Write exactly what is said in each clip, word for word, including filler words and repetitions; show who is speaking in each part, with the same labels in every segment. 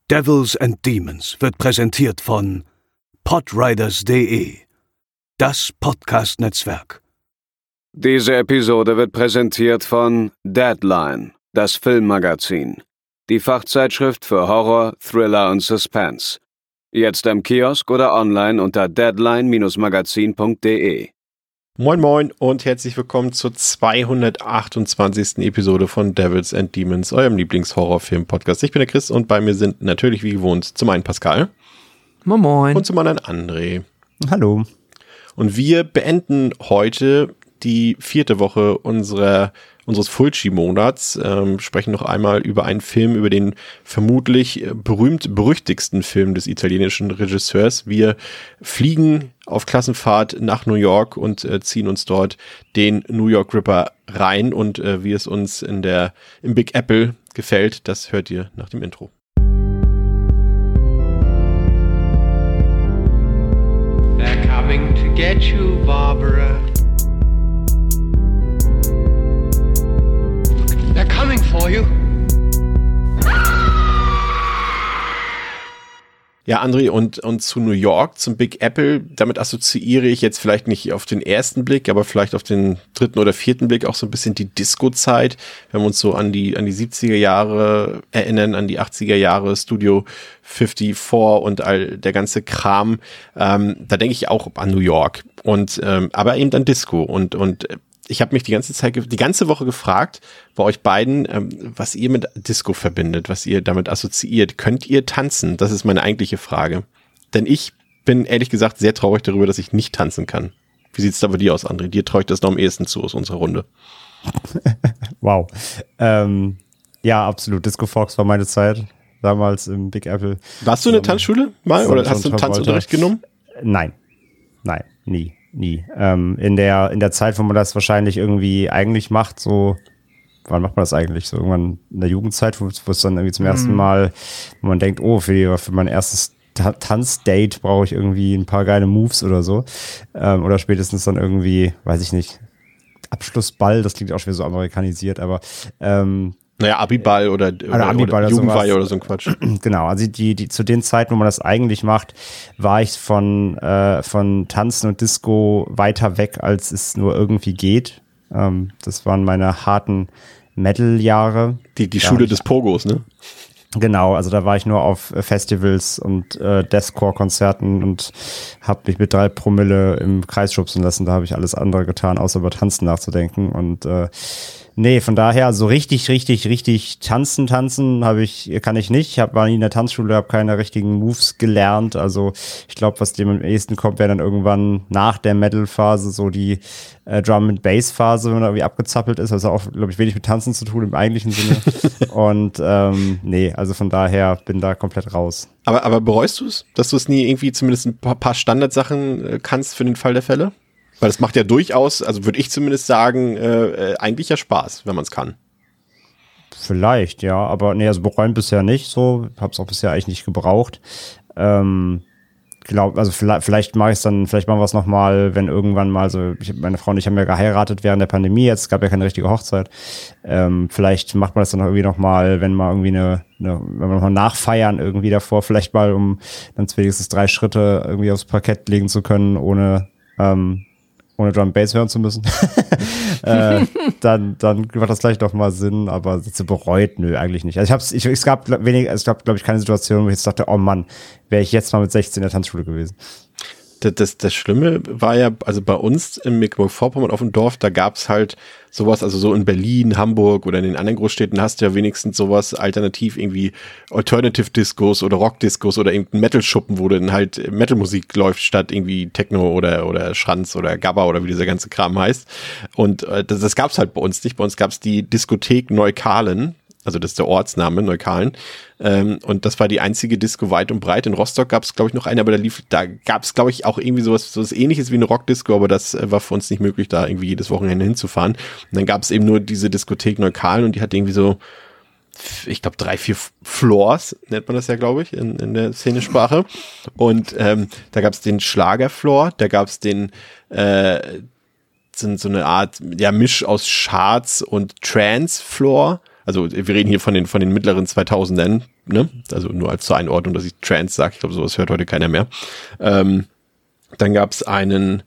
Speaker 1: Devils and Demons wird präsentiert von podriders punkt de, das Podcast-Netzwerk. Diese Episode wird präsentiert von Deadline, das Filmmagazin, die Fachzeitschrift für Horror, Thriller und Suspense. Jetzt im Kiosk oder online unter deadline Bindestrich magazin punkt de.
Speaker 2: Moin Moin und herzlich willkommen zur zweihundertachtundzwanzigsten Episode von Devils and Demons, eurem Lieblings-Horrorfilm-Podcast. Ich bin der Chris und bei mir sind natürlich wie gewohnt zum einen Pascal.
Speaker 3: Moin Moin.
Speaker 2: Und zum anderen André.
Speaker 3: Hallo.
Speaker 2: Und wir beenden heute die vierte Woche unserer, unseres Fulci-Monats, ähm, sprechen noch einmal über einen Film, über den vermutlich berühmt-berüchtigsten Film des italienischen Regisseurs. Wir fliegen auf Klassenfahrt nach New York und äh, ziehen uns dort den New York Ripper rein und äh, wie es uns in der, im Big Apple gefällt, das hört ihr nach dem Intro.
Speaker 4: They're coming to get you, Barbara. They're coming for you.
Speaker 2: Ja, André, und, und zu New York, zum Big Apple, damit assoziiere ich jetzt vielleicht nicht auf den ersten Blick, aber vielleicht auf den dritten oder vierten Blick auch so ein bisschen die Disco-Zeit. Wenn wir uns so an die, an die siebziger Jahre erinnern, an die achtziger Jahre, Studio vierundfünfzig und all der ganze Kram, ähm, da denke ich auch an New York und, ähm, aber eben an Disco und, und, ich habe mich die ganze Zeit, die ganze Woche gefragt, bei euch beiden, ähm, was ihr mit Disco verbindet, was ihr damit assoziiert. Könnt ihr tanzen? Das ist meine eigentliche Frage. Denn ich bin ehrlich gesagt sehr traurig darüber, dass ich nicht tanzen kann. Wie sieht's da bei dir aus, André? Dir traue ich das noch am ehesten zu aus unserer Runde.
Speaker 3: Wow. Ähm, ja, absolut. Disco Fox war meine Zeit, damals im Big Apple.
Speaker 2: Warst du in der Tanzschule mal oder hast du einen Tanzunterricht genommen?
Speaker 3: Nein. Nein, nie. Nie. Ähm, in der, in der Zeit, wo man das wahrscheinlich irgendwie eigentlich macht, so, wann macht man das eigentlich? So irgendwann in der Jugendzeit, wo, wo es dann irgendwie zum mm. ersten Mal, wo man denkt, oh, für, für mein erstes Ta- Tanzdate brauche ich irgendwie ein paar geile Moves oder so. Ähm, oder spätestens dann irgendwie, weiß ich nicht, Abschlussball, das klingt auch schon wieder so amerikanisiert, aber ähm,
Speaker 2: Naja, Abiball oder, oder, oder,
Speaker 3: Abiball
Speaker 2: oder Jugendweihe oder so ein Quatsch.
Speaker 3: Genau, also die, die zu den Zeiten, wo man das eigentlich macht, war ich von, äh, von Tanzen und Disco weiter weg, als es nur irgendwie geht. Ähm, das waren meine harten Metal-Jahre.
Speaker 2: Die, die Schule des Pogos, ne?
Speaker 3: Genau, also da war ich nur auf Festivals und äh, Deathcore-Konzerten und habe mich mit drei Promille im Kreis schubsen lassen. Da habe ich alles andere getan, außer über Tanzen nachzudenken. Und äh, nee, von daher so richtig, richtig, richtig tanzen, tanzen habe ich, kann ich nicht. Ich hab, war nie in der Tanzschule, habe keine richtigen Moves gelernt. Also ich glaube, was dem am ehesten kommt, wäre dann irgendwann nach der Metal-Phase so die äh, Drum-and-Bass-Phase, wenn man da irgendwie abgezappelt ist. Also auch, glaube ich, wenig mit Tanzen zu tun im eigentlichen Sinne. Und ähm, nee, also von daher bin da komplett raus.
Speaker 2: Aber, aber bereust du es, dass du es nie irgendwie zumindest ein paar, paar Standardsachen äh, kannst für den Fall der Fälle? Weil das macht ja durchaus, also würde ich zumindest sagen, äh, äh, eigentlich ja Spaß, wenn man es kann.
Speaker 3: Vielleicht, ja, aber nee, also bereuen bisher nicht so, hab's auch bisher eigentlich nicht gebraucht. Ähm, glaub, also vielleicht, vielleicht mache ich es dann, vielleicht machen wir es nochmal, wenn irgendwann mal so, ich, meine Frau und ich haben ja geheiratet während der Pandemie, jetzt gab ja keine richtige Hochzeit. Ähm, vielleicht macht man das dann irgendwie nochmal, wenn mal irgendwie eine, eine wenn wir nochmal nachfeiern irgendwie davor, vielleicht mal, um dann wenigstens drei Schritte irgendwie aufs Parkett legen zu können, ohne ähm, ohne Drum Bass hören zu müssen, äh, dann, dann macht das vielleicht doch mal Sinn, aber zu bereut, nö, eigentlich nicht. Also ich hab's, ich, es gab wenig, es gab, glaube ich, keine Situation, wo ich jetzt dachte, oh Mann, wäre ich jetzt mal mit sechzehn in der Tanzschule gewesen.
Speaker 2: Das, das, das Schlimme war ja, also bei uns in Mecklenburg-Vorpommern auf dem Dorf, da gab's halt sowas, also so in Berlin, Hamburg oder in den anderen Großstädten hast du ja wenigstens sowas alternativ irgendwie Alternative Discos oder Rock Discos oder irgendein Metal-Schuppen, wo dann halt Metal-Musik läuft statt irgendwie Techno oder oder Schranz oder Gabba oder wie dieser ganze Kram heißt. Und äh, das, das gab's halt bei uns nicht. Bei uns gab's die Diskothek Neukalen. Also das ist der Ortsname, Neukalen. Ähm, und das war die einzige Disco weit und breit. In Rostock gab es, glaube ich, noch eine, aber da lief, da gab es, glaube ich, auch irgendwie sowas, sowas ähnliches wie eine Rockdisco, aber das äh, war für uns nicht möglich, da irgendwie jedes Wochenende hinzufahren. Und dann gab es eben nur diese Diskothek Neukalen und die hat irgendwie so, ich glaube, drei, vier Floors, nennt man das ja, glaube ich, in, in der Szenesprache. Und ähm, da gab es den Schlagerfloor, da gab es den äh, so, so eine Art ja Misch aus Charts und Trance-Floor. Also wir reden hier von den von den mittleren zweitausendern, ne, also nur als zur Einordnung, dass ich Trance sage, ich glaube, sowas hört heute keiner mehr. Ähm, dann gab's einen,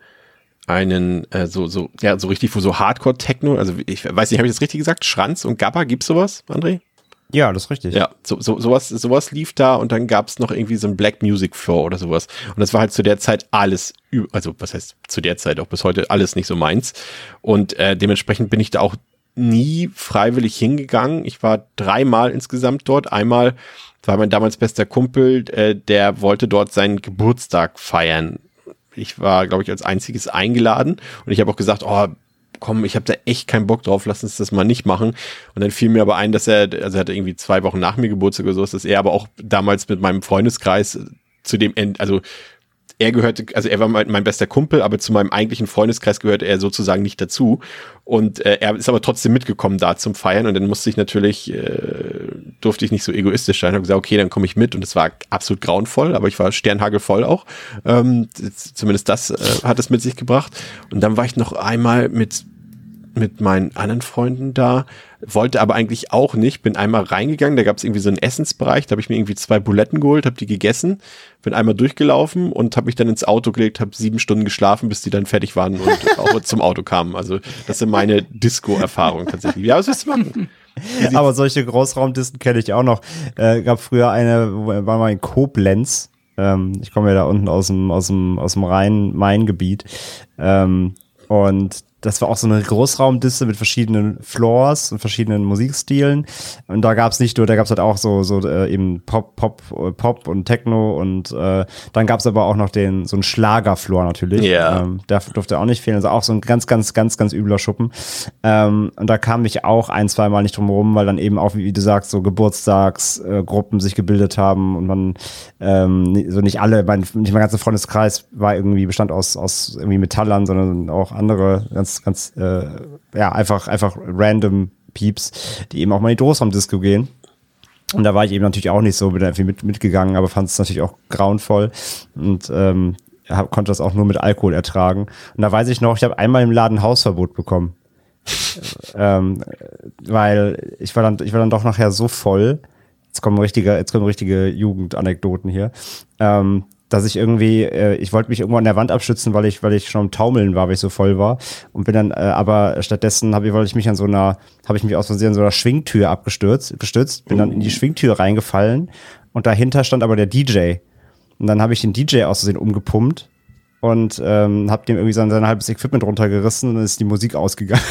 Speaker 2: einen, äh, so, so, ja, so richtig, wo so Hardcore-Techno, also ich weiß nicht, habe ich das richtig gesagt? Schranz und Gabba, gibt's sowas, André?
Speaker 3: Ja, das ist richtig.
Speaker 2: Ja, so, so, sowas, sowas lief da und dann gab's noch irgendwie so ein Black Music Floor oder sowas. Und das war halt zu der Zeit alles, also was heißt zu der Zeit, auch bis heute alles nicht so meins. Und äh, dementsprechend bin ich da auch nie freiwillig hingegangen. Ich war dreimal insgesamt dort. Einmal war mein damals bester Kumpel, äh, der wollte dort seinen Geburtstag feiern. Ich war, glaube ich, als einziges eingeladen und ich habe auch gesagt, oh, komm, ich habe da echt keinen Bock drauf, lass uns das mal nicht machen. Und dann fiel mir aber ein, dass er, also er hatte irgendwie zwei Wochen nach mir Geburtstag oder so, dass er aber auch damals mit meinem Freundeskreis zu dem End, also er gehörte, also er war mein, mein bester Kumpel, aber zu meinem eigentlichen Freundeskreis gehörte er sozusagen nicht dazu. Und äh, er ist aber trotzdem mitgekommen da zum Feiern und dann musste ich natürlich, äh, durfte ich nicht so egoistisch sein, habe gesagt, okay, dann komme ich mit und es war absolut grauenvoll, aber ich war sternhagelvoll auch. Ähm, zumindest das äh, hat es mit sich gebracht. Und dann war ich noch einmal mit mit meinen anderen Freunden da, wollte aber eigentlich auch nicht, bin einmal reingegangen, da gab es irgendwie so einen Essensbereich, da habe ich mir irgendwie zwei Buletten geholt, habe die gegessen, bin einmal durchgelaufen und habe mich dann ins Auto gelegt, habe sieben Stunden geschlafen, bis die dann fertig waren und auch zum Auto kamen. Also das sind meine Disco-Erfahrungen tatsächlich. Ja, was willst du machen?
Speaker 3: Aber solche Großraumdisten kenne ich auch noch. Äh, gab früher eine, war mal in Koblenz. Ähm, ich komme ja da unten aus dem, aus dem, aus dem Rhein-Main-Gebiet. Ähm, und das war auch so eine Großraumdiste mit verschiedenen Floors und verschiedenen Musikstilen. Und da gab's nicht nur, da gab's halt auch so so äh, eben Pop, Pop, Pop und Techno und äh, dann gab's aber auch noch den so einen Schlagerfloor natürlich.
Speaker 2: Ja.
Speaker 3: Ähm, der durfte auch nicht fehlen. Also auch so ein ganz, ganz, ganz, ganz übler Schuppen. Ähm, und da kam ich auch ein, zwei Mal nicht drum herum, weil dann eben auch, wie, wie du sagst, so Geburtstagsgruppen äh, sich gebildet haben und man ähm, so nicht alle, mein, nicht mein ganzer Freundeskreis war irgendwie bestand aus aus irgendwie Metallern, sondern auch andere ganz ganz, äh, ja, einfach, einfach random Peeps, die eben auch mal in die Großraumdisco gehen. Und da war ich eben natürlich auch nicht so, bin irgendwie mit, mitgegangen, aber fand es natürlich auch grauenvoll und ähm, hab, konnte das auch nur mit Alkohol ertragen. Und da weiß ich noch, ich habe einmal im Laden Hausverbot bekommen. ähm, weil ich war dann, ich war dann doch nachher so voll, jetzt kommen richtige, jetzt kommen richtige Jugendanekdoten hier, ähm, dass ich irgendwie, äh, ich wollte mich irgendwo an der Wand abstützen, weil ich, weil ich schon am Taumeln war, weil ich so voll war und bin dann, äh, aber stattdessen habe ich, wollte ich mich an so einer, habe ich mich aus Versehen an so einer Schwingtür abgestürzt, gestützt, bin dann in die Schwingtür reingefallen und dahinter stand aber der D J und dann habe ich den D J aus Versehen umgepumpt und ähm, habe dem irgendwie sein, sein halbes Equipment runtergerissen und dann ist die Musik ausgegangen.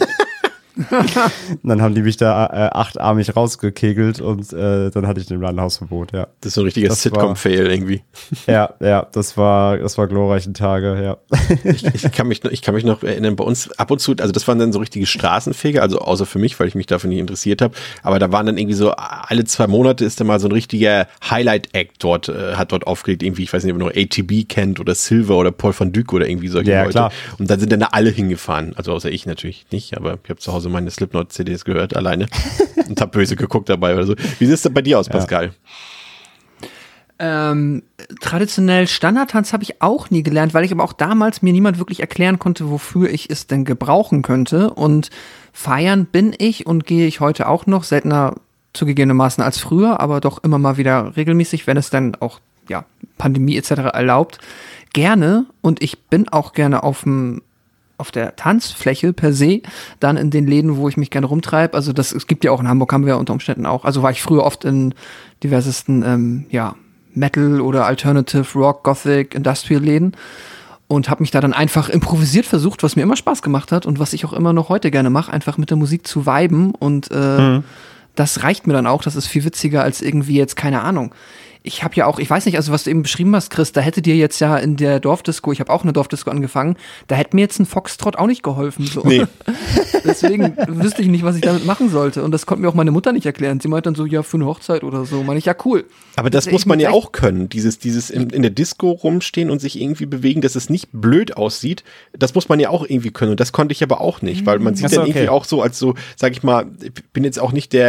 Speaker 3: Und dann haben die mich da äh, achtarmig rausgekegelt und äh, dann hatte ich den Ladenhausverbot, ja.
Speaker 2: Das ist so ein richtiger Sitcom-Fail irgendwie.
Speaker 3: Ja, ja, das war, das war glorreiche Tage, ja.
Speaker 2: Ich, ich, kann mich, ich kann mich noch erinnern, bei uns ab und zu, also das waren dann so richtige Straßenfeger, also außer für mich, weil ich mich dafür nicht interessiert habe, aber da waren dann irgendwie so, alle zwei Monate ist da mal so ein richtiger Highlight-Act dort, äh, hat dort aufgelegt, irgendwie, ich weiß nicht, ob ihr noch A T B kennt oder Silver oder Paul van Dyk oder irgendwie solche
Speaker 3: ja,
Speaker 2: Leute.
Speaker 3: Klar.
Speaker 2: Und dann sind dann da alle hingefahren, also außer ich natürlich nicht, aber ich habe zu Hause meine Slipknot-C Ds gehört, alleine und hab böse geguckt dabei oder so. Wie sieht es denn bei dir aus, Pascal?
Speaker 5: Ja. Ähm, traditionell Standardtanz habe ich auch nie gelernt, weil ich aber auch damals mir niemand wirklich erklären konnte, wofür ich es denn gebrauchen könnte. Und feiern bin ich und gehe ich heute auch noch, seltener zugegebenermaßen als früher, aber doch immer mal wieder regelmäßig, wenn es dann auch, ja, Pandemie et cetera erlaubt, gerne. Und ich bin auch gerne auf dem auf der Tanzfläche per se, dann in den Läden, wo ich mich gerne rumtreibe. Also das, es gibt ja auch in Hamburg, haben wir ja unter Umständen auch. Also war ich früher oft in diversesten, ähm, ja, Metal oder Alternative, Rock, Gothic, Industrial-Läden und habe mich da dann einfach improvisiert versucht, was mir immer Spaß gemacht hat und was ich auch immer noch heute gerne mache, einfach mit der Musik zu viben und äh, mhm. das reicht mir dann auch. Das ist viel witziger als irgendwie jetzt, keine Ahnung. Ich habe ja auch, ich weiß nicht, also was du eben beschrieben hast, Chris, da hätte dir jetzt ja in der Dorfdisco, ich habe auch eine Dorfdisco angefangen, da hätte mir jetzt ein Foxtrot auch nicht geholfen. So. Nee. Deswegen wüsste ich nicht, was ich damit machen sollte. Und das konnte mir auch meine Mutter nicht erklären. Sie meint dann so, ja, für eine Hochzeit oder so. Meine ich, ja, cool.
Speaker 2: Aber das, das muss man ja auch können, dieses, dieses in, in der Disco rumstehen und sich irgendwie bewegen, dass es nicht blöd aussieht. Das muss man ja auch irgendwie können. Und das konnte ich aber auch nicht, weil man sieht
Speaker 3: Achso,
Speaker 2: dann
Speaker 3: okay.
Speaker 2: irgendwie auch so, als so, sag ich mal, ich bin jetzt auch nicht der,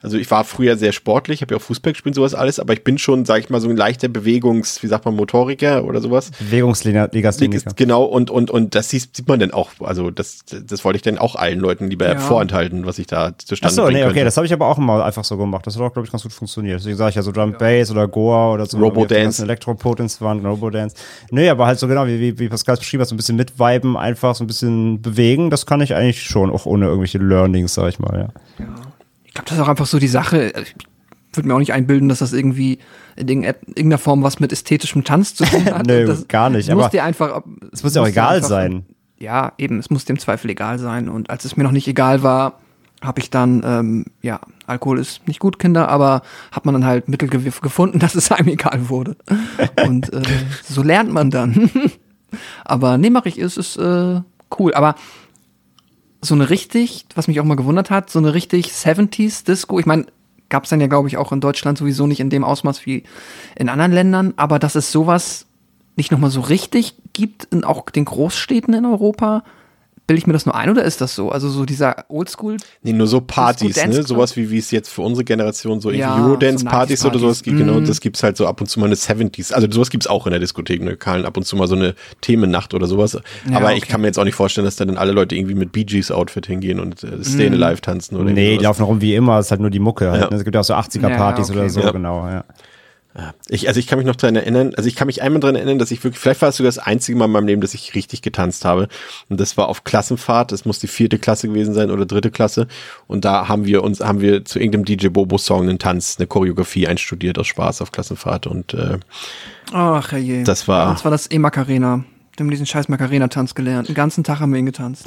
Speaker 2: Also ich war früher sehr sportlich, habe ja auch Fußball gespielt, sowas alles, aber ich bin schon, sag ich mal, so ein leichter Bewegungs-, wie sagt man, Motoriker oder sowas.
Speaker 3: Bewegungslegastheniker.
Speaker 2: Genau, und, und, und das sieht, sieht man dann auch, also das, das wollte ich dann auch allen Leuten lieber ja. vorenthalten, was ich da zustande
Speaker 3: Achso,
Speaker 2: bringen
Speaker 3: nee, okay,
Speaker 2: könnte.
Speaker 3: das habe ich aber auch immer einfach so gemacht. Das hat auch, glaube ich, ganz gut funktioniert. Deswegen sage ich ja so Drum Bass oder Goa oder so.
Speaker 2: Robo-Dance.
Speaker 3: Elektropotence waren, Robo-Dance. Nee, aber halt so genau, wie, wie, wie Pascal es beschrieben hat, so ein bisschen mitviben, einfach so ein bisschen bewegen, das kann ich eigentlich schon, auch ohne irgendwelche Learnings, sag ich mal, ja.
Speaker 5: Ja. Ich glaube, das ist auch einfach so die Sache. Ich würde mir auch nicht einbilden, dass das irgendwie in irgendeiner Form was mit ästhetischem Tanz zu tun hat.
Speaker 3: Nee,
Speaker 5: das
Speaker 3: gar nicht.
Speaker 5: Muss
Speaker 3: aber
Speaker 5: dir einfach,
Speaker 3: es muss ja auch egal
Speaker 5: einfach,
Speaker 3: sein.
Speaker 5: Ja, eben, es muss dem Zweifel egal sein. Und als es mir noch nicht egal war, habe ich dann, ähm, ja, Alkohol ist nicht gut, Kinder, aber hat man dann halt Mittel ge- gefunden, dass es einem egal wurde. Und äh, so lernt man dann. Aber nee, mach ich, es ist äh, cool. Aber so eine richtig, was mich auch mal gewundert hat, so eine richtig siebziger Disco, ich meine, gab es dann ja, glaube ich, auch in Deutschland sowieso nicht in dem Ausmaß wie in anderen Ländern, aber dass es sowas nicht nochmal so richtig gibt in auch den Großstädten in Europa, bilde ich mir das nur ein oder ist das so? Also so dieser Oldschool?
Speaker 2: Nee, nur so Partys, ne? Sowas wie wie es jetzt für unsere Generation so
Speaker 5: ja,
Speaker 2: Eurodance-Partys
Speaker 5: so
Speaker 2: oder sowas gibt,
Speaker 5: mm.
Speaker 2: genau, das gibt's halt so ab und zu mal eine siebziger. Also sowas gibt's auch in der Diskothek, ne? Lokalen, ab und zu mal so eine Themennacht oder sowas.
Speaker 5: Ja,
Speaker 2: aber
Speaker 5: okay.
Speaker 2: ich kann mir jetzt auch nicht vorstellen, dass da dann alle Leute irgendwie mit Bee Gees Outfit hingehen und äh, Stay mm. Alive tanzen oder
Speaker 3: Nee,
Speaker 2: sowas.
Speaker 3: die laufen rum wie immer, es ist halt nur die Mucke. Halt.
Speaker 2: Ja.
Speaker 3: Es gibt ja auch so achtziger-Partys
Speaker 5: ja, okay.
Speaker 3: oder so,
Speaker 2: ja.
Speaker 3: genau, ja.
Speaker 2: Ich, also ich kann mich noch dran erinnern, also ich kann mich einmal dran erinnern, dass ich wirklich, vielleicht war es sogar das einzige Mal in meinem Leben, dass ich richtig getanzt habe. Und das war auf Klassenfahrt, das muss die vierte Klasse gewesen sein oder dritte Klasse. Und da haben wir uns, haben wir zu irgendeinem D J Bobo-Song einen Tanz, eine Choreografie einstudiert aus Spaß auf Klassenfahrt. Und äh,
Speaker 5: Ach je.
Speaker 2: das war.
Speaker 5: Das war das E Macarena. Wir haben diesen scheiß Macarena-Tanz gelernt. Den ganzen Tag haben wir ihn getanzt.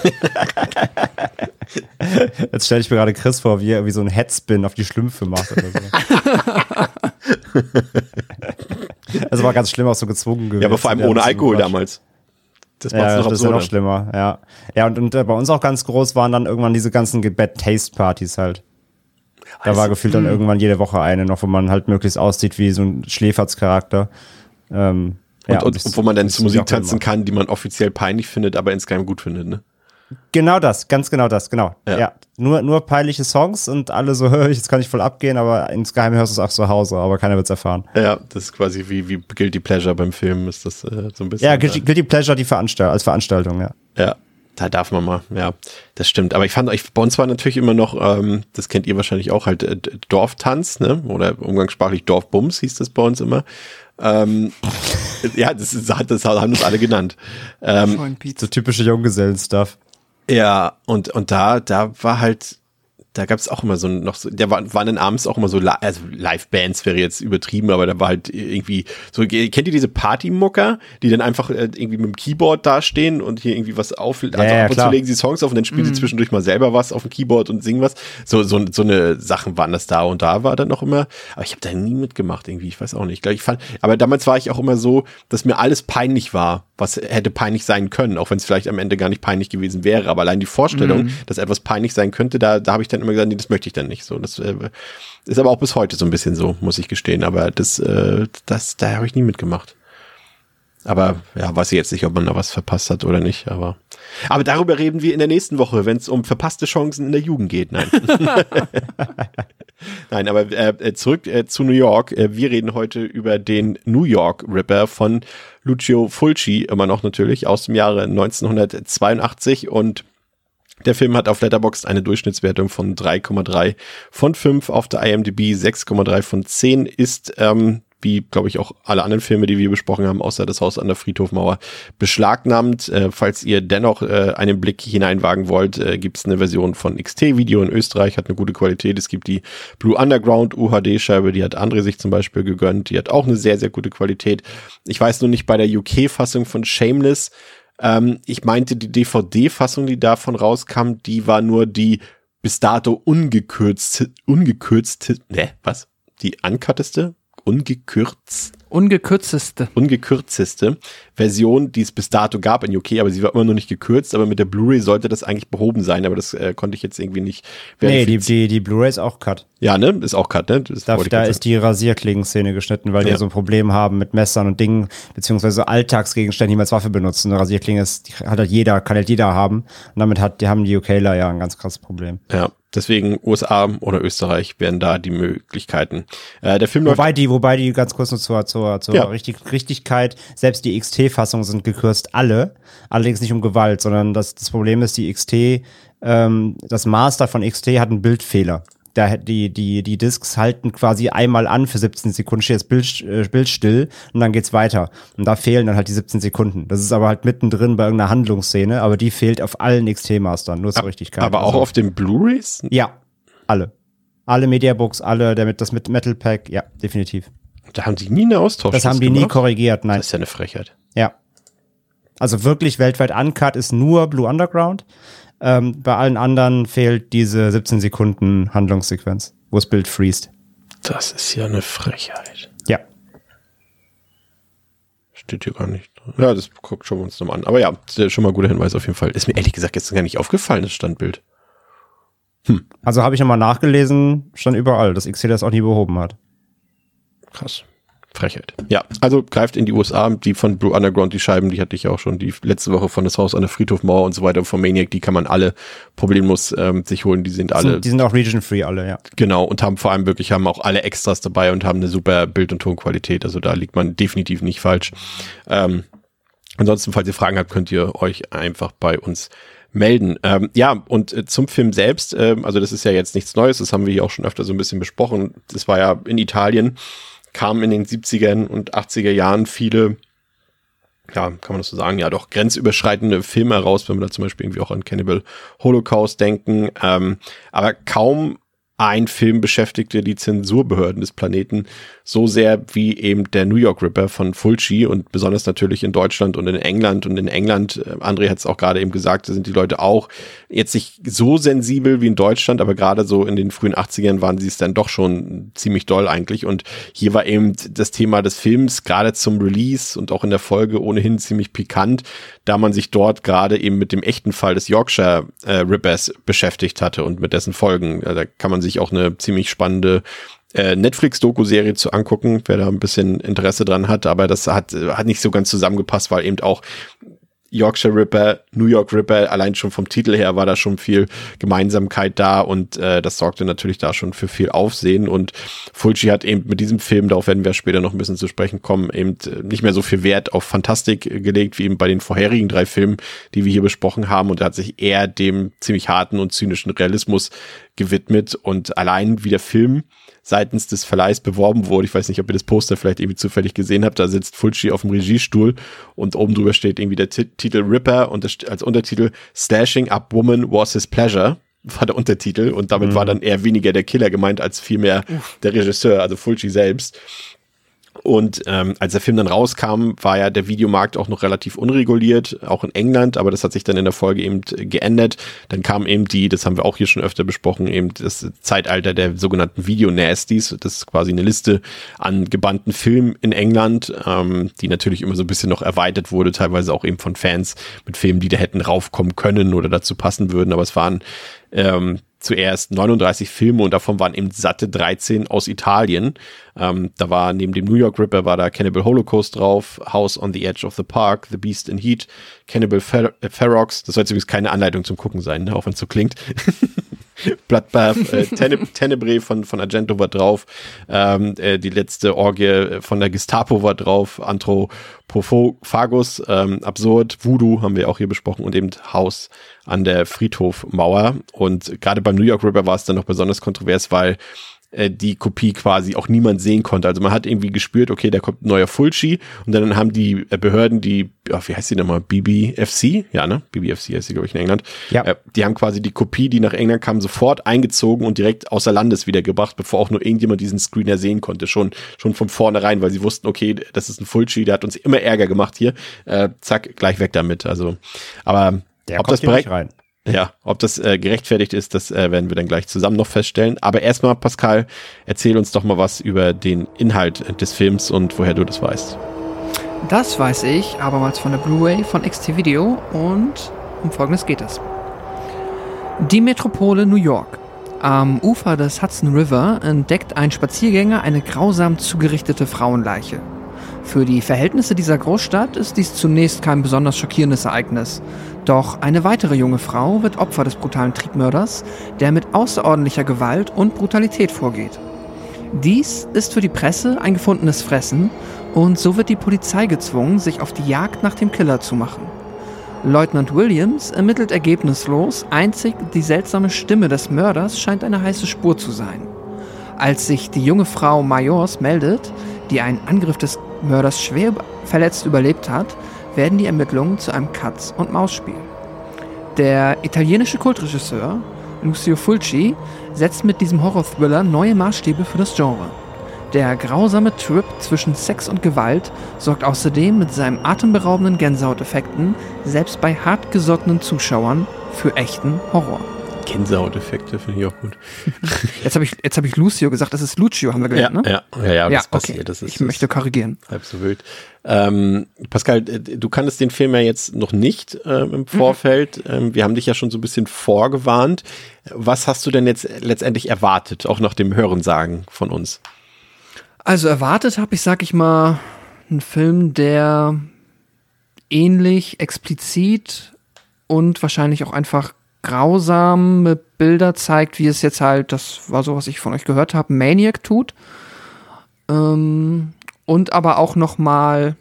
Speaker 3: Jetzt stelle ich mir gerade Chris vor, wie er wie so ein Headspin auf die Schlümpfe macht oder so. Das war ganz schlimm, auch so gezwungen gewesen.
Speaker 2: Ja, aber vor allem ohne Alkohol damals. Das macht's
Speaker 3: ja,
Speaker 2: noch
Speaker 3: das ist ja
Speaker 2: absurder.
Speaker 3: noch schlimmer, ja. Ja, und, und äh, bei uns auch ganz groß waren dann irgendwann diese ganzen Bad Taste Partys halt. Da
Speaker 2: Also,
Speaker 3: war gefühlt dann irgendwann jede Woche eine noch, wo man halt möglichst aussieht wie so ein Schläferz-Charakter. Ähm,
Speaker 2: Und,
Speaker 3: ja,
Speaker 2: und,
Speaker 3: das-
Speaker 2: und wo man dann
Speaker 3: das
Speaker 2: zu
Speaker 3: ist
Speaker 2: Musik
Speaker 3: auch
Speaker 2: tanzen
Speaker 3: immer.
Speaker 2: kann, die man offiziell peinlich findet, aber insgeheim gut findet, ne?
Speaker 3: Genau das, ganz genau das, genau.
Speaker 2: Ja.
Speaker 3: Ja. Nur, nur peinliche Songs und alle so, jetzt kann ich voll abgehen, aber insgeheim hörst du es auch zu Hause, aber keiner wird's erfahren.
Speaker 2: Ja, das ist quasi wie, wie Guilty Pleasure beim Film, ist das äh, so ein bisschen.
Speaker 3: Ja, Guilty, Guilty Pleasure die Veranstalt, als Veranstaltung, ja.
Speaker 2: Ja, da darf man mal, ja, das stimmt. Aber ich fand, ich, bei uns war natürlich immer noch, ähm, das kennt ihr wahrscheinlich auch, halt äh, Dorftanz, ne? Oder umgangssprachlich Dorfbums hieß das bei uns immer. Ähm, ja, das, ist, das haben uns alle genannt. Ähm,
Speaker 5: Freund Pete.
Speaker 3: So typische Junggesellen-Stuff.
Speaker 2: ja, und, und da, da war halt, da gab es auch immer so noch so, da waren, waren dann abends auch immer so, Li- also Live-Bands wäre jetzt übertrieben, aber da war halt irgendwie so, kennt ihr diese Partymucker, die dann einfach äh, irgendwie mit dem Keyboard dastehen und hier irgendwie was auf, also
Speaker 3: ja,
Speaker 2: ab und
Speaker 3: klar.
Speaker 2: zu legen sie Songs auf und dann spielen sie zwischendurch mal selber was auf dem Keyboard und singen was. So, so, so eine Sachen waren das da und da war dann noch immer, aber ich habe da nie mitgemacht irgendwie, ich weiß auch nicht. Ich glaub, ich fand, aber damals war ich auch immer so, dass mir alles peinlich war, was hätte peinlich sein können, auch wenn es vielleicht am Ende gar nicht peinlich gewesen wäre, aber allein die Vorstellung, dass etwas peinlich sein könnte, da, da habe ich dann immer gesagt, nee, das möchte ich dann nicht so. Das äh, ist aber auch bis heute so ein bisschen so, muss ich gestehen, aber das, äh, das, da habe ich nie mitgemacht. Aber ja, weiß ich jetzt nicht, ob man da was verpasst hat oder nicht, aber aber darüber reden wir in der nächsten Woche, wenn es um verpasste Chancen in der Jugend geht. Nein. Nein, aber äh, zurück äh, zu New York. Äh, wir reden heute über den New York Ripper von Lucio Fulci, immer noch natürlich, aus dem Jahre neunzehnhundertzweiundachtzig, und der Film hat auf Letterboxd eine Durchschnittswertung von drei Komma drei von fünf, auf der I M D B sechs Komma drei von zehn, ist ähm, wie, glaube ich, auch alle anderen Filme, die wir besprochen haben, außer das Haus an der Friedhofmauer, beschlagnahmt. Äh, falls ihr dennoch äh, einen Blick hineinwagen wollt, äh, gibt es eine Version von X T-Video in Österreich, hat eine gute Qualität. Es gibt die Blue Underground U H D-Scheibe, die hat André sich zum Beispiel gegönnt. Die hat auch eine sehr, sehr gute Qualität. Ich weiß nur nicht bei der U K-Fassung von Shameless. Ähm, ich meinte, die D V D-Fassung, die davon rauskam, die war nur die bis dato ungekürzte, ungekürzte, ne, was? Die uncutteste? Ungekürzt,
Speaker 5: Ungekürzteste.
Speaker 2: ungekürzteste Version, die es bis dato gab in U K, aber sie war immer noch nicht gekürzt, aber mit der Blu-ray sollte das eigentlich behoben sein, aber das äh, konnte ich jetzt irgendwie nicht
Speaker 3: Nee, die,
Speaker 2: verifizieren.
Speaker 3: die, die Blu-ray ist auch Cut.
Speaker 2: Ja, ne? Ist auch Cut, ne? Das
Speaker 3: Da,
Speaker 2: wollte ich
Speaker 3: da
Speaker 2: grad
Speaker 3: ist die Rasierklingenszene geschnitten, weil die
Speaker 2: Ja.
Speaker 3: ja so ein Problem haben mit Messern und Dingen, beziehungsweise Alltagsgegenständen, die man als Waffe benutzen. Eine Rasierklinge ist, die hat halt jeder, kann halt jeder haben. Und damit hat, die haben die UKler ja ein ganz krasses Problem.
Speaker 2: Ja, deswegen U S A oder Österreich wären da die Möglichkeiten. Äh, der Film
Speaker 3: wobei die, wobei die ganz kurz noch zur, zur, zur
Speaker 2: ja.
Speaker 3: Richtig, Richtigkeit, selbst die X T-Fassungen sind gekürzt, alle, allerdings nicht um Gewalt, sondern das, das Problem ist, die X T, ähm, das Master von X T hat einen Bildfehler. Da, die, die, die Discs halten quasi einmal an für siebzehn Sekunden, steht das Bild, äh, Bild still und dann geht's weiter. Und da fehlen dann halt die siebzehn Sekunden. Das ist aber halt mittendrin bei irgendeiner Handlungsszene, aber die fehlt auf allen X T-Mastern, nur zur Richtigkeit.
Speaker 2: Aber auch
Speaker 3: also,
Speaker 2: auf den Blu-Rays?
Speaker 3: Ja, alle. Alle Mediabooks, alle, der mit, das mit Metal Pack, ja, definitiv.
Speaker 2: Da haben die nie eine Austausch.
Speaker 3: Das haben die
Speaker 2: gemacht?
Speaker 3: nie korrigiert, nein.
Speaker 2: Das ist ja eine Frechheit.
Speaker 3: Ja. Also wirklich weltweit uncut ist nur Blue Underground. Ähm, bei allen anderen fehlt diese siebzehn Sekunden Handlungssequenz, wo das Bild freest.
Speaker 2: Das ist ja eine Frechheit.
Speaker 3: Ja.
Speaker 2: Steht hier gar nicht. Ja, das guckt schon uns nochmal an. Aber ja, das ist schon mal ein guter Hinweis auf jeden Fall. Ist mir ehrlich gesagt jetzt gar nicht aufgefallen, das Standbild.
Speaker 3: Hm. Also habe ich nochmal nachgelesen, stand überall, dass X T das auch nie behoben hat.
Speaker 2: Krass. Frechheit. Ja, also greift in die U S A, die von Blue Underground, die Scheiben, die hatte ich ja auch schon die letzte Woche von Das Haus an der Friedhofmauer und so weiter von Maniac, die kann man alle problemlos ähm, sich holen, die sind alle.
Speaker 3: Die sind auch region-free alle, ja.
Speaker 2: Genau, und haben vor allem wirklich, haben auch alle Extras dabei und haben eine super Bild- und Tonqualität, also da liegt man definitiv nicht falsch. Ähm, ansonsten, falls ihr Fragen habt, könnt ihr euch einfach bei uns melden. Ähm, ja, und äh, zum Film selbst, ähm, also das ist ja jetzt nichts Neues, das haben wir hier auch schon öfter so ein bisschen besprochen, das war ja in Italien, kamen in den siebzigern und achtziger Jahren viele, ja, kann man das so sagen, ja doch, grenzüberschreitende Filme heraus, wenn wir da zum Beispiel irgendwie auch an Cannibal Holocaust denken, ähm, aber kaum ein Film beschäftigte die Zensurbehörden des Planeten so sehr wie eben der New York Ripper von Fulci und besonders natürlich in Deutschland und in England. Und in England, äh, André hat es auch gerade eben gesagt, da sind die Leute auch jetzt nicht so sensibel wie in Deutschland, aber gerade so in den frühen achtzigern waren sie es dann doch schon ziemlich doll eigentlich. Und hier war eben das Thema des Films gerade zum Release und auch in der Folge ohnehin ziemlich pikant, da man sich dort gerade eben mit dem echten Fall des Yorkshire äh, Rippers beschäftigt hatte und mit dessen Folgen. Ja, da kann man sich auch eine ziemlich spannende äh, Netflix-Doku-Serie zu angucken, wer da ein bisschen Interesse dran hat, aber das hat, hat nicht so ganz zusammengepasst, weil eben auch Yorkshire Ripper, New York Ripper, allein schon vom Titel her war da schon viel Gemeinsamkeit da und äh, das sorgte natürlich da schon für viel Aufsehen und Fulci hat eben mit diesem Film, darauf werden wir später noch ein bisschen zu sprechen kommen, eben nicht mehr so viel Wert auf Fantastik gelegt, wie eben bei den vorherigen drei Filmen, die wir hier besprochen haben und er hat sich eher dem ziemlich harten und zynischen Realismus gewidmet und allein wie der Film seitens des Verleihs beworben wurde. Ich weiß nicht, ob ihr das Poster vielleicht irgendwie zufällig gesehen habt. Da sitzt Fulci auf dem Regiestuhl und oben drüber steht irgendwie der T- Titel Ripper und das, als Untertitel Slashing Up Woman was his pleasure war der Untertitel und damit mhm. war dann eher weniger der Killer gemeint als vielmehr Uff. der Regisseur, also Fulci selbst. Und ähm, als der Film dann rauskam, war ja der Videomarkt auch noch relativ unreguliert, auch in England, aber das hat sich dann in der Folge eben geändert. Dann kam eben die, das haben wir auch hier schon öfter besprochen, eben das Zeitalter der sogenannten Video-Nasties. Das ist quasi eine Liste an gebannten Filmen in England, ähm, die natürlich immer so ein bisschen noch erweitert wurde, teilweise auch eben von Fans mit Filmen, die da hätten raufkommen können oder dazu passen würden, aber es waren ähm, zuerst neununddreißig Filme und davon waren eben satte dreizehn aus Italien. Ähm, da war neben dem New York Ripper war da Cannibal Holocaust drauf, House on the Edge of the Park, The Beast in Heat, Cannibal Fer- Ferox. Das soll jetzt übrigens keine Anleitung zum Gucken sein, ne? Auch wenn es so klingt. Bloodbath, äh, Teneb- Tenebrae von, von Argento war drauf, ähm, äh, die letzte Orgie von der Gestapo war drauf, Anthropophagus, ähm, Absurd, Voodoo haben wir auch hier besprochen und eben Haus an der Friedhofmauer. Und gerade beim New York Ripper war es dann noch besonders kontrovers, weil die Kopie quasi auch niemand sehen konnte. Also man hat irgendwie gespürt, okay, da kommt ein neuer Fulci und dann haben die Behörden, die, oh, wie heißt die nochmal, B B F C? Ja, ne? B B F C heißt die, glaube ich, in England.
Speaker 3: Ja.
Speaker 2: Äh, die haben quasi die Kopie, die nach England kam, sofort eingezogen und direkt außer Landes wiedergebracht, bevor auch nur irgendjemand diesen Screener sehen konnte. Schon schon von vornherein, weil sie wussten, okay, das ist ein Fulci, der hat uns immer Ärger gemacht hier. Äh, zack, gleich weg damit. Also, aber
Speaker 3: der
Speaker 2: ob
Speaker 3: kommt
Speaker 2: das bereit
Speaker 3: rein.
Speaker 2: Ja, ob das äh, gerechtfertigt ist, das äh, werden wir dann gleich zusammen noch feststellen. Aber erstmal, Pascal, erzähl uns doch mal was über den Inhalt des Films und woher du das weißt.
Speaker 5: Das weiß ich abermals von der Blu-ray von X T Video und um Folgendes geht es. Die Metropole New York. Am Ufer des Hudson River entdeckt ein Spaziergänger eine grausam zugerichtete Frauenleiche. Für die Verhältnisse dieser Großstadt ist dies zunächst kein besonders schockierendes Ereignis. Doch eine weitere junge Frau wird Opfer des brutalen Triebmörders, der mit außerordentlicher Gewalt und Brutalität vorgeht. Dies ist für die Presse ein gefundenes Fressen und so wird die Polizei gezwungen, sich auf die Jagd nach dem Killer zu machen. Leutnant Williams ermittelt ergebnislos, einzig die seltsame Stimme des Mörders scheint eine heiße Spur zu sein. Als sich die junge Frau Majors meldet, die einen Angriff des Mörders schwer verletzt überlebt hat, werden die Ermittlungen zu einem Katz-und-Maus-Spiel. Der italienische Kultregisseur Lucio Fulci setzt mit diesem Horror-Thriller neue Maßstäbe für das Genre. Der grausame Trip zwischen Sex und Gewalt sorgt außerdem mit seinen atemberaubenden Gänsehauteffekten selbst bei hartgesottenen Zuschauern für echten Horror.
Speaker 2: Gänsehauteffekte finde ich auch gut.
Speaker 5: Jetzt habe ich, jetzt hab ich Lucio gesagt, das ist Lucio, haben wir gelernt,
Speaker 2: ja,
Speaker 5: ne?
Speaker 2: Ja, ja, ja, das
Speaker 5: ja,
Speaker 2: passiert.
Speaker 5: Okay.
Speaker 2: Das ist,
Speaker 5: ich möchte korrigieren.
Speaker 2: Halb so wild. Ähm, Pascal, du kanntest den Film ja jetzt noch nicht äh, im Vorfeld. Mhm. Ähm, wir haben dich ja schon so ein bisschen vorgewarnt. Was hast du denn jetzt letztendlich erwartet, auch nach dem Hörensagen von uns?
Speaker 5: Also erwartet habe ich, sag ich mal, einen Film, der ähnlich explizit und wahrscheinlich auch einfach grausame Bilder zeigt, wie es jetzt halt, das war so, was ich von euch gehört habe, Maniac tut. Ähm, und aber auch nochmal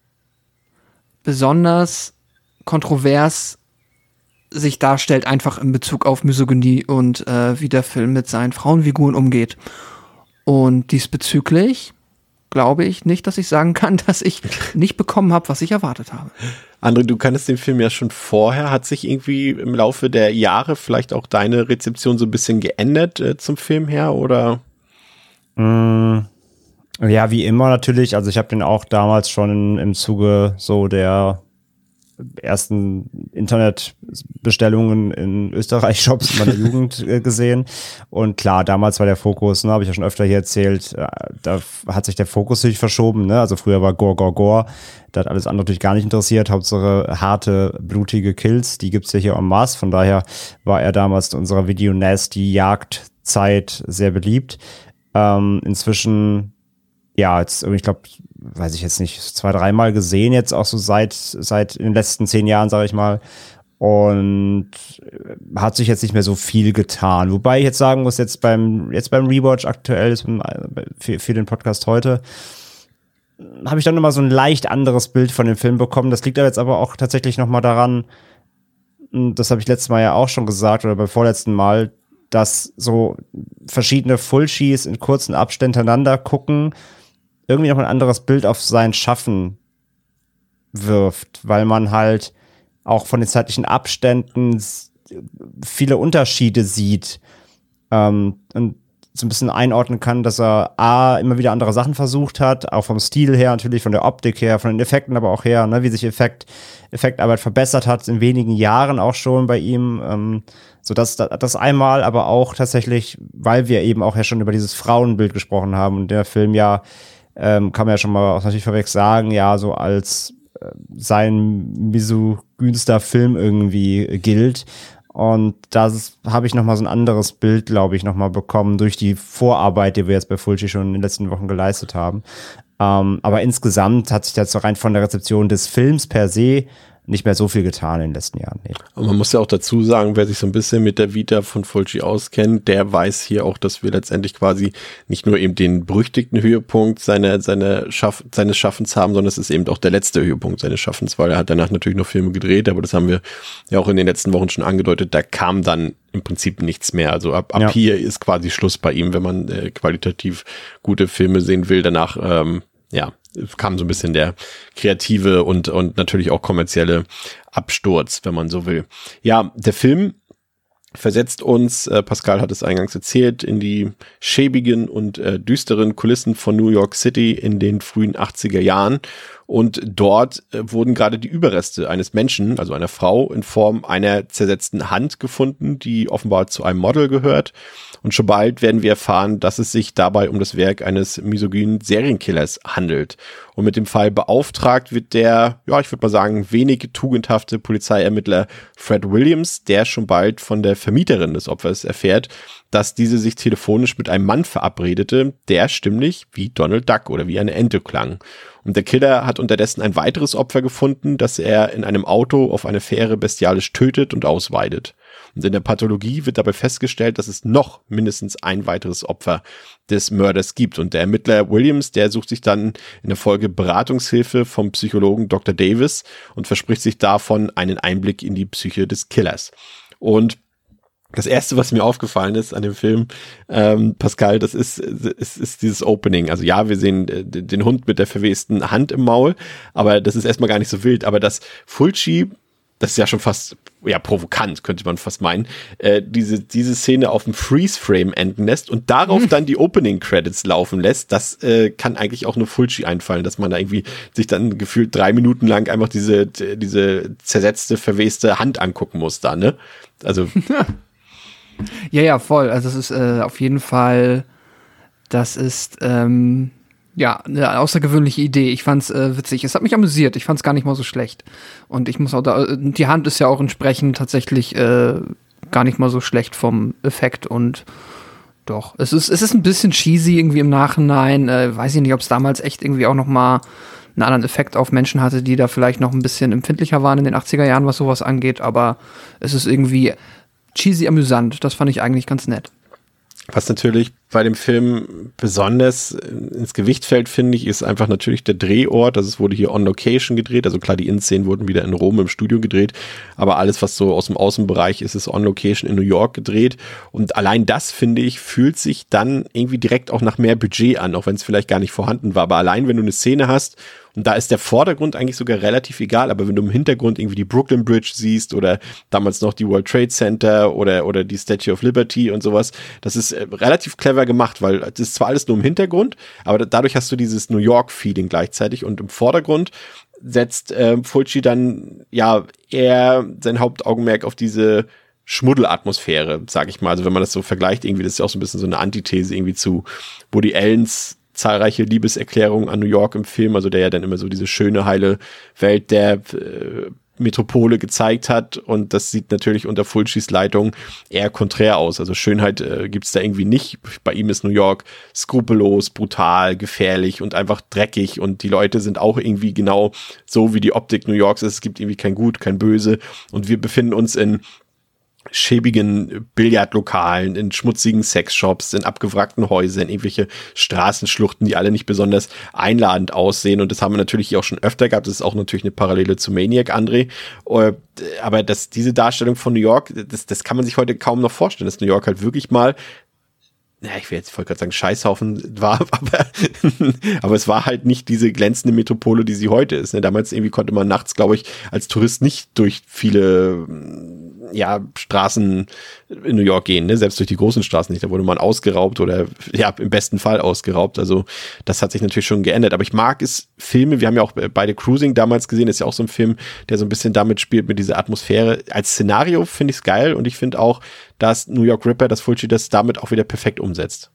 Speaker 5: besonders kontrovers sich darstellt, einfach in Bezug auf Misogynie und äh, wie der Film mit seinen Frauenfiguren umgeht. Und diesbezüglich glaube ich nicht, dass ich sagen kann, dass ich nicht bekommen habe, was ich erwartet habe.
Speaker 2: André, du kanntest den Film ja schon vorher. Hat sich irgendwie im Laufe der Jahre vielleicht auch deine Rezeption so ein bisschen geändert äh, zum Film her, oder?
Speaker 3: Mm, ja, wie immer natürlich. Also ich habe den auch damals schon im Zuge so der ersten Internetbestellungen in Österreich-Shops meiner Jugend äh, gesehen. Und klar, damals war der Fokus, ne, habe ich ja schon öfter hier erzählt, äh, da hat sich der Fokus natürlich verschoben. Ne? Also früher war Gore, Gore, Gore. Da hat alles andere natürlich gar nicht interessiert. Hauptsache harte, blutige Kills. Die gibt's ja hier en masse. Von daher war er damals in unserer Video-Nasty-Jagdzeit sehr beliebt. Ähm, inzwischen, ja, jetzt, ich glaube, weiß ich jetzt nicht, zwei, dreimal gesehen jetzt auch so seit, seit in den letzten zehn Jahren, sage ich mal. Und hat sich jetzt nicht mehr so viel getan. Wobei ich jetzt sagen muss, jetzt beim, jetzt beim Rewatch aktuell, ist für, für den Podcast heute, habe ich dann nochmal so ein leicht anderes Bild von dem Film bekommen. Das liegt aber jetzt aber auch tatsächlich nochmal daran, das habe ich letztes Mal ja auch schon gesagt, oder beim vorletzten Mal, dass so verschiedene Fulcis in kurzen Abständen hintereinander gucken, irgendwie noch ein anderes Bild auf sein Schaffen wirft, weil man halt auch von den zeitlichen Abständen viele Unterschiede sieht ähm, und so ein bisschen einordnen kann, dass er A, immer wieder andere Sachen versucht hat, auch vom Stil her natürlich, von der Optik her, von den Effekten aber auch her, ne, wie sich Effekt, Effektarbeit verbessert hat, in wenigen Jahren auch schon bei ihm, ähm, so dass das einmal, aber auch tatsächlich, weil wir eben auch ja schon über dieses Frauenbild gesprochen haben und der Film ja Ähm, kann man ja schon mal auch natürlich vorweg sagen, ja, so als äh, sein misogynster Film irgendwie gilt. Und da habe ich nochmal so ein anderes Bild, glaube ich, nochmal bekommen durch die Vorarbeit, die wir jetzt bei Fulci schon in den letzten Wochen geleistet haben. Ähm, aber insgesamt hat sich jetzt so rein von der Rezeption des Films per se nicht mehr so viel getan in den letzten Jahren. Nee.
Speaker 2: Und man muss ja auch dazu sagen, wer sich so ein bisschen mit der Vita von Fulci auskennt, der weiß hier auch, dass wir letztendlich quasi nicht nur eben den berüchtigten Höhepunkt seiner, seiner Schaff, seines Schaffens haben, sondern es ist eben auch der letzte Höhepunkt seines Schaffens, weil er hat danach natürlich noch Filme gedreht, aber das haben wir ja auch in den letzten Wochen schon angedeutet, da kam dann im Prinzip nichts mehr. Also ab, ab ja. hier ist quasi Schluss bei ihm, wenn man äh, qualitativ gute Filme sehen will. Danach, ähm, ja, kam so ein bisschen der kreative und und natürlich auch kommerzielle Absturz, wenn man so will. Ja, der Film versetzt uns, äh, Pascal hat es eingangs erzählt, in die schäbigen und äh, düsteren Kulissen von New York City in den frühen achtziger Jahren. Und dort äh, wurden gerade die Überreste eines Menschen, also einer Frau, in Form einer zersetzten Hand gefunden, die offenbar zu einem Model gehört. Und schon bald werden wir erfahren, dass es sich dabei um das Werk eines misogynen Serienkillers handelt. Und mit dem Fall beauftragt wird der, ja, ich würde mal sagen, wenig tugendhafte Polizeiermittler Fred Williams, der schon bald von der Vermieterin des Opfers erfährt, dass diese sich telefonisch mit einem Mann verabredete, der stimmlich wie Donald Duck oder wie eine Ente klang. Und der Killer hat unterdessen ein weiteres Opfer gefunden, das er in einem Auto auf eine Fähre bestialisch tötet und ausweidet. Und in der Pathologie wird dabei festgestellt, dass es noch mindestens ein weiteres Opfer des Mörders gibt. Und der Ermittler Williams, der sucht sich dann in der Folge Beratungshilfe vom Psychologen Doktor Davis und verspricht sich davon einen Einblick in die Psyche des Killers. Und das erste, was mir aufgefallen ist an dem Film, ähm, Pascal, das ist, ist, ist dieses Opening. Also ja, wir sehen den Hund mit der verwesten Hand im Maul, aber das ist erstmal gar nicht so wild. Aber dass Fulci, das ist ja schon fast, ja, provokant, könnte man fast meinen, äh, diese, diese Szene auf dem Freeze-Frame enden lässt und darauf dann die Opening-Credits laufen lässt, das äh, kann eigentlich auch nur Fulci einfallen, dass man da irgendwie sich dann gefühlt drei Minuten lang einfach diese, diese zersetzte, verweste Hand angucken muss da, ne? Also
Speaker 5: Ja, ja, voll. Also es ist äh, auf jeden Fall, das ist ähm, ja eine außergewöhnliche Idee. Ich fand's äh, witzig. Es hat mich amüsiert. Ich fand's gar nicht mal so schlecht. Und ich muss auch da, die Hand ist ja auch entsprechend tatsächlich äh, gar nicht mal so schlecht vom Effekt und doch. Es ist, es ist ein bisschen cheesy irgendwie im Nachhinein. Äh, weiß ich nicht, ob es damals echt irgendwie auch noch mal einen anderen Effekt auf Menschen hatte, die da vielleicht noch ein bisschen empfindlicher waren in den achtziger Jahren, was sowas angeht. Aber es ist irgendwie cheesy amüsant. Das fand ich eigentlich ganz nett.
Speaker 2: Was natürlich bei dem Film besonders ins Gewicht fällt, finde ich, ist einfach natürlich der Drehort. Also es wurde hier on Location gedreht. Also klar, die Innenszenen wurden wieder in Rom im Studio gedreht. Aber alles, was so aus dem Außenbereich ist, ist on Location in New York gedreht. Und allein das, finde ich, fühlt sich dann irgendwie direkt auch nach mehr Budget an, auch wenn es vielleicht gar nicht vorhanden war. Aber allein, wenn du eine Szene hast, und da ist der Vordergrund eigentlich sogar relativ egal, aber wenn du im Hintergrund irgendwie die Brooklyn Bridge siehst oder damals noch die World Trade Center oder, oder die Statue of Liberty und sowas, das ist äh, relativ clever gemacht, weil das ist zwar alles nur im Hintergrund, aber dadurch hast du dieses New York-Feeling gleichzeitig und im Vordergrund setzt äh, Fulci dann ja eher sein Hauptaugenmerk auf diese Schmuddelatmosphäre, sag ich mal. Also wenn man das so vergleicht, irgendwie, das ist ja auch so ein bisschen so eine Antithese irgendwie zu Woody Allens zahlreiche Liebeserklärungen an New York im Film, also der ja dann immer so diese schöne, heile Welt der äh, Metropole gezeigt hat und das sieht natürlich unter Fulcis Leitung eher konträr aus. Also Schönheit äh, gibt's da irgendwie nicht. Bei ihm ist New York skrupellos, brutal, gefährlich und einfach dreckig und die Leute sind auch irgendwie genau so, wie die Optik New Yorks ist. Es gibt irgendwie kein Gut, kein Böse und wir befinden uns in schäbigen Billardlokalen, in schmutzigen Sexshops, in abgewrackten Häusern, irgendwelche Straßenschluchten, die alle nicht besonders einladend aussehen. Und das haben wir natürlich auch schon öfter gehabt. Das ist auch natürlich eine Parallele zu Maniac, André. Aber das, diese Darstellung von New York, das, das kann man sich heute kaum noch vorstellen, dass New York halt wirklich mal, ja, ich will jetzt voll gerade sagen, Scheißhaufen war, aber, aber es war halt nicht diese glänzende Metropole, die sie heute ist. Ne? Damals irgendwie konnte man nachts, glaube ich, als Tourist nicht durch viele ja, Straßen in New York gehen, ne? Selbst durch die großen Straßen nicht. Da wurde man ausgeraubt oder ja, im besten Fall ausgeraubt. Also das hat sich natürlich schon geändert. Aber ich mag es, Filme, wir haben ja auch beide Cruising damals gesehen, ist ja auch so ein Film, der so ein bisschen damit spielt, mit dieser Atmosphäre. Als Szenario finde ich es geil und ich finde auch, dass New York Ripper, dass Fulci das damit auch wieder perfekt umsetzt.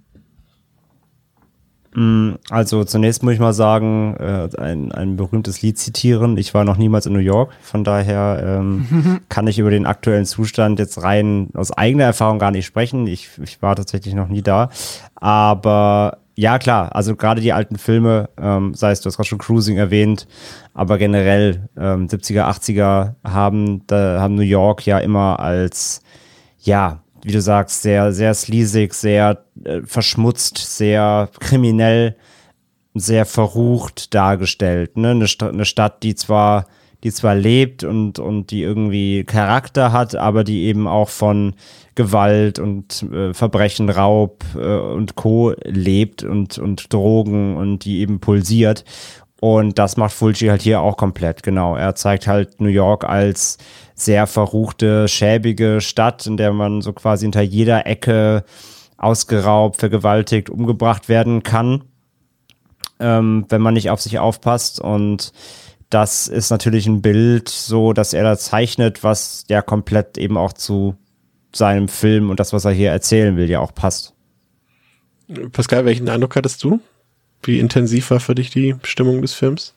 Speaker 3: Also zunächst muss ich mal sagen, äh, ein, ein berühmtes Lied zitieren. Ich war noch niemals in New York, von daher ähm, kann ich über den aktuellen Zustand jetzt rein aus eigener Erfahrung gar nicht sprechen. Ich, ich war tatsächlich noch nie da. Aber ja, klar, also gerade die alten Filme, ähm, sei es, du hast gerade schon Cruising erwähnt, aber generell ähm, siebziger, achtziger haben, da, haben New York ja immer als, ja, wie du sagst, sehr, sehr sleazig, sehr äh, verschmutzt, sehr kriminell, sehr verrucht dargestellt. Ne? Eine, St- eine Stadt, die zwar, die zwar lebt und, und die irgendwie Charakter hat, aber die eben auch von Gewalt und äh, Verbrechen, Raub äh, und Co. lebt und, und Drogen und die eben pulsiert. Und das macht Fulci halt hier auch komplett, genau. Er zeigt halt New York als sehr verruchte, schäbige Stadt, in der man so quasi hinter jeder Ecke ausgeraubt, vergewaltigt, umgebracht werden kann, ähm, wenn man nicht auf sich aufpasst. Und das ist natürlich ein Bild, so dass er da zeichnet, was ja komplett eben auch zu seinem Film und das, was er hier erzählen will, ja auch passt.
Speaker 2: Pascal, welchen Eindruck hattest du? Wie intensiv war für dich die Stimmung des Films?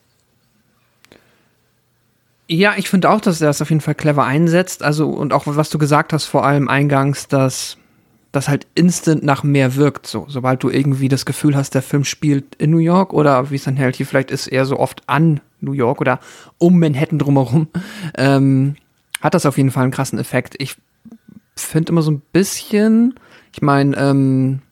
Speaker 5: Ja, ich finde auch, dass er das auf jeden Fall clever einsetzt. Also, und auch was du gesagt hast, vor allem eingangs, dass das halt instant nach mehr wirkt, so. Sobald du irgendwie das Gefühl hast, der Film spielt in New York oder wie es dann halt hier vielleicht ist, eher so oft an New York oder um Manhattan drumherum, ähm, hat das auf jeden Fall einen krassen Effekt. Ich finde immer so ein bisschen, ich meine, ähm,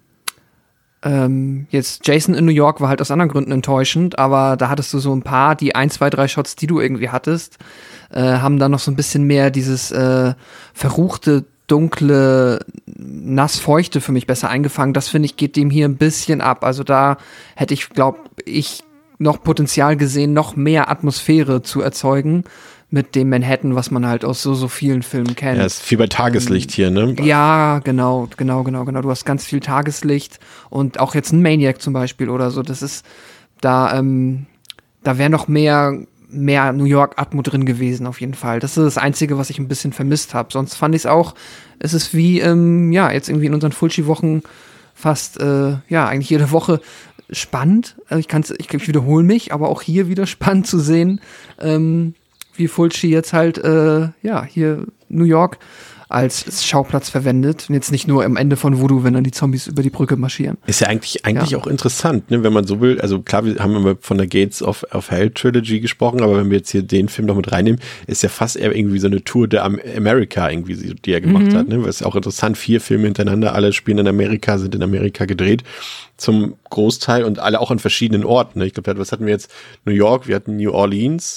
Speaker 5: ähm, jetzt Jason in New York war halt aus anderen Gründen enttäuschend, aber da hattest du so ein paar, die ein, zwei, drei Shots, die du irgendwie hattest, äh, haben dann noch so ein bisschen mehr dieses äh, verruchte, dunkle, nassfeuchte für mich besser eingefangen. Das, finde ich, geht dem hier ein bisschen ab. Also da hätte ich, glaube ich, noch Potenzial gesehen, noch mehr Atmosphäre zu erzeugen mit dem Manhattan, was man halt aus so, so vielen Filmen kennt.
Speaker 2: Ja, ist viel bei Tageslicht ähm, hier, ne?
Speaker 5: Ja, genau, genau, genau, genau. Du hast ganz viel Tageslicht und auch jetzt ein Maniac zum Beispiel oder so. Das ist, da, ähm, da wäre noch mehr, mehr New York-Atmo drin gewesen, auf jeden Fall. Das ist das Einzige, was ich ein bisschen vermisst habe. Sonst fand ich es auch, es ist wie, ähm, ja, jetzt irgendwie in unseren Fulci-Wochen fast, äh, ja, eigentlich jede Woche spannend. Also ich kann's, ich, ich wiederhole mich, aber auch hier wieder spannend zu sehen, ähm, wie Fulci jetzt halt, äh, ja, hier New York als Schauplatz verwendet. Und jetzt nicht nur am Ende von Voodoo, wenn dann die Zombies über die Brücke marschieren.
Speaker 2: Ist ja eigentlich, eigentlich
Speaker 5: ja.
Speaker 2: auch interessant, ne, wenn man so will. Also klar, wir haben immer von der Gates of, of Hell Trilogy gesprochen, aber wenn wir jetzt hier den Film noch mit reinnehmen, ist ja fast eher irgendwie so eine Tour der Amerika irgendwie, die er gemacht mhm. hat. Ne? Das ist auch interessant. Vier Filme hintereinander, alle spielen in Amerika, sind in Amerika gedreht. Zum Großteil und alle auch an verschiedenen Orten. Ne? Ich glaube, was hatten wir jetzt? New York, wir hatten New Orleans.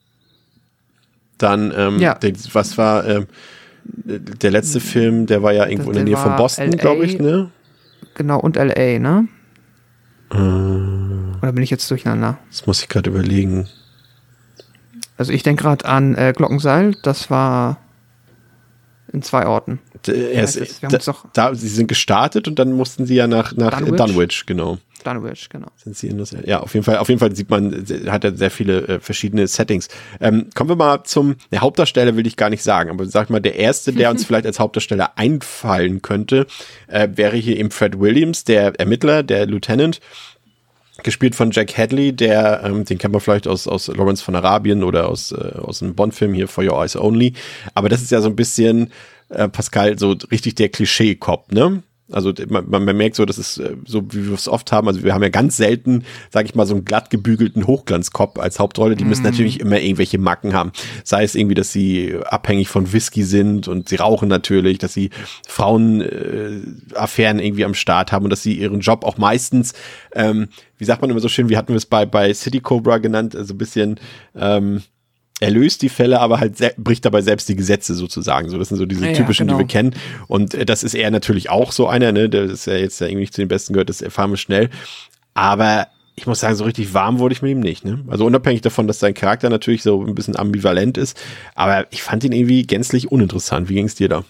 Speaker 2: Dann, ähm,
Speaker 5: ja.
Speaker 2: der, was war, ähm, der letzte Film, der war ja irgendwo der, in der Nähe von Boston, glaube ich, ne?
Speaker 5: Genau, und L A, ne?
Speaker 2: Äh,
Speaker 5: Oder bin ich jetzt durcheinander?
Speaker 2: Das muss ich gerade überlegen.
Speaker 5: Also ich denke gerade an äh, Glockenseil, das war in zwei Orten.
Speaker 2: Er ist, ja, da, doch da, sie sind gestartet und dann mussten sie ja nach, nach Dunwich, Dunwich genau.
Speaker 5: Dunwich, genau.
Speaker 2: Sind sie in das, ja, auf jeden Fall, auf jeden Fall sieht man, hat er sehr viele äh, verschiedene Settings. Ähm, kommen wir mal zum, der Hauptdarsteller will ich gar nicht sagen, aber sag mal, der erste, der uns vielleicht als Hauptdarsteller einfallen könnte, äh, wäre hier eben Fred Williams, der Ermittler, der Lieutenant, gespielt von Jack Hadley, der, ähm, den kennt man vielleicht aus, aus Lawrence von Arabien oder aus, äh, aus einem Bond-Film hier, For Your Eyes Only. Aber das ist ja so ein bisschen, äh, Pascal, so richtig der Klischee-Cop, ne? Also man, man merkt so, das ist so, wie wir es oft haben. Also wir haben ja ganz selten, sage ich mal, so einen glatt gebügelten Hochglanzkopf als Hauptrolle. Die müssen mm. natürlich immer irgendwelche Macken haben. Sei es irgendwie, dass sie abhängig von Whisky sind und sie rauchen natürlich, dass sie Frauenaffären äh, irgendwie am Start haben und dass sie ihren Job auch meistens, ähm, wie sagt man immer so schön, wie hatten wir es bei, bei City Cobra genannt, also ein bisschen ähm, er löst die Fälle, aber halt se- bricht dabei selbst die Gesetze sozusagen. So, das sind so diese
Speaker 5: ja,
Speaker 2: typischen,
Speaker 5: genau.
Speaker 2: die wir kennen. Und äh, das ist er natürlich auch so einer, ne, der ist ja jetzt ja irgendwie nicht zu den Besten gehört, das erfahren wir schnell. Aber ich muss sagen, so richtig warm wurde ich mit ihm nicht, ne? Also unabhängig davon, dass sein Charakter natürlich so ein bisschen ambivalent ist, aber ich fand ihn irgendwie gänzlich uninteressant. Wie ging es dir da?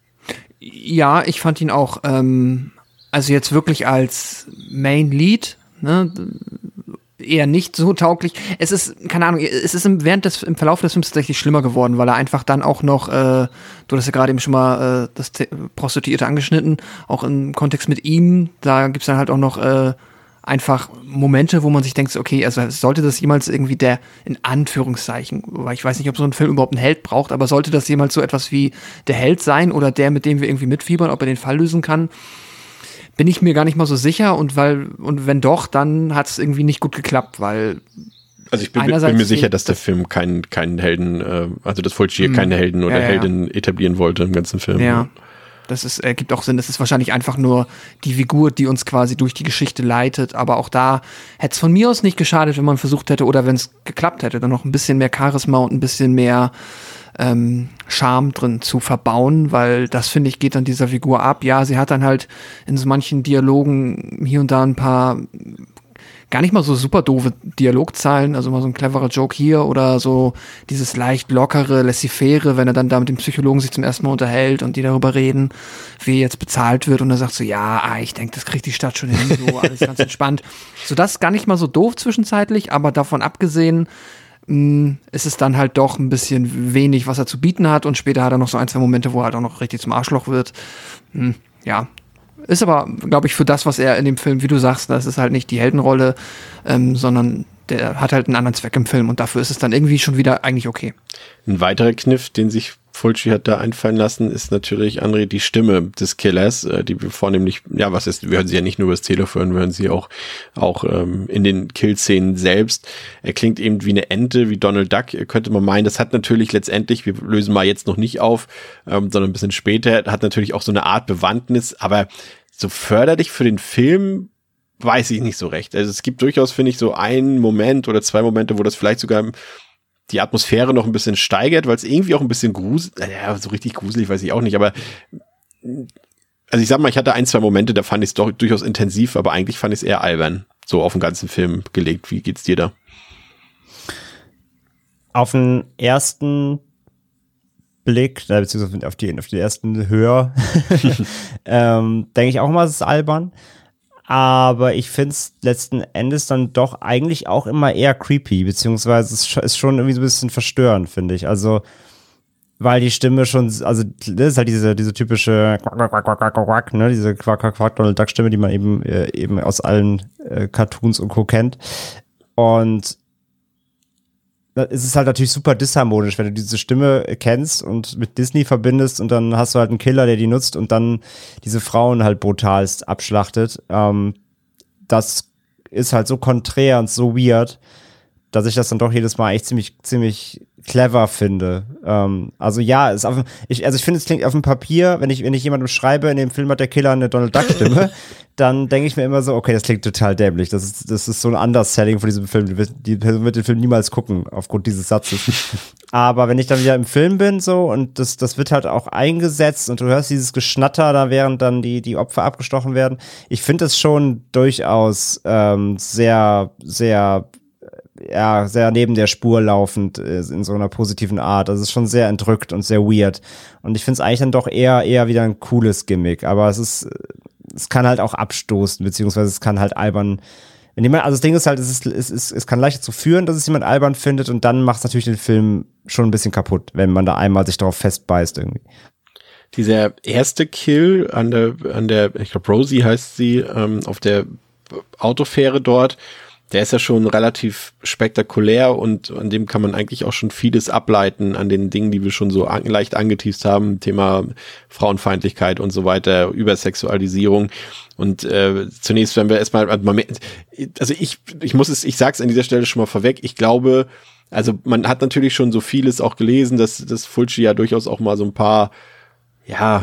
Speaker 5: Ja, ich fand ihn auch, ähm, also jetzt wirklich als Main Lead, ne, eher nicht so tauglich. Es ist, keine Ahnung, es ist im, während des, im Verlauf des Films tatsächlich schlimmer geworden, weil er einfach dann auch noch, äh, du hast ja gerade eben schon mal äh, das Te- Prostituierte angeschnitten, auch im Kontext mit ihm, da gibt's dann halt auch noch äh, einfach Momente, wo man sich denkt, okay, also sollte das jemals irgendwie der, in Anführungszeichen, weil ich weiß nicht, ob so ein Film überhaupt einen Held braucht, aber sollte das jemals so etwas wie der Held sein oder der, mit dem wir irgendwie mitfiebern, ob er den Fall lösen kann, bin ich mir gar nicht mal so sicher und weil, und wenn doch, dann hat es irgendwie nicht gut geklappt, weil
Speaker 2: also ich bin, bin mir sicher, dass der Film keinen keinen Helden, äh, also dass Fulci hier keine Helden oder ja, ja. Heldin etablieren wollte im ganzen Film.
Speaker 5: Ja, das ist, äh, gibt auch Sinn. Das ist wahrscheinlich einfach nur die Figur, die uns quasi durch die Geschichte leitet, aber auch da hätte es von mir aus nicht geschadet, wenn man versucht hätte oder wenn es geklappt hätte, dann noch ein bisschen mehr Charisma und ein bisschen mehr Ähm, Charme drin zu verbauen, weil das, finde ich, geht an dieser Figur ab. Ja, sie hat dann halt in so manchen Dialogen hier und da ein paar gar nicht mal so super doofe Dialogzeilen, also mal so ein cleverer Joke hier oder so dieses leicht lockere, laissez-faire, wenn er dann da mit dem Psychologen sich zum ersten Mal unterhält und die darüber reden, wie jetzt bezahlt wird und er sagt so, ja, ah, ich denke, das kriegt die Stadt schon hin, so alles ganz entspannt. So, das ist gar nicht mal so doof zwischenzeitlich, aber davon abgesehen, ist es dann halt doch ein bisschen wenig, was er zu bieten hat und später hat er noch so ein, zwei Momente, wo er halt auch noch richtig zum Arschloch wird. Hm, ja, ist aber, glaube ich, für das, was er in dem Film, wie du sagst, das ist halt nicht die Heldenrolle, ähm, sondern der hat halt einen anderen Zweck im Film und dafür ist es dann irgendwie schon wieder eigentlich okay.
Speaker 2: Ein weiterer Kniff, den sich Fulci hat da einfallen lassen, ist natürlich, André, die Stimme des Killers, äh, die wir vornehmlich, ja, was ist, wir hören sie ja nicht nur über das Telefon, wir hören sie auch, auch ähm, in den Kill-Szenen selbst. Er klingt eben wie eine Ente, wie Donald Duck, könnte man meinen. Das hat natürlich letztendlich, wir lösen mal jetzt noch nicht auf, ähm, sondern ein bisschen später, hat natürlich auch so eine Art Bewandtnis, aber so förderlich für den Film weiß ich nicht so recht. Also es gibt durchaus, finde ich, so einen Moment oder zwei Momente, wo das vielleicht sogar die Atmosphäre noch ein bisschen steigert, weil es irgendwie auch ein bisschen gruselig, ja, so richtig gruselig weiß ich auch nicht, aber also ich sag mal, ich hatte ein, zwei Momente, da fand ich es doch durchaus intensiv, aber eigentlich fand ich es eher albern, so auf den ganzen Film gelegt. Wie geht's dir da?
Speaker 3: Auf den ersten Blick, beziehungsweise auf die, auf die ersten Hör, ähm, denke ich auch mal, es ist albern. Aber ich finde es letzten Endes dann doch eigentlich auch immer eher creepy, beziehungsweise es ist schon irgendwie so ein bisschen verstörend, finde ich. Also, weil die Stimme schon, also das ist halt diese, diese typische Quack, Quack, Quack, Quack, Quack, ne, diese Quack, Quack, Quack, Donald Duck Stimme, die man eben, äh, eben aus allen äh, Cartoons und Co. kennt. Und es ist halt natürlich super disharmonisch, wenn du diese Stimme kennst und mit Disney verbindest und dann hast du halt einen Killer, der die nutzt und dann diese Frauen halt brutalst abschlachtet. Ähm, das ist halt so konträr und so weird, dass ich das dann doch jedes Mal echt ziemlich, ziemlich clever finde. Ähm, also ja, ist auf dem, ich, also ich finde, es klingt auf dem Papier, wenn ich, wenn ich jemandem schreibe, in dem Film hat der Killer eine Donald Duck Stimme, dann denke ich mir immer so, okay, das klingt total dämlich. Das ist, das ist so ein Underselling von diesem Film. Die Person wird den Film niemals gucken, aufgrund dieses Satzes. Aber wenn ich dann wieder im Film bin, so, und das, das wird halt auch eingesetzt und du hörst dieses Geschnatter da, während dann die, die Opfer abgestochen werden. Ich finde das schon durchaus ähm, sehr, sehr ja, sehr neben der Spur laufend in so einer positiven Art. Also es ist schon sehr entrückt und sehr weird. Und ich finde es eigentlich dann doch eher, eher wieder ein cooles Gimmick. Aber es ist, es kann halt auch abstoßen, beziehungsweise es kann halt albern, wenn jemand, also das Ding ist halt, es ist, es ist, es kann leicht dazu führen, dass es jemand albern findet und dann macht es natürlich den Film schon ein bisschen kaputt, wenn man da einmal sich darauf festbeißt irgendwie.
Speaker 2: Dieser erste Kill an der, an der, ich glaube Rosie heißt sie, ähm, auf der Autofähre dort, der ist ja schon relativ spektakulär und an dem kann man eigentlich auch schon vieles ableiten an den Dingen, die wir schon so an, leicht angeteast haben, Thema Frauenfeindlichkeit und so weiter, Übersexualisierung. Und äh, zunächst, wenn wir erstmal, also ich, ich muss es, ich sag's an dieser Stelle schon mal vorweg, ich glaube, also man hat natürlich schon so vieles auch gelesen, dass, dass Fulci ja durchaus auch mal so ein paar, ja,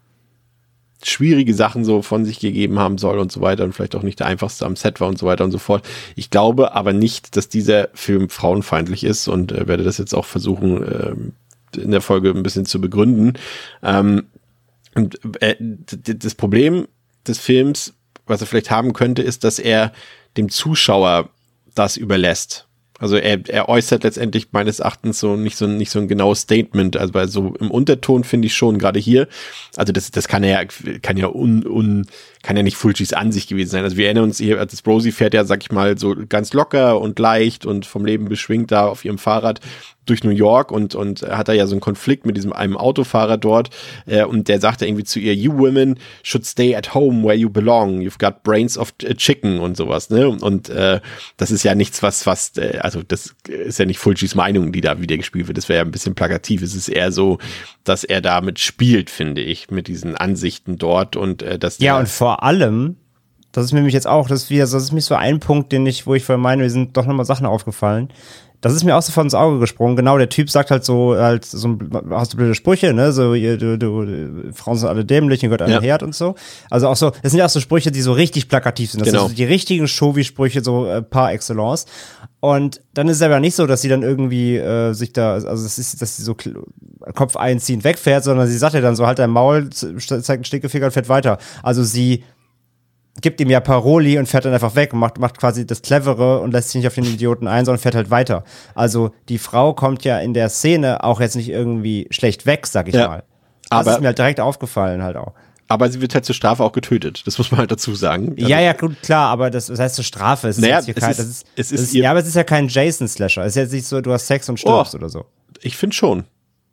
Speaker 2: schwierige Sachen so von sich gegeben haben soll und so weiter und vielleicht auch nicht der einfachste am Set war und so weiter und so fort. Ich glaube aber nicht, dass dieser Film frauenfeindlich ist und äh, werde das jetzt auch versuchen, äh, in der Folge ein bisschen zu begründen. Ähm, und äh, d- das Problem des Films, was er vielleicht haben könnte, ist, dass er dem Zuschauer das überlässt. Also er, er äußert letztendlich meines Erachtens so nicht so nicht so ein genaues Statement, also bei so im Unterton finde ich schon, gerade hier, also das das kann ja kann ja un, un kann ja nicht Fulcis Ansicht gewesen sein. Also wir erinnern uns hier, das Rosie fährt ja, sag ich mal, so ganz locker und leicht und vom Leben beschwingt da auf ihrem Fahrrad durch New York und und hat da ja so einen Konflikt mit diesem einem Autofahrer dort äh, und der sagt ja irgendwie zu ihr, you women should stay at home where you belong, you've got brains of a chicken und sowas, ne? Und äh, das ist ja nichts, was was äh, also das ist ja nicht Fulcis Meinung, die da wieder gespielt wird, das wäre ja ein bisschen plakativ, es ist eher so, dass er damit spielt, finde ich, mit diesen Ansichten dort und äh, dass
Speaker 3: ja, und vor allem, das ist mir nämlich jetzt auch, das ist wieder, das ist mich so ein Punkt, den ich, wo ich vorhin meine, mir sind doch nochmal Sachen aufgefallen. Das ist mir auch sofort ins Auge gesprungen. Genau, der Typ sagt halt so, halt so, hast du blöde Sprüche, ne? So, ihr, du, du, Frauen sind alle dämlich und gehört einem ja. Herd und so. Also auch so, das sind ja auch so Sprüche, die so richtig plakativ sind. Das genau. sind so die richtigen Showy-Sprüche, so äh, par excellence. Und dann ist es aber nicht so, dass sie dann irgendwie äh, sich da, also das ist, dass sie so Kopf einziehend wegfährt, sondern sie sagt ja dann so, halt dein Maul, zeigt einen Stinkefinger und fährt weiter. Also sie gibt ihm ja Paroli und fährt dann einfach weg und macht, macht quasi das Clevere und lässt sich nicht auf den Idioten ein, sondern fährt halt weiter. Also die Frau kommt ja in der Szene auch jetzt nicht irgendwie schlecht weg, sag ich ja, mal. Das aber ist mir halt direkt aufgefallen halt auch.
Speaker 2: Aber sie wird halt zur Strafe auch getötet, das muss man halt dazu sagen.
Speaker 3: Ja, ja, gut, klar, aber das, das heißt zur Strafe. Es ist
Speaker 2: naja,
Speaker 3: jetzt hier
Speaker 2: es
Speaker 3: kein,
Speaker 2: ist,
Speaker 3: das ist,
Speaker 2: es ist
Speaker 3: das ist
Speaker 2: ihr
Speaker 3: ja, aber es ist ja kein Jason-Slasher. Es ist jetzt nicht so, du hast Sex und stirbst oh, oder so.
Speaker 2: Ich finde schon.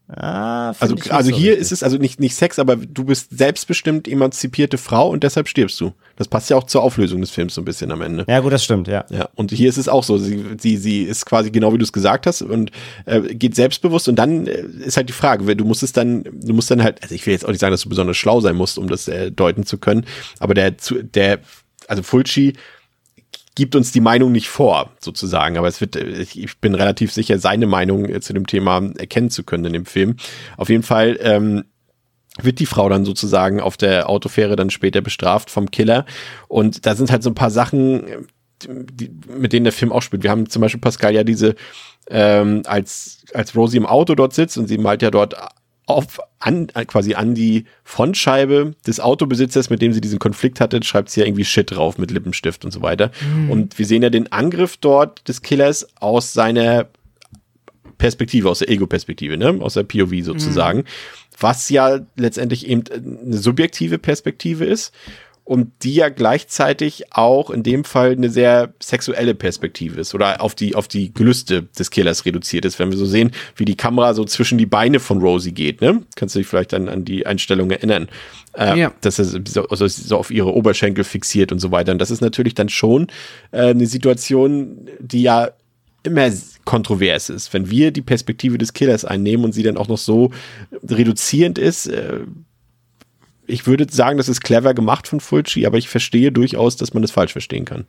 Speaker 3: Ah,
Speaker 2: also
Speaker 3: ich
Speaker 2: also
Speaker 3: so
Speaker 2: hier
Speaker 3: richtig.
Speaker 2: ist es also nicht, nicht Sex, aber du bist selbstbestimmt emanzipierte Frau und deshalb stirbst du. Das passt ja auch zur Auflösung des Films so ein bisschen am Ende.
Speaker 3: Ja gut, das stimmt, ja.
Speaker 2: Ja, und hier ist es auch so. Sie, sie, sie ist quasi genau wie du es gesagt hast und äh, geht selbstbewusst und dann äh, ist halt die Frage, du musst es dann, du musst dann halt, also ich will jetzt auch nicht sagen, dass du besonders schlau sein musst, um das äh, deuten zu können, aber der, der, also Fulci gibt uns die Meinung nicht vor, sozusagen, aber es wird, ich bin relativ sicher, seine Meinung zu dem Thema erkennen zu können in dem Film. Auf jeden Fall ähm, wird die Frau dann sozusagen auf der Autofähre dann später bestraft vom Killer und da sind halt so ein paar Sachen, die, mit denen der Film auch spielt. Wir haben zum Beispiel Pascal ja diese, ähm, als, als Rosie im Auto dort sitzt und sie malt ja dort auf, an, quasi an die Frontscheibe des Autobesitzers, mit dem sie diesen Konflikt hatte, schreibt sie ja irgendwie Shit drauf mit Lippenstift und so weiter. Mhm. Und wir sehen ja den Angriff dort des Killers aus seiner Perspektive, aus der Ego-Perspektive, ne? Aus der P O V sozusagen. Mhm. Was ja letztendlich eben eine subjektive Perspektive ist. Und die ja gleichzeitig auch in dem Fall eine sehr sexuelle Perspektive ist oder auf die, auf die Gelüste des Killers reduziert ist, wenn wir so sehen, wie die Kamera so zwischen die Beine von Rosie geht, ne? Kannst du dich vielleicht an, an die Einstellung erinnern? Äh, ja. Dass er so, also so auf ihre Oberschenkel fixiert und so weiter. Und das ist natürlich dann schon äh, eine Situation, die ja immer kontrovers ist. Wenn wir die Perspektive des Killers einnehmen und sie dann auch noch so reduzierend ist, äh, ich würde sagen, das ist clever gemacht von Fulci, aber ich verstehe durchaus, dass man das falsch verstehen kann.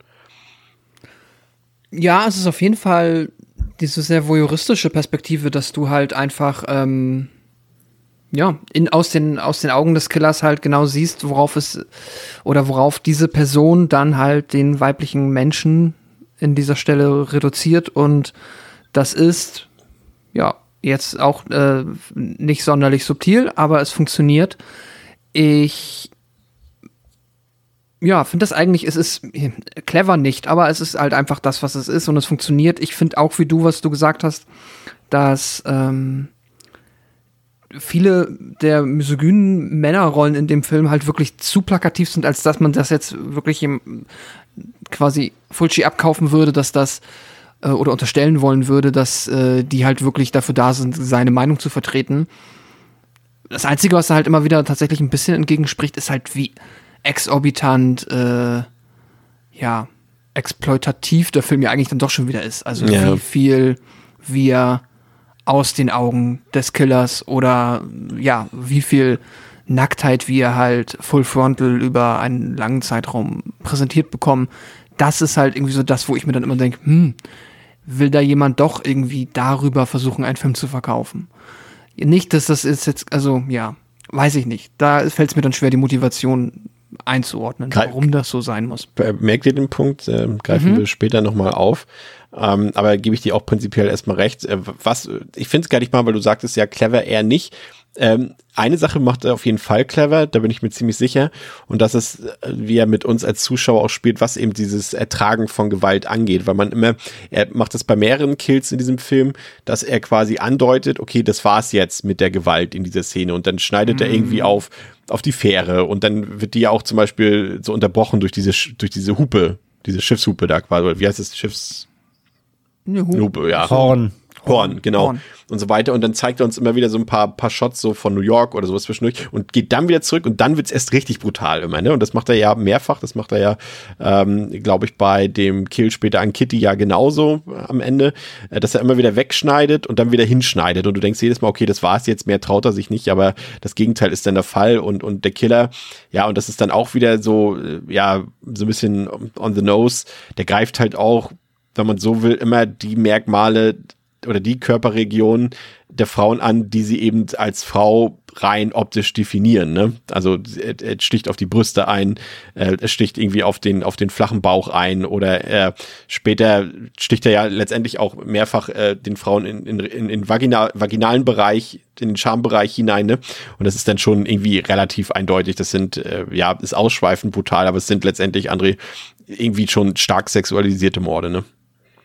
Speaker 5: Ja, es ist auf jeden Fall diese sehr voyeuristische Perspektive, dass du halt einfach ähm, ja, in, aus den, aus den Augen des Killers halt genau siehst, worauf es oder worauf diese Person dann halt den weiblichen Menschen in dieser Stelle reduziert und das ist ja jetzt auch äh, nicht sonderlich subtil, aber es funktioniert. Ich ja, finde das eigentlich, es ist clever nicht, aber es ist halt einfach das, was es ist und es funktioniert. Ich finde auch, wie du, was du gesagt hast, dass ähm, viele der misogynen Männerrollen in dem Film halt wirklich zu plakativ sind, als dass man das jetzt wirklich im, quasi Fulci abkaufen würde, dass das äh, oder unterstellen wollen würde, dass äh, die halt wirklich dafür da sind, seine Meinung zu vertreten. Das Einzige, was da halt immer wieder tatsächlich ein bisschen entgegenspricht, ist halt, wie exorbitant, äh, ja, exploitativ der Film ja eigentlich dann doch schon wieder ist. Also ja. Wie viel wir aus den Augen des Killers oder ja, wie viel Nacktheit wir halt Full Frontal über einen langen Zeitraum präsentiert bekommen. Das ist halt irgendwie so das, wo ich mir dann immer denke, hm, will da jemand doch irgendwie darüber versuchen, einen Film zu verkaufen? Nicht, dass das ist jetzt, also ja, weiß ich nicht. Da fällt es mir dann schwer, die Motivation einzuordnen, Greif, warum das so sein muss.
Speaker 2: Merkt ihr den Punkt? Äh, greifen mhm. wir später nochmal auf. Ähm, aber gebe ich dir auch prinzipiell erstmal recht. Äh, was, ich finde es gar nicht mal, weil du sagtest ja clever eher nicht. Ähm, eine Sache macht er auf jeden Fall clever, da bin ich mir ziemlich sicher. Und das ist, wie er mit uns als Zuschauer auch spielt, was eben dieses Ertragen von Gewalt angeht. Weil man immer, er macht das bei mehreren Kills in diesem Film, dass er quasi andeutet, okay, das war's jetzt mit der Gewalt in dieser Szene. Und dann schneidet mhm. er irgendwie auf, auf die Fähre. Und dann wird die ja auch zum Beispiel so unterbrochen durch diese, durch diese Hupe, diese Schiffshupe da quasi. Wie heißt das? Schiffs...
Speaker 5: Eine Hupe.
Speaker 2: Hupe, ja.
Speaker 3: Horn.
Speaker 2: Horn, genau.
Speaker 5: Horn.
Speaker 2: Und so weiter. Und dann zeigt er uns immer wieder so ein paar, paar Shots so von New York oder sowas zwischendurch und geht dann wieder zurück und dann wird's erst richtig brutal immer, ne? Und das macht er ja mehrfach. Das macht er ja, ähm, glaube ich, bei dem Kill später an Kitty ja genauso äh, am Ende, äh, dass er immer wieder wegschneidet und dann wieder hinschneidet. Und du denkst jedes Mal, okay, das war's jetzt, mehr traut er sich nicht, aber das Gegenteil ist dann der Fall und, und der Killer, ja, und das ist dann auch wieder so, äh, ja, so ein bisschen on the nose. Der greift halt auch, wenn man so will, immer die Merkmale oder die Körperregionen der Frauen an, die sie eben als Frau rein optisch definieren, ne? Also er, er sticht auf die Brüste ein, äh, er sticht irgendwie auf den auf den flachen Bauch ein oder äh, später sticht er ja letztendlich auch mehrfach äh, den Frauen in in in, in Vagina, vaginalen Bereich, in den Schambereich hinein, ne? Und das ist dann schon irgendwie relativ eindeutig. Das sind äh, ja, ist ausschweifend brutal, aber es sind letztendlich, André, irgendwie schon stark sexualisierte Morde, ne?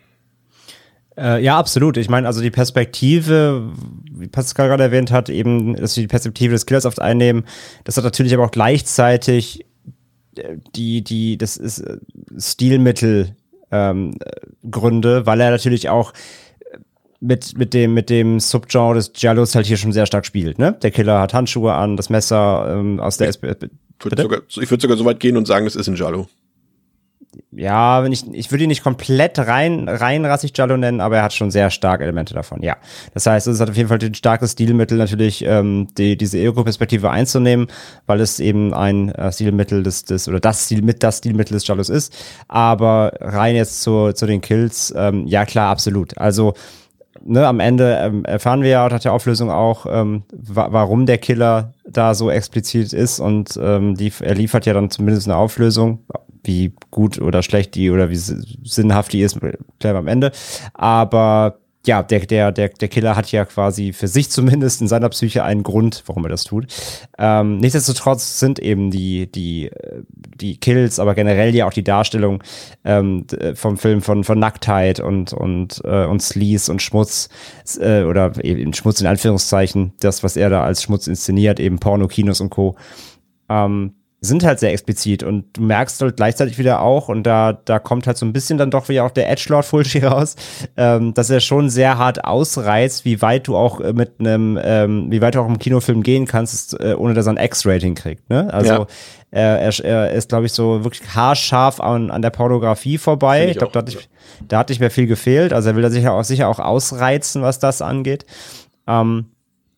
Speaker 3: Äh, ja, absolut. Ich meine, also die Perspektive, wie Pascal gerade erwähnt hat, eben, dass sie die Perspektive des Killers oft einnehmen, das hat natürlich aber auch gleichzeitig die, die, das ist Stilmittel ähm, Gründe, weil er natürlich auch mit, mit dem, mit dem Subgenre des Giallos halt hier schon sehr stark spielt, ne? Der Killer hat Handschuhe an, das Messer ähm, aus der S P.
Speaker 2: Ich würde sogar, ich würd sogar so weit gehen und sagen, es ist ein Giallo.
Speaker 3: Ja, wenn ich, ich würde ihn nicht komplett rein, rein rassig Giallo nennen, aber er hat schon sehr starke Elemente davon, ja. Das heißt, es hat auf jeden Fall ein starkes Stilmittel, natürlich ähm, die, diese Ego-Perspektive einzunehmen, weil es eben ein äh, Stilmittel des, des, oder das Stil, mit das Stilmittel des Giallos ist. Aber rein jetzt zu, zu den Kills, ähm, ja klar, absolut. Also, ne, am Ende ähm, erfahren wir ja nach der Auflösung auch, ähm, wa- warum der Killer da so explizit ist und ähm, die, er liefert ja dann zumindest eine Auflösung, wie gut oder schlecht die oder wie sinnhaft die ist, klar am Ende. Aber ja, der, der, der, der Killer hat ja quasi für sich zumindest in seiner Psyche einen Grund, warum er das tut. Ähm, nichtsdestotrotz sind eben die, die, die Kills, aber generell ja auch die Darstellung ähm, vom Film von, von Nacktheit und, und, äh, und Sleaze und Schmutz äh, oder eben Schmutz in Anführungszeichen, das, was er da als Schmutz inszeniert, eben Porno, Kinos und Co., ähm, sind halt sehr explizit und du merkst halt gleichzeitig wieder auch, und da, da kommt halt so ein bisschen dann doch wieder auch der Edgelord Fulci raus, ähm, dass er schon sehr hart ausreizt, wie weit du auch mit einem, ähm, wie weit du auch im Kinofilm gehen kannst, äh, ohne dass er ein X-Rating kriegt, ne? Also,
Speaker 2: ja.
Speaker 3: er, er, er ist, glaube ich, so wirklich haarscharf an, an der Pornografie vorbei. Ich, ich glaube, da, hatte ich, da hat nicht mehr viel gefehlt. Also er will da sicher auch, sicher auch ausreizen, was das angeht. Ähm,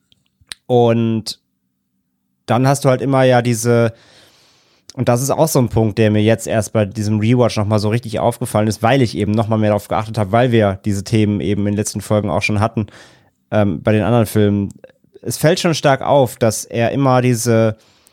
Speaker 3: und dann hast du halt immer ja diese, und das ist auch so ein Punkt, der mir jetzt erst bei diesem Rewatch nochmal so richtig aufgefallen ist, weil ich eben nochmal mehr darauf geachtet habe, weil wir diese Themen eben in den letzten Folgen auch schon hatten, ähm, bei den anderen Filmen. Es fällt schon stark auf, dass er immer diese,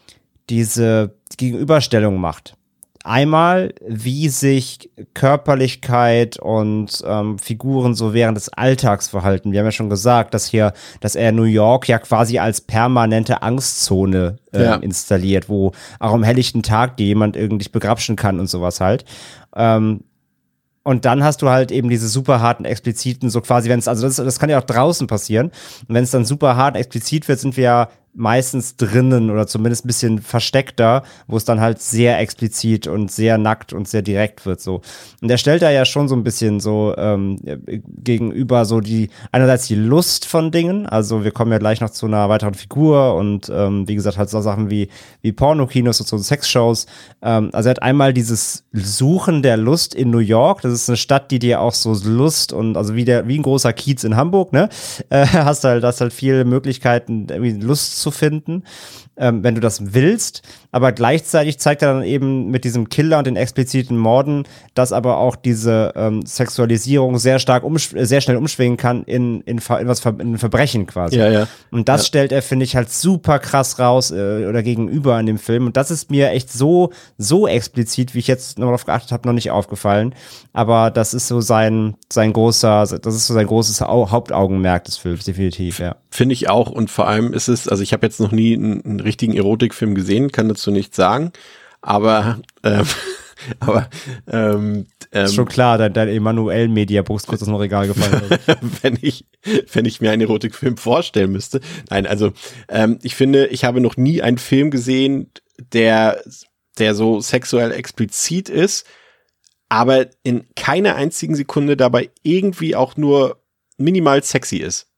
Speaker 3: diese Gegenüberstellung macht. Einmal, wie sich Körperlichkeit und ähm, Figuren so während des Alltags verhalten. Wir haben ja schon gesagt, dass hier, dass er New York ja quasi als permanente Angstzone äh, ja. installiert, wo auch am helllichten Tag dir jemand irgendwie begrapschen kann und sowas halt. Ähm, Und dann hast du halt eben diese super harten, expliziten, so quasi, wenn es, also das, das kann ja auch draußen passieren. Und wenn es dann super hart explizit wird, sind wir ja meistens drinnen oder zumindest ein bisschen versteckter, wo es dann halt sehr explizit und sehr nackt und sehr direkt wird, so. Und er stellt da ja schon so ein bisschen so ähm, gegenüber so die, einerseits die Lust von Dingen, also wir kommen ja gleich noch zu einer weiteren Figur und ähm, wie gesagt halt so Sachen wie, wie Pornokinos und so Sexshows. Ähm, also er hat einmal dieses Suchen der Lust in New York, das ist eine Stadt, die dir auch so Lust und, also wie der, wie ein großer Kiez in Hamburg, ne, äh, hast halt, hast halt viele Möglichkeiten, irgendwie Lust zu finden, ähm, wenn du das willst, aber gleichzeitig zeigt er dann eben mit diesem Killer und den expliziten Morden, dass aber auch diese ähm, Sexualisierung sehr stark, umsch- sehr schnell umschwingen kann in, in, Ver- in was Ver- in Verbrechen quasi.
Speaker 2: Ja, ja.
Speaker 3: Und das
Speaker 2: ja.
Speaker 3: stellt er, finde ich, halt super krass raus äh, oder gegenüber in dem Film. Und das ist mir echt so, so explizit, wie ich jetzt noch darauf geachtet habe, noch nicht aufgefallen. Aber das ist so sein, sein großer, das ist so sein großes Au- Hauptaugenmerk des Films, definitiv, ja.
Speaker 2: Finde ich auch. Und vor allem ist es, also ich habe jetzt noch nie einen, einen richtigen Erotikfilm gesehen, kann dazu nichts sagen. Aber, ähm, aber, ähm,
Speaker 3: ist schon klar, dein, dein Emanuel Mediabooks kurz aus dem Regal gefallen.
Speaker 2: wenn ich, wenn ich mir einen Erotikfilm vorstellen müsste. Nein, also, ähm, ich finde, ich habe noch nie einen Film gesehen, der, der so sexuell explizit ist, aber in keiner einzigen Sekunde dabei irgendwie auch nur minimal sexy ist.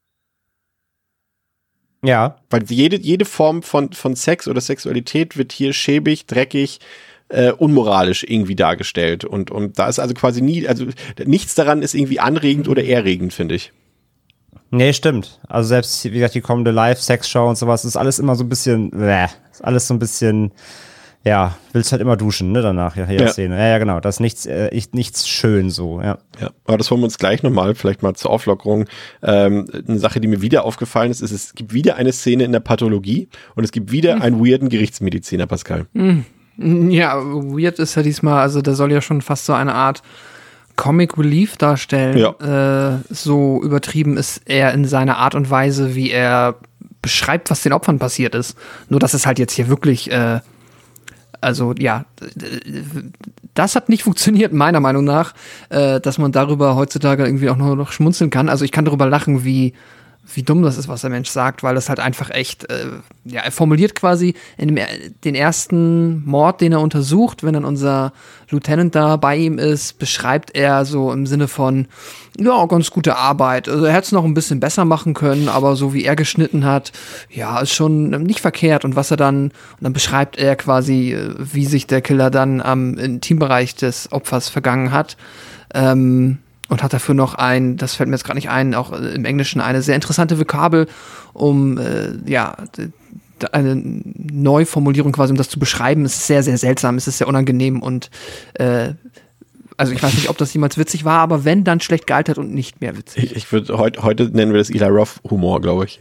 Speaker 3: Ja.
Speaker 2: Weil jede, jede Form von, von Sex oder Sexualität wird hier schäbig, dreckig, äh, unmoralisch irgendwie dargestellt. Und, und da ist also quasi nie, also nichts daran ist irgendwie anregend oder erregend, finde ich.
Speaker 3: Nee, stimmt. Also selbst, wie gesagt, die kommende Live-Sex-Show und sowas, ist alles immer so ein bisschen, bäh, ist alles so ein bisschen, ja, willst halt immer duschen, ne, danach, ja, hier
Speaker 2: ja.
Speaker 3: Szene. Ja, ja, genau, das ist nichts, äh, nichts schön so, ja.
Speaker 2: Ja, aber das wollen wir uns gleich nochmal, vielleicht mal zur Auflockerung. Ähm, eine Sache, die mir wieder aufgefallen ist, ist, es gibt wieder eine Szene in der Pathologie und es gibt wieder mhm. einen weirden Gerichtsmediziner, Pascal.
Speaker 5: Mhm. Ja, weird ist ja diesmal, also der soll ja schon fast so eine Art Comic Relief darstellen. Ja. Äh, so übertrieben ist er in seiner Art und Weise, wie er beschreibt, was den Opfern passiert ist. Nur, dass es halt jetzt hier wirklich, äh, also ja, das hat nicht funktioniert, meiner Meinung nach, äh, dass man darüber heutzutage irgendwie auch nur noch schmunzeln kann. Also ich kann darüber lachen, wie wie dumm das ist, was der Mensch sagt, weil das halt einfach echt, äh, ja, er formuliert quasi in dem, den ersten Mord, den er untersucht, wenn dann unser Lieutenant da bei ihm ist, beschreibt er so im Sinne von, ja, ganz gute Arbeit. Also er hätte es noch ein bisschen besser machen können, aber so wie er geschnitten hat, ja, ist schon nicht verkehrt. Und was er dann, und dann beschreibt er quasi, wie sich der Killer dann am Intimbereich des Opfers vergangen hat. Ähm, Und hat dafür noch ein, das fällt mir jetzt gerade nicht ein, auch im Englischen eine sehr interessante Vokabel, um äh, ja eine Neuformulierung quasi, um das zu beschreiben. Es ist sehr, sehr seltsam, es ist sehr unangenehm und äh, also ich weiß nicht, ob das jemals witzig war, aber wenn, dann schlecht gealtert und nicht mehr witzig.
Speaker 2: Ich, ich würde heute, heute nennen wir das Eli Roth-Humor, glaube ich.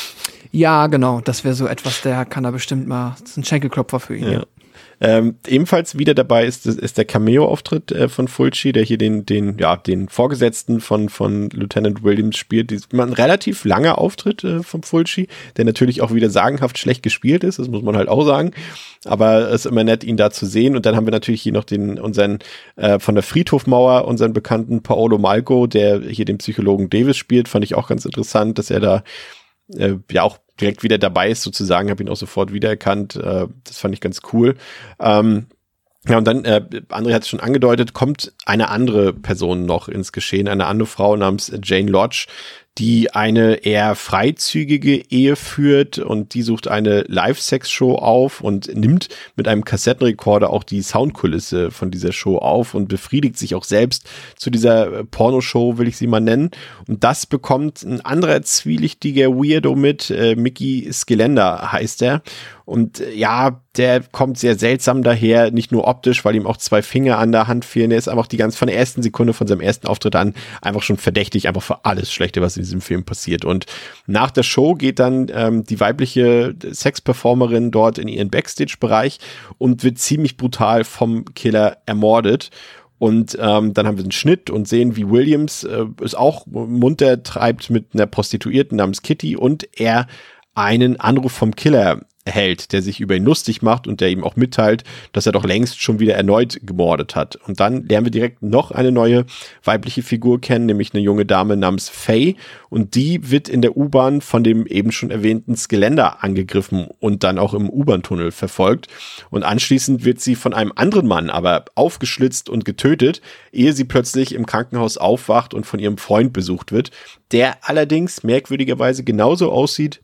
Speaker 5: Ja, genau, das wäre so etwas, der kann da bestimmt mal, das ist ein Schenkelklopfer für ihn.
Speaker 2: Ja.
Speaker 5: Ja.
Speaker 2: Ähm, ebenfalls wieder dabei ist, ist der Cameo-Auftritt äh, von Fulci, der hier den, den, ja, den Vorgesetzten von, von Lieutenant Williams spielt. Das ist ein relativ langer Auftritt äh, von Fulci, der natürlich auch wieder sagenhaft schlecht gespielt ist, das muss man halt auch sagen. Aber es ist immer nett, ihn da zu sehen. Und dann haben wir natürlich hier noch den, unseren, äh, von der Friedhofmauer, unseren bekannten Paolo Malco, der hier den Psychologen Davis spielt. Fand ich auch ganz interessant, dass er da äh, ja auch direkt wieder dabei ist, sozusagen, habe ihn auch sofort wiedererkannt. Äh, das fand ich ganz cool. Ähm, ja, und dann, äh, André hat es schon angedeutet, kommt eine andere Person noch ins Geschehen, eine andere Frau namens Jane Lodge, die eine eher freizügige Ehe führt und die sucht eine Live-Sex-Show auf und nimmt mit einem Kassettenrekorder auch die Soundkulisse von dieser Show auf und befriedigt sich auch selbst zu dieser Pornoshow, will ich sie mal nennen. Und das bekommt ein anderer zwielichtiger Weirdo mit, äh, Mickey Skellender heißt er. Und äh, ja, der kommt sehr seltsam daher, nicht nur optisch, weil ihm auch zwei Finger an der Hand fehlen. Er ist einfach die ganz von der ersten Sekunde von seinem ersten Auftritt an einfach schon verdächtig, einfach für alles Schlechte, was in diesem Film passiert. Und nach der Show geht dann ähm, die weibliche Sexperformerin dort in ihren Backstage-Bereich und wird ziemlich brutal vom Killer ermordet. Und ähm, dann haben wir einen Schnitt und sehen, wie Williams äh, es auch munter treibt mit einer Prostituierten namens Kitty und er einen Anruf vom Killer erhält, der sich über ihn lustig macht und der ihm auch mitteilt, dass er doch längst schon wieder erneut gemordet hat. Und dann lernen wir direkt noch eine neue weibliche Figur kennen, nämlich eine junge Dame namens Faye. Und die wird in der U-Bahn von dem eben schon erwähnten Skellender angegriffen und dann auch im U-Bahn-Tunnel verfolgt. Und anschließend wird sie von einem anderen Mann aber aufgeschlitzt und getötet, ehe sie plötzlich im Krankenhaus aufwacht und von ihrem Freund besucht wird, der allerdings merkwürdigerweise genauso aussieht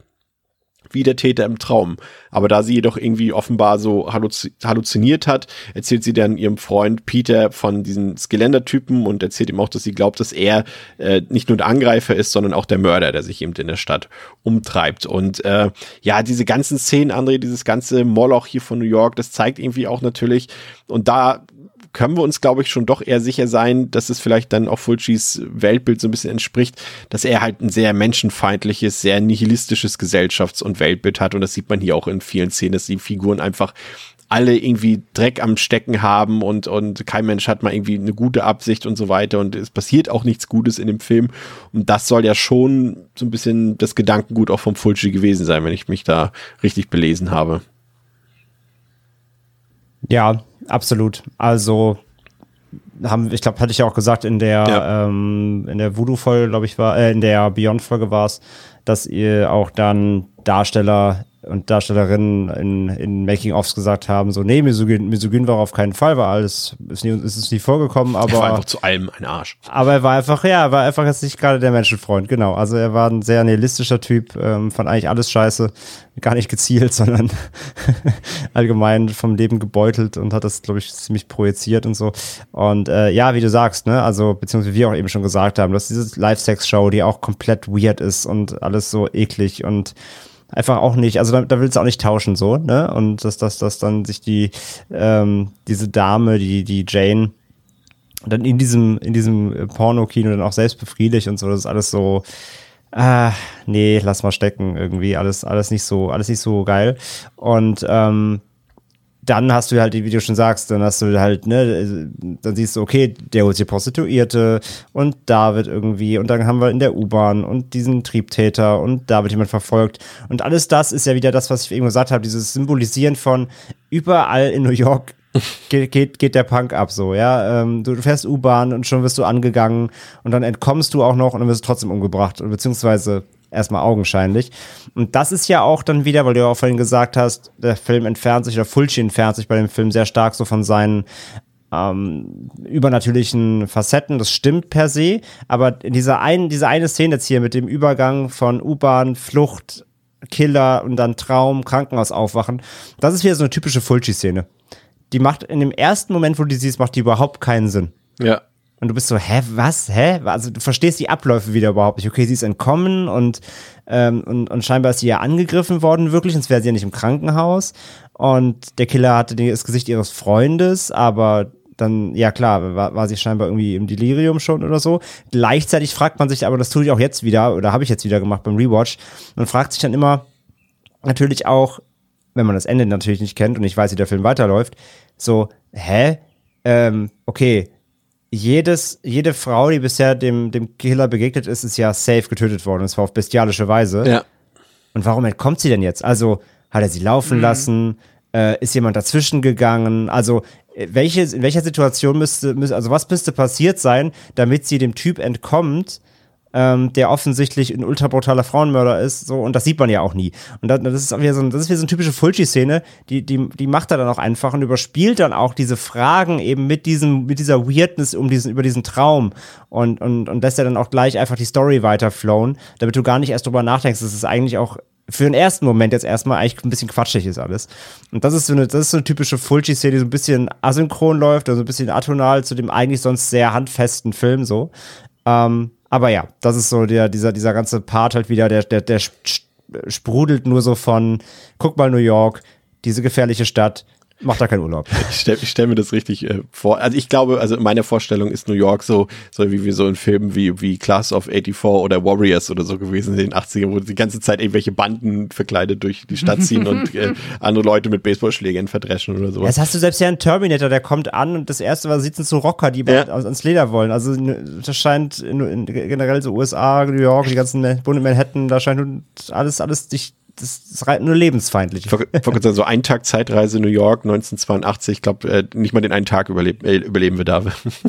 Speaker 2: wie der Täter im Traum. Aber da sie jedoch irgendwie offenbar so halluzi- halluziniert hat, erzählt sie dann ihrem Freund Peter von diesen Skellender-Typen und erzählt ihm auch, dass sie glaubt, dass er äh, nicht nur der Angreifer ist, sondern auch der Mörder, der sich eben in der Stadt umtreibt. Und äh, ja, diese ganzen Szenen, André, dieses ganze Moloch hier von New York, das zeigt irgendwie auch natürlich, und da können wir uns, glaube ich, schon doch eher sicher sein, dass es vielleicht dann auch Fulcis Weltbild so ein bisschen entspricht, dass er halt ein sehr menschenfeindliches, sehr nihilistisches Gesellschafts- und Weltbild hat. Und das sieht man hier auch in vielen Szenen, dass die Figuren einfach alle irgendwie Dreck am Stecken haben und, und kein Mensch hat mal irgendwie eine gute Absicht und so weiter. Und es passiert auch nichts Gutes in dem Film. Und das soll ja schon so ein bisschen das Gedankengut auch vom Fulci gewesen sein, wenn ich mich da richtig belesen habe.
Speaker 3: Ja, absolut. Also haben, ich glaube, hatte ich ja auch gesagt in der ja. ähm, in der Voodoo-Folge, glaube ich, war, äh, in der Beyond-Folge war es, dass ihr auch dann Darsteller und Darstellerinnen in, in Making-ofs gesagt haben, so, nee, misogyn, misogyn war auf keinen Fall, war alles, ist, nie, ist es nie vorgekommen, aber.
Speaker 2: Er war einfach zu allem ein Arsch.
Speaker 3: Aber er war einfach, ja, er war einfach jetzt nicht gerade der Menschenfreund, genau. Also er war ein sehr nihilistischer Typ, ähm, fand eigentlich alles scheiße, gar nicht gezielt, sondern allgemein vom Leben gebeutelt und hat das, glaube ich, ziemlich projiziert und so. Und äh, ja, wie du sagst, ne, also, beziehungsweise wir auch eben schon gesagt haben, dass diese Live-Sex-Show, die auch komplett weird ist und alles so eklig und einfach auch nicht, also da, da willst du auch nicht tauschen, so, ne? Und dass, dass, dass dann sich die, ähm, diese Dame, die, die Jane, dann in diesem, in diesem Porno-Kino dann auch selbst befriedigt und so, das ist alles so, ah, nee, lass mal stecken, irgendwie, alles, alles nicht so, alles nicht so geil. Und, ähm, dann hast du halt, wie du schon sagst, dann hast du halt, ne, dann siehst du, okay, der holt sich Prostituierte und da wird irgendwie, und dann haben wir in der U-Bahn und diesen Triebtäter und da wird jemand verfolgt. Und alles das ist ja wieder das, was ich eben gesagt habe, dieses Symbolisieren von überall in New York geht, geht, geht der Punk ab so, ja. Ähm, du fährst U-Bahn und schon wirst du angegangen und dann entkommst du auch noch und dann wirst du trotzdem umgebracht, beziehungsweise erstmal augenscheinlich. Und das ist ja auch dann wieder, weil du ja auch vorhin gesagt hast, der Film entfernt sich, oder Fulci entfernt sich bei dem Film sehr stark so von seinen ähm, übernatürlichen Facetten. Das stimmt per se, aber in dieser einen, diese eine Szene jetzt hier mit dem Übergang von U-Bahn, Flucht, Killer und dann Traum, Krankenhaus aufwachen, das ist wieder so eine typische Fulci-Szene. Die macht in dem ersten Moment, wo du die siehst, macht die überhaupt keinen Sinn.
Speaker 2: Ja.
Speaker 3: Und du bist so, hä, was, hä? Also du verstehst die Abläufe wieder überhaupt nicht. Okay, sie ist entkommen und, ähm, und, und scheinbar ist sie ja angegriffen worden wirklich, sonst wäre sie ja nicht im Krankenhaus. Und der Killer hatte das Gesicht ihres Freundes, aber dann, ja klar, war, war sie scheinbar irgendwie im Delirium schon oder so. Gleichzeitig fragt man sich, aber das tue ich auch jetzt wieder, oder habe ich jetzt wieder gemacht beim Rewatch, man fragt sich dann immer natürlich auch, wenn man das Ende natürlich nicht kennt und ich weiß, wie der Film weiterläuft, so, hä? Ähm, okay, Jedes, jede Frau, die bisher dem, dem Killer begegnet ist, ist ja safe getötet worden, und zwar auf bestialische Weise. Ja. Und warum entkommt sie denn jetzt? Also, hat er sie laufen mhm. lassen? Äh, ist jemand dazwischen gegangen? Also, welche, in welcher Situation müsste, müsste, also was müsste passiert sein, damit sie dem Typ entkommt, ähm, der offensichtlich ein ultra brutaler Frauenmörder ist, so, und das sieht man ja auch nie. Und das, das ist wieder so, das ist wieder so eine typische Fulci-Szene, die, die, die macht er dann auch einfach und überspielt dann auch diese Fragen eben mit diesem, mit dieser Weirdness um diesen, über diesen Traum und, und, und lässt er dann auch gleich einfach die Story weiterflowen, damit du gar nicht erst drüber nachdenkst, dass es eigentlich auch für den ersten Moment jetzt erstmal eigentlich ein bisschen quatschig ist alles. Und das ist so eine, das ist so eine typische Fulci-Szene, die so ein bisschen asynchron läuft, also ein bisschen atonal zu dem eigentlich sonst sehr handfesten Film so. Ähm, Aber ja, das ist so der, dieser, dieser ganze Part halt wieder, der, der, der sprudelt nur so von, guck mal New York, diese gefährliche Stadt, mach da keinen Urlaub.
Speaker 2: Ich stelle stell mir das richtig äh, vor. Also ich glaube, also in meiner Vorstellung ist New York so, so wie wir so in Filmen wie, wie Class of eighty-four oder Warriors oder so gewesen in den achtzigern, wo die ganze Zeit irgendwelche Banden verkleidet durch die Stadt ziehen und äh, andere Leute mit Baseballschlägern verdreschen oder sowas.
Speaker 3: Das hast du selbst ja einen Terminator, der kommt an und das erste, was sieht, sind so Rocker, die ja. ans Leder wollen. Also das scheint in, in, generell so U S A, New York, die ganzen Bund Manhattan, da scheint alles, alles dich das ist nur lebensfeindlich.
Speaker 2: Vor, vor so ein Tag Zeitreise New York neunzehnhundertzweiundachtzig, ich glaube, äh, nicht mal den einen Tag überleb, äh, überleben wir da.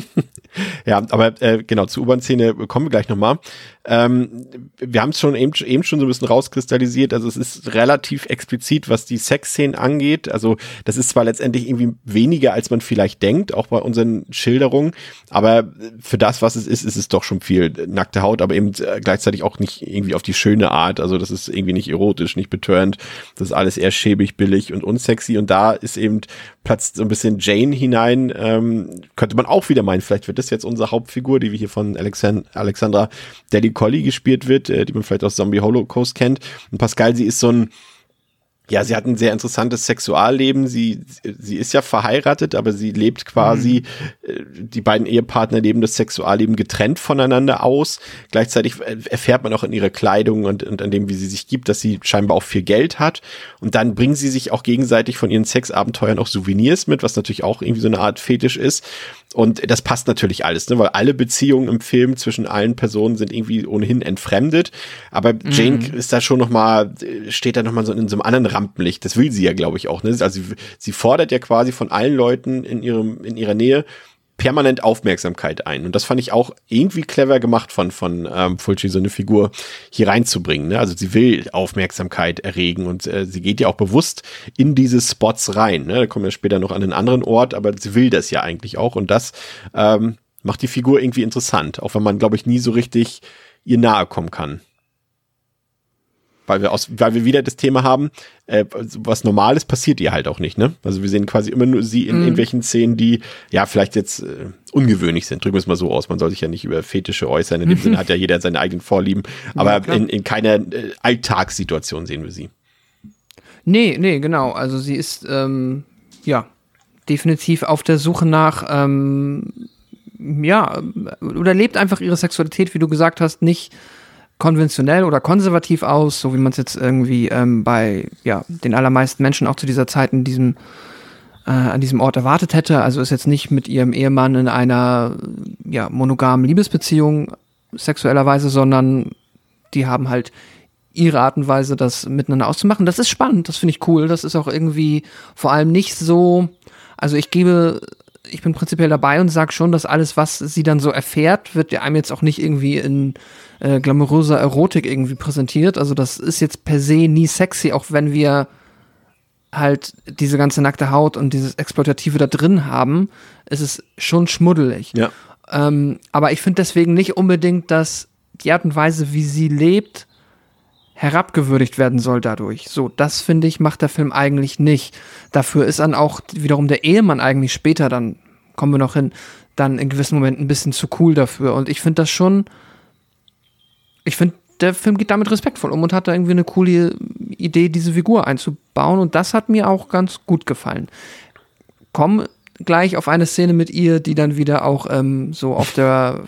Speaker 2: Ja, aber äh, genau, zur U-Bahn-Szene kommen wir gleich nochmal. Ähm, wir haben es schon eben, eben schon so ein bisschen rauskristallisiert, also es ist relativ explizit, was die Sexszenen angeht, also das ist zwar letztendlich irgendwie weniger, als man vielleicht denkt, auch bei unseren Schilderungen, aber für das, was es ist, ist es doch schon viel nackte Haut, aber eben gleichzeitig auch nicht irgendwie auf die schöne Art, also das ist irgendwie nicht erotisch, nicht betörend, das ist alles eher schäbig, billig und unsexy und da ist eben platzt so ein bisschen Jane hinein, ähm, könnte man auch wieder meinen, vielleicht wird das jetzt unsere Hauptfigur, die wir hier von Alexand- Alexandra Daddy Collie gespielt wird, äh, die man vielleicht aus Zombie Holocaust kennt. Und Pascal, sie ist so ein, ja, sie hat ein sehr interessantes Sexualleben. Sie, sie ist ja verheiratet, aber sie lebt quasi, mhm. die beiden Ehepartner leben das Sexualleben getrennt voneinander aus. Gleichzeitig erfährt man auch in ihrer Kleidung und, und an dem, wie sie sich gibt, dass sie scheinbar auch viel Geld hat. Und dann bringen sie sich auch gegenseitig von ihren Sexabenteuern auch Souvenirs mit, was natürlich auch irgendwie so eine Art Fetisch ist. Und das passt natürlich alles, ne? Weil alle Beziehungen im Film zwischen allen Personen sind irgendwie ohnehin entfremdet. Aber Jane mhm. ist da schon noch mal, steht da noch mal so in so einem anderen Rampenlicht. Das will sie ja, glaube ich, auch. Ne? Also sie, sie fordert ja quasi von allen Leuten in ihrem in ihrer Nähe permanent Aufmerksamkeit ein. Und das fand ich auch irgendwie clever gemacht von von ähm, Fulci, so eine Figur hier reinzubringen. Ne? Also sie will Aufmerksamkeit erregen und äh, sie geht ja auch bewusst in diese Spots rein. Ne? Da kommen wir später noch an einen anderen Ort, aber sie will das ja eigentlich auch. Und das ähm, macht die Figur irgendwie interessant, auch wenn man, glaube ich, nie so richtig ihr nahe kommen kann. Weil wir, aus, weil wir wieder das Thema haben, äh, was Normales passiert ihr halt auch nicht, ne? Also wir sehen quasi immer nur sie in mm. irgendwelchen Szenen, die ja vielleicht jetzt äh, ungewöhnlich sind. Drücken wir es mal so aus. Man soll sich ja nicht über Fetische äußern. In dem Sinne hat ja jeder seine eigenen Vorlieben. Aber ja, in, in keiner äh, Alltagssituation sehen wir sie.
Speaker 5: Nee, nee, genau. Also sie ist, ähm, ja, definitiv auf der Suche nach, ähm, ja, oder lebt einfach ihre Sexualität, wie du gesagt hast, nicht konventionell oder konservativ aus, so wie man es jetzt irgendwie ähm, bei ja den allermeisten Menschen auch zu dieser Zeit in diesem äh, an diesem Ort erwartet hätte. Also ist jetzt nicht mit ihrem Ehemann in einer ja monogamen Liebesbeziehung sexuellerweise, sondern die haben halt ihre Art und Weise, das miteinander auszumachen. Das ist spannend, das finde ich cool. Das ist auch irgendwie vor allem nicht so Also ich gebe, ich bin prinzipiell dabei und sage schon, dass alles, was sie dann so erfährt, wird ja einem jetzt auch nicht irgendwie in äh, glamouröser Erotik irgendwie präsentiert. Also das ist jetzt per se nie sexy, auch wenn wir halt diese ganze nackte Haut und dieses Exploitative da drin haben, ist es schon schmuddelig.
Speaker 2: Ja.
Speaker 5: Ähm, aber ich finde deswegen nicht unbedingt, dass die Art und Weise, wie sie lebt, herabgewürdigt werden soll dadurch. So, das finde ich, macht der Film eigentlich nicht. Dafür ist dann auch wiederum der Ehemann eigentlich später, dann kommen wir noch hin, dann in gewissen Momenten ein bisschen zu cool dafür. Und ich finde das schon, ich finde, der Film geht damit respektvoll um und hat da irgendwie eine coole Idee, diese Figur einzubauen. Und das hat mir auch ganz gut gefallen. Komm gleich auf eine Szene mit ihr, die dann wieder auch ähm, so auf der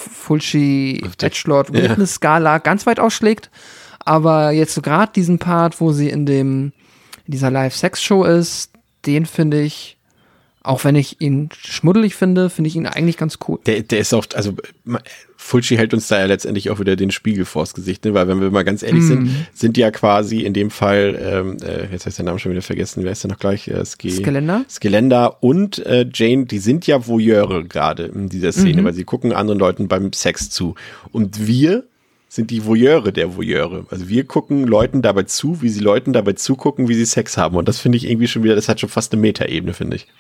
Speaker 5: Fulci-Edgelord-Witness-Skala ganz weit ausschlägt. Aber jetzt so gerade diesen Part, wo sie in dem in dieser Live-Sex-Show ist, den finde ich, auch wenn ich ihn schmuddelig finde, finde ich ihn eigentlich ganz cool.
Speaker 2: Der, der ist auch, also Fulci hält uns da ja letztendlich auch wieder den Spiegel vors Gesicht, ne? Weil wenn wir mal ganz ehrlich mm. sind, sind die ja quasi in dem Fall, ähm, äh, jetzt habe ich den Namen schon wieder vergessen, wer ist der noch gleich? Äh, Ske-
Speaker 5: Skelender.
Speaker 2: Skelender und äh, Jane, die sind ja Voyeure gerade in dieser Szene,
Speaker 5: mhm.
Speaker 2: weil sie gucken anderen Leuten beim Sex zu. Und wir sind die Voyeure der Voyeure. Also wir gucken Leuten dabei zu, wie sie Leuten dabei zugucken, wie sie Sex haben. Und das finde ich irgendwie schon wieder, das hat schon fast eine Metaebene, finde ich.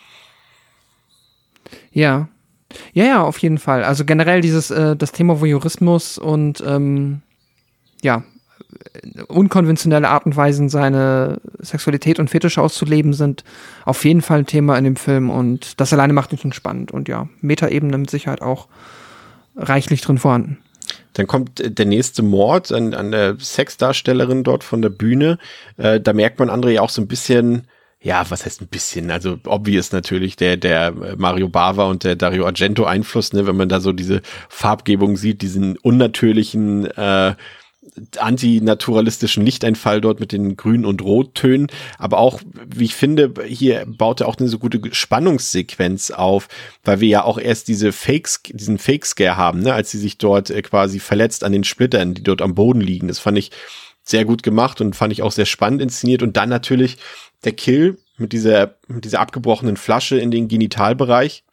Speaker 5: Ja. Ja, ja, auf jeden Fall. Also generell dieses, äh, das Thema Voyeurismus und ähm, ja, unkonventionelle Art und Weisen, seine Sexualität und Fetische auszuleben, sind auf jeden Fall ein Thema in dem Film und das alleine macht ihn schon spannend. Und ja, Metaebene mit Sicherheit auch reichlich drin vorhanden.
Speaker 2: Dann kommt der nächste Mord an, an der Sexdarstellerin dort von der Bühne. Äh, da merkt man André auch so ein bisschen, ja, was heißt ein bisschen? Also obvious natürlich der der Mario Bava und der Dario Argento Einfluss, ne, wenn man da so diese Farbgebung sieht, diesen unnatürlichen äh, antinaturalistischen Lichteinfall dort mit den Grün- und Rottönen, aber auch, wie ich finde, hier baut er auch eine so gute Spannungssequenz auf, weil wir ja auch erst diese Fakes, diesen Fake-Scare haben, ne, als sie sich dort äh, quasi verletzt an den Splittern, die dort am Boden liegen. Das fand ich sehr gut gemacht und fand ich auch sehr spannend inszeniert. Und dann natürlich der Kill mit dieser, mit dieser abgebrochenen Flasche in den Genitalbereich.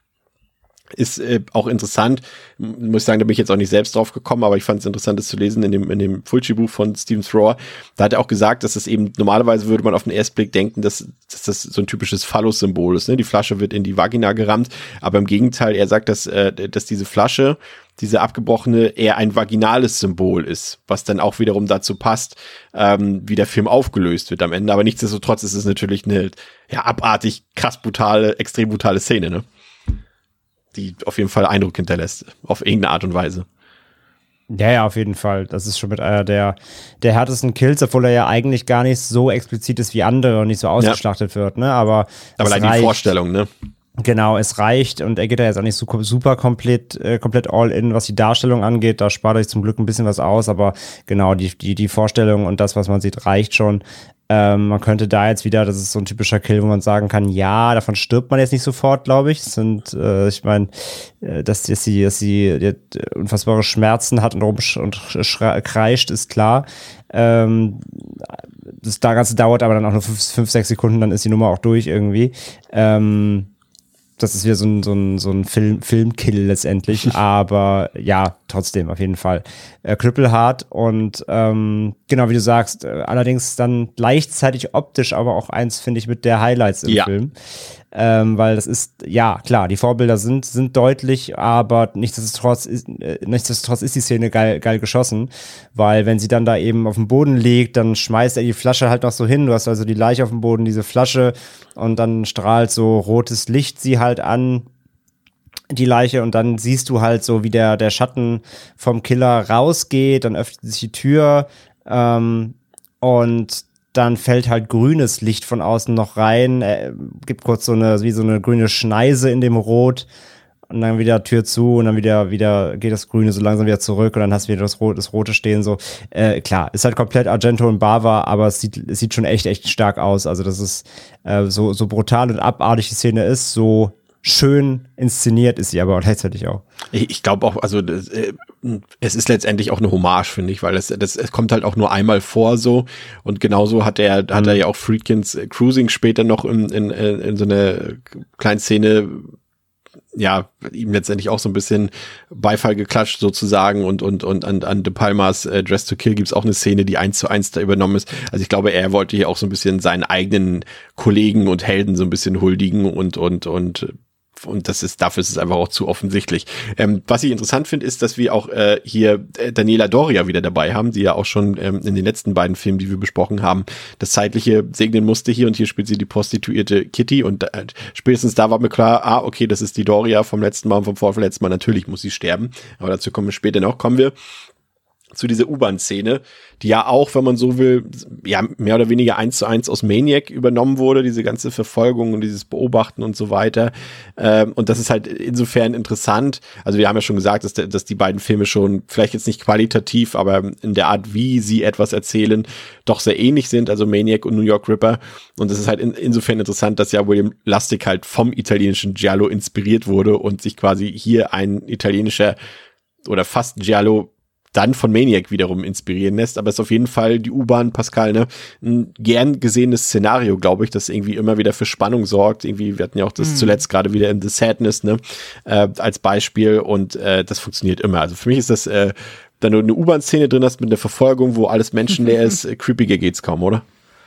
Speaker 2: Ist äh, auch interessant, muss ich sagen, da bin ich jetzt auch nicht selbst drauf gekommen, aber ich fand es interessant, das zu lesen in dem in dem Fulci-Buch von Stephen Thrower. Da hat er auch gesagt, dass es eben, normalerweise würde man auf den ersten Blick denken, dass, dass das so ein typisches Phallus-Symbol ist, ne? Die Flasche wird in die Vagina gerammt, aber im Gegenteil, er sagt, dass, äh, dass diese Flasche, diese abgebrochene, eher ein vaginales Symbol ist, was dann auch wiederum dazu passt, ähm, wie der Film aufgelöst wird am Ende. Aber nichtsdestotrotz ist es natürlich eine ja abartig, krass brutale, extrem brutale Szene, ne? Die auf jeden Fall Eindruck hinterlässt, auf irgendeine Art und Weise.
Speaker 3: Ja, ja, auf jeden Fall. Das ist schon mit einer der, der härtesten Kills, obwohl er ja eigentlich gar nicht so explizit ist wie andere und nicht so ausgeschlachtet ja. wird, ne? Aber,
Speaker 2: Aber leider die Vorstellung, ne?
Speaker 3: Genau, es reicht und er geht da jetzt auch nicht so super komplett, äh, komplett all in, was die Darstellung angeht. Da spart er sich zum Glück ein bisschen was aus, aber genau, die, die, die Vorstellung und das, was man sieht, reicht schon. Ähm, man könnte da jetzt wieder, das ist so ein typischer Kill, wo man sagen kann, ja, davon stirbt man jetzt nicht sofort, glaube ich. Das sind, äh, ich meine, äh, dass, dass sie, dass sie die, unfassbare Schmerzen hat und rumsch und kreischt, ist klar. Ähm, das Ganze dauert aber dann auch nur fünf, fünf, sechs Sekunden, dann ist die Nummer auch durch irgendwie. Ähm, Das ist wieder so ein, so ein, so ein Film, Filmkill letztendlich, aber ja, trotzdem auf jeden Fall äh, knüppelhart und ähm, genau, wie du sagst, äh, allerdings dann gleichzeitig optisch, aber auch eins, finde ich, mit der Highlights im
Speaker 2: ja.
Speaker 3: Film. Ähm, weil das ist, ja, klar, die Vorbilder sind, sind deutlich, aber nichtsdestotrotz ist, äh, nichtsdestotrotz ist die Szene geil, geil geschossen, weil wenn sie dann da eben auf dem Boden liegt, dann schmeißt er die Flasche halt noch so hin, du hast also die Leiche auf dem Boden, diese Flasche und dann strahlt so rotes Licht sie halt an, die Leiche, und dann siehst du halt so, wie der, der Schatten vom Killer rausgeht, dann öffnet sich die Tür, ähm, und dann fällt halt grünes Licht von außen noch rein, äh, gibt kurz so eine, wie so eine grüne Schneise in dem Rot und dann wieder Tür zu und dann wieder, wieder geht das Grüne so langsam wieder zurück und dann hast du wieder das Rote, das Rote stehen, so. Äh, klar, ist halt komplett Argento und Bava, aber es sieht, es sieht schon echt, echt stark aus. Also das ist, äh, so, so brutal und abartig die Szene ist, so schön inszeniert ist sie aber gleichzeitig auch.
Speaker 2: Ich, ich glaube auch, also das, äh, es ist letztendlich auch eine Hommage, finde ich, weil es, das, es kommt halt auch nur einmal vor so und genauso hat er, mhm. hat er ja auch Friedkins Cruising später noch in, in, in so einer kleinen Szene, ja, ihm letztendlich auch so ein bisschen Beifall geklatscht sozusagen und und und an, an De Palmas äh, Dress to Kill gibt's auch eine Szene, die eins zu eins da übernommen ist. Also ich glaube, er wollte hier auch so ein bisschen seinen eigenen Kollegen und Helden so ein bisschen huldigen und und und und das ist, dafür ist es einfach auch zu offensichtlich. Ähm, was ich interessant finde, ist, dass wir auch äh, hier äh, Daniela Doria wieder dabei haben, die ja auch schon ähm, in den letzten beiden Filmen, die wir besprochen haben, das Zeitliche segnen musste hier und hier spielt sie die prostituierte Kitty und äh, spätestens da war mir klar, ah, okay, das ist die Doria vom letzten Mal und vom vorletzten Mal, natürlich muss sie sterben, aber dazu kommen wir später noch. Kommen wir zu dieser U-Bahn-Szene, die ja auch, wenn man so will, ja, mehr oder weniger eins zu eins aus Maniac übernommen wurde, diese ganze Verfolgung und dieses Beobachten und so weiter. Ähm, und das ist halt insofern interessant. Also wir haben ja schon gesagt, dass, dass die beiden Filme schon vielleicht jetzt nicht qualitativ, aber in der Art, wie sie etwas erzählen, doch sehr ähnlich sind, also Maniac und New York Ripper. Und es ist halt in, insofern interessant, dass ja William Lustig halt vom italienischen Giallo inspiriert wurde und sich quasi hier ein italienischer oder fast Giallo dann von Maniac wiederum inspirieren lässt, aber es ist auf jeden Fall die U-Bahn, Pascal, ne, ein gern gesehenes Szenario, glaube ich, das irgendwie immer wieder für Spannung sorgt. Irgendwie, wir hatten ja auch das mhm. zuletzt gerade wieder in The Sadness, ne, äh, als Beispiel und äh, das funktioniert immer. Also für mich ist das, äh, da du eine U-Bahn-Szene drin hast mit einer Verfolgung, wo alles menschenleer ist, äh, creepiger geht's kaum, oder?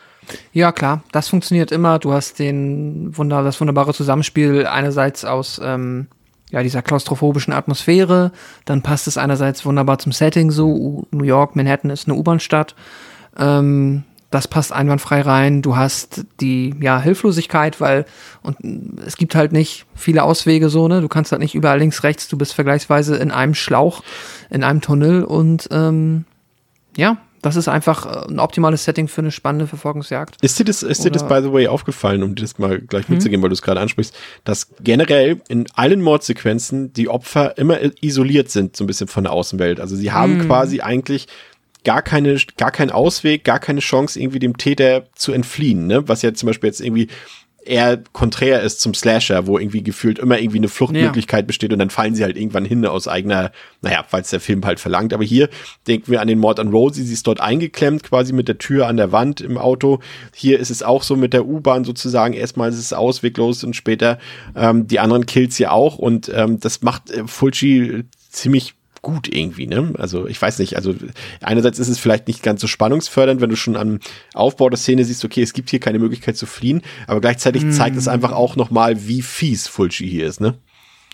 Speaker 5: Ja, klar, das funktioniert immer. Du hast den Wunder, das wunderbare Zusammenspiel einerseits aus ähm ja, dieser klaustrophobischen Atmosphäre, dann passt es einerseits wunderbar zum Setting so, New York, Manhattan ist eine U-Bahn-Stadt, ähm, das passt einwandfrei rein, du hast die, ja, Hilflosigkeit, weil, und es gibt halt nicht viele Auswege so, ne, du kannst halt nicht überall links, rechts, du bist vergleichsweise in einem Schlauch, in einem Tunnel und, ähm, ja, das ist einfach ein optimales Setting für eine spannende Verfolgungsjagd.
Speaker 2: Ist dir das, ist dir das, by the way, aufgefallen, um dir das mal gleich hm? mitzugeben, weil du es gerade ansprichst, dass generell in allen Mordsequenzen die Opfer immer isoliert sind, so ein bisschen von der Außenwelt. Also sie haben hm. quasi eigentlich gar keine, gar keinen Ausweg, gar keine Chance, irgendwie dem Täter zu entfliehen, ne? Was ja zum Beispiel jetzt irgendwie eher konträr ist zum Slasher, wo irgendwie gefühlt immer irgendwie eine Fluchtmöglichkeit ja. besteht und dann fallen sie halt irgendwann hin aus eigener, naja, weil es der Film halt verlangt. Aber hier denken wir an den Mord an Rosie, sie ist dort eingeklemmt, quasi mit der Tür an der Wand im Auto. Hier ist es auch so mit der U-Bahn sozusagen, erstmal ist es ausweglos und später ähm, die anderen Kills hier auch und ähm, das macht äh, Fulci ziemlich gut irgendwie, ne? Also ich weiß nicht, also einerseits ist es vielleicht nicht ganz so spannungsfördernd, wenn du schon am Aufbau der Szene siehst, okay, es gibt hier keine Möglichkeit zu fliehen, aber gleichzeitig mm. zeigt es einfach auch nochmal, wie fies Fulci hier ist, ne?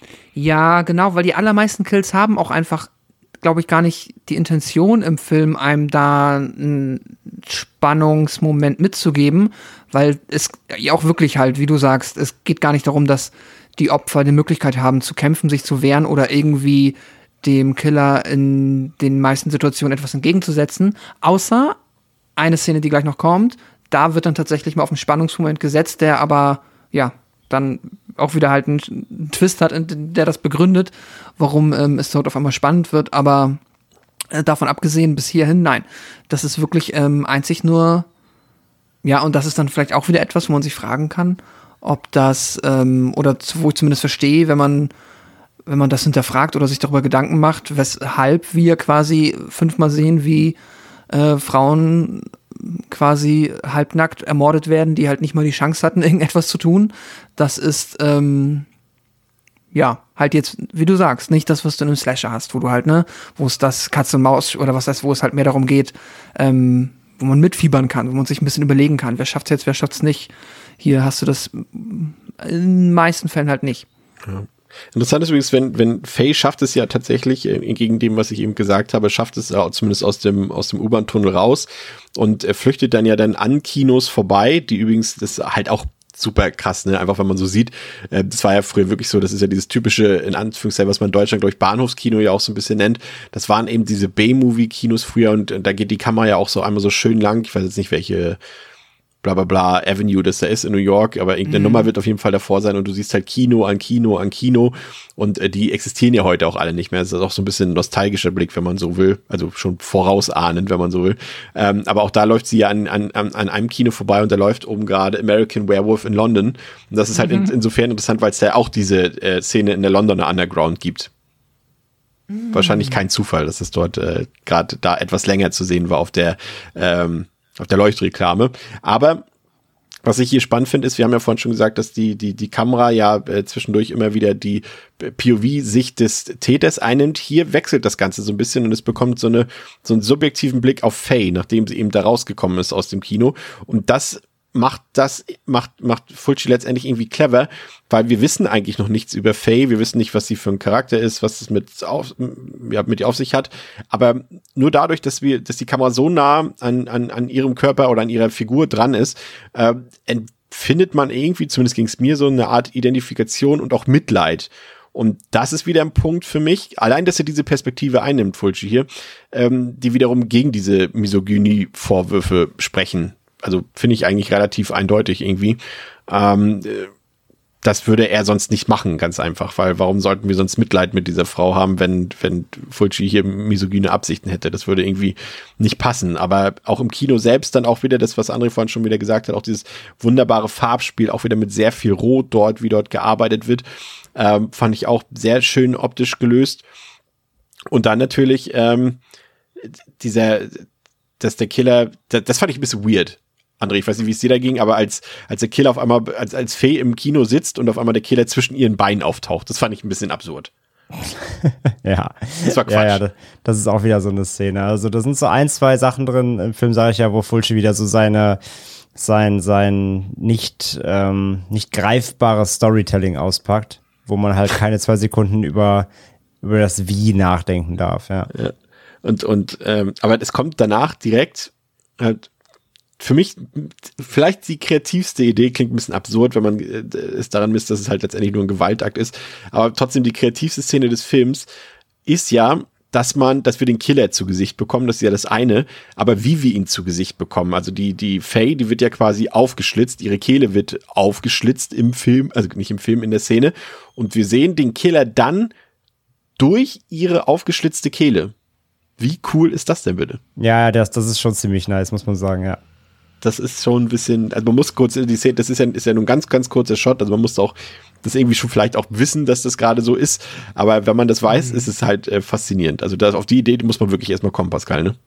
Speaker 5: Ja, genau, weil die allermeisten Kills haben auch einfach, glaube ich, gar nicht die Intention im Film, einem da einen Spannungsmoment mitzugeben, weil es ja auch wirklich halt, wie du sagst, es geht gar nicht darum, dass die Opfer die Möglichkeit haben zu kämpfen, sich zu wehren oder irgendwie dem Killer in den meisten Situationen etwas entgegenzusetzen, außer eine Szene, die gleich noch kommt, da wird dann tatsächlich mal auf einen Spannungsmoment gesetzt, der aber, ja, dann auch wieder halt einen Twist hat, der das begründet, warum ähm, es dort auf einmal spannend wird, aber äh, davon abgesehen, bis hierhin, nein. Das ist wirklich ähm, einzig nur, ja, und das ist dann vielleicht auch wieder etwas, wo man sich fragen kann, ob das, ähm, oder wo ich zumindest verstehe, wenn man wenn man das hinterfragt oder sich darüber Gedanken macht, weshalb wir quasi fünfmal sehen, wie äh, Frauen quasi halbnackt ermordet werden, die halt nicht mal die Chance hatten, irgendetwas zu tun. Das ist, ähm, ja, halt jetzt, wie du sagst, nicht das, was du in einem Slasher hast, wo du halt, ne, wo es das Katze und Maus oder was heißt, wo es halt mehr darum geht, ähm, wo man mitfiebern kann, wo man sich ein bisschen überlegen kann, wer schafft's jetzt, wer schafft's nicht. Hier hast du das in den meisten Fällen halt nicht.
Speaker 2: Ja. Interessant ist übrigens, wenn, wenn Faye schafft es ja tatsächlich, entgegen dem, was ich eben gesagt habe, schafft es ja zumindest aus dem, aus dem U-Bahn-Tunnel raus und er flüchtet dann ja dann an Kinos vorbei, die übrigens, das halt auch super krass, ne, einfach wenn man so sieht, äh, das war ja früher wirklich so, das ist ja dieses typische, in Anführungszeichen, was man in Deutschland, glaube ich, Bahnhofskino ja auch so ein bisschen nennt, das waren eben diese B-Movie-Kinos früher und, und da geht die Kamera ja auch so einmal so schön lang, ich weiß jetzt nicht, welche bla bla bla Avenue, das da ist in New York, aber irgendeine mhm. Nummer wird auf jeden Fall davor sein und du siehst halt Kino an Kino an Kino und äh, die existieren ja heute auch alle nicht mehr. Das ist auch so ein bisschen ein nostalgischer Blick, wenn man so will, also schon vorausahnend, wenn man so will. Ähm, aber auch da läuft sie ja an, an, an einem Kino vorbei und da läuft oben gerade American Werewolf in London und das ist halt mhm. in, insofern interessant, weil es da auch diese äh, Szene in der Londoner Underground gibt. Mhm. Wahrscheinlich kein Zufall, dass es dort äh, gerade da etwas länger zu sehen war auf der ähm, auf der Leuchtreklame. Aber was ich hier spannend finde, ist, wir haben ja vorhin schon gesagt, dass die die die Kamera ja äh, zwischendurch immer wieder die P O V-Sicht des Täters einnimmt. Hier wechselt das Ganze so ein bisschen und es bekommt so eine so einen subjektiven Blick auf Faye, nachdem sie eben da rausgekommen ist aus dem Kino. Und das macht das, macht, macht Fulci letztendlich irgendwie clever, weil wir wissen eigentlich noch nichts über Faye, wir wissen nicht, was sie für ein Charakter ist, was es mit, auf, ja, mit ihr auf sich hat, aber nur dadurch, dass wir, dass die Kamera so nah an, an, an ihrem Körper oder an ihrer Figur dran ist, äh, findet man irgendwie, zumindest ging es mir so, eine Art Identifikation und auch Mitleid. Und das ist wieder ein Punkt für mich, allein, dass er diese Perspektive einnimmt, Fulci hier, ähm, die wiederum gegen diese Misogynie-Vorwürfe sprechen. Also finde ich eigentlich relativ eindeutig irgendwie. Ähm, das würde er sonst nicht machen, ganz einfach, weil warum sollten wir sonst Mitleid mit dieser Frau haben, wenn wenn Fulci hier misogyne Absichten hätte? Das würde irgendwie nicht passen. Aber auch im Kino selbst dann auch wieder das, was André vorhin schon wieder gesagt hat, auch dieses wunderbare Farbspiel, auch wieder mit sehr viel Rot dort, wie dort gearbeitet wird, ähm, fand ich auch sehr schön optisch gelöst. Und dann natürlich ähm, dieser, dass der Killer, das, das fand ich ein bisschen weird. André, ich weiß nicht, wie es dir da ging, aber als, als der Killer auf einmal, als, als Faye im Kino sitzt und auf einmal der Killer zwischen ihren Beinen auftaucht, das fand ich ein bisschen absurd.
Speaker 3: Ja.
Speaker 2: Das war Quatsch.
Speaker 3: Ja, ja, das, das ist auch wieder so eine Szene. Also da sind so ein, zwei Sachen drin im Film, sage ich ja, wo Fulci wieder so seine, sein, sein nicht, ähm, nicht greifbares Storytelling auspackt, wo man halt keine zwei Sekunden über, über das Wie nachdenken darf, ja.
Speaker 2: Ja. Und, und, ähm, aber es kommt danach direkt halt, für mich vielleicht die kreativste Idee, klingt ein bisschen absurd, wenn man äh, es daran misst, dass es halt letztendlich nur ein Gewaltakt ist, aber trotzdem die kreativste Szene des Films ist ja, dass man, dass wir den Killer zu Gesicht bekommen, das ist ja das eine, aber wie wir ihn zu Gesicht bekommen, also die, die Faye, die wird ja quasi aufgeschlitzt, ihre Kehle wird aufgeschlitzt im Film, also nicht im Film, in der Szene, und wir sehen den Killer dann durch ihre aufgeschlitzte Kehle. Wie cool ist das denn bitte?
Speaker 3: Ja, das, das ist schon ziemlich nice, muss man sagen, ja.
Speaker 2: Das ist schon ein bisschen, also man muss kurz, die Szene, das ist ja, ist ja nur ein ganz, ganz kurzer Shot, also man muss auch das irgendwie schon vielleicht auch wissen, dass das gerade so ist, aber wenn man das weiß, ist es halt äh, faszinierend. Also das, auf die Idee muss man wirklich erstmal kommen, Pascal, ne?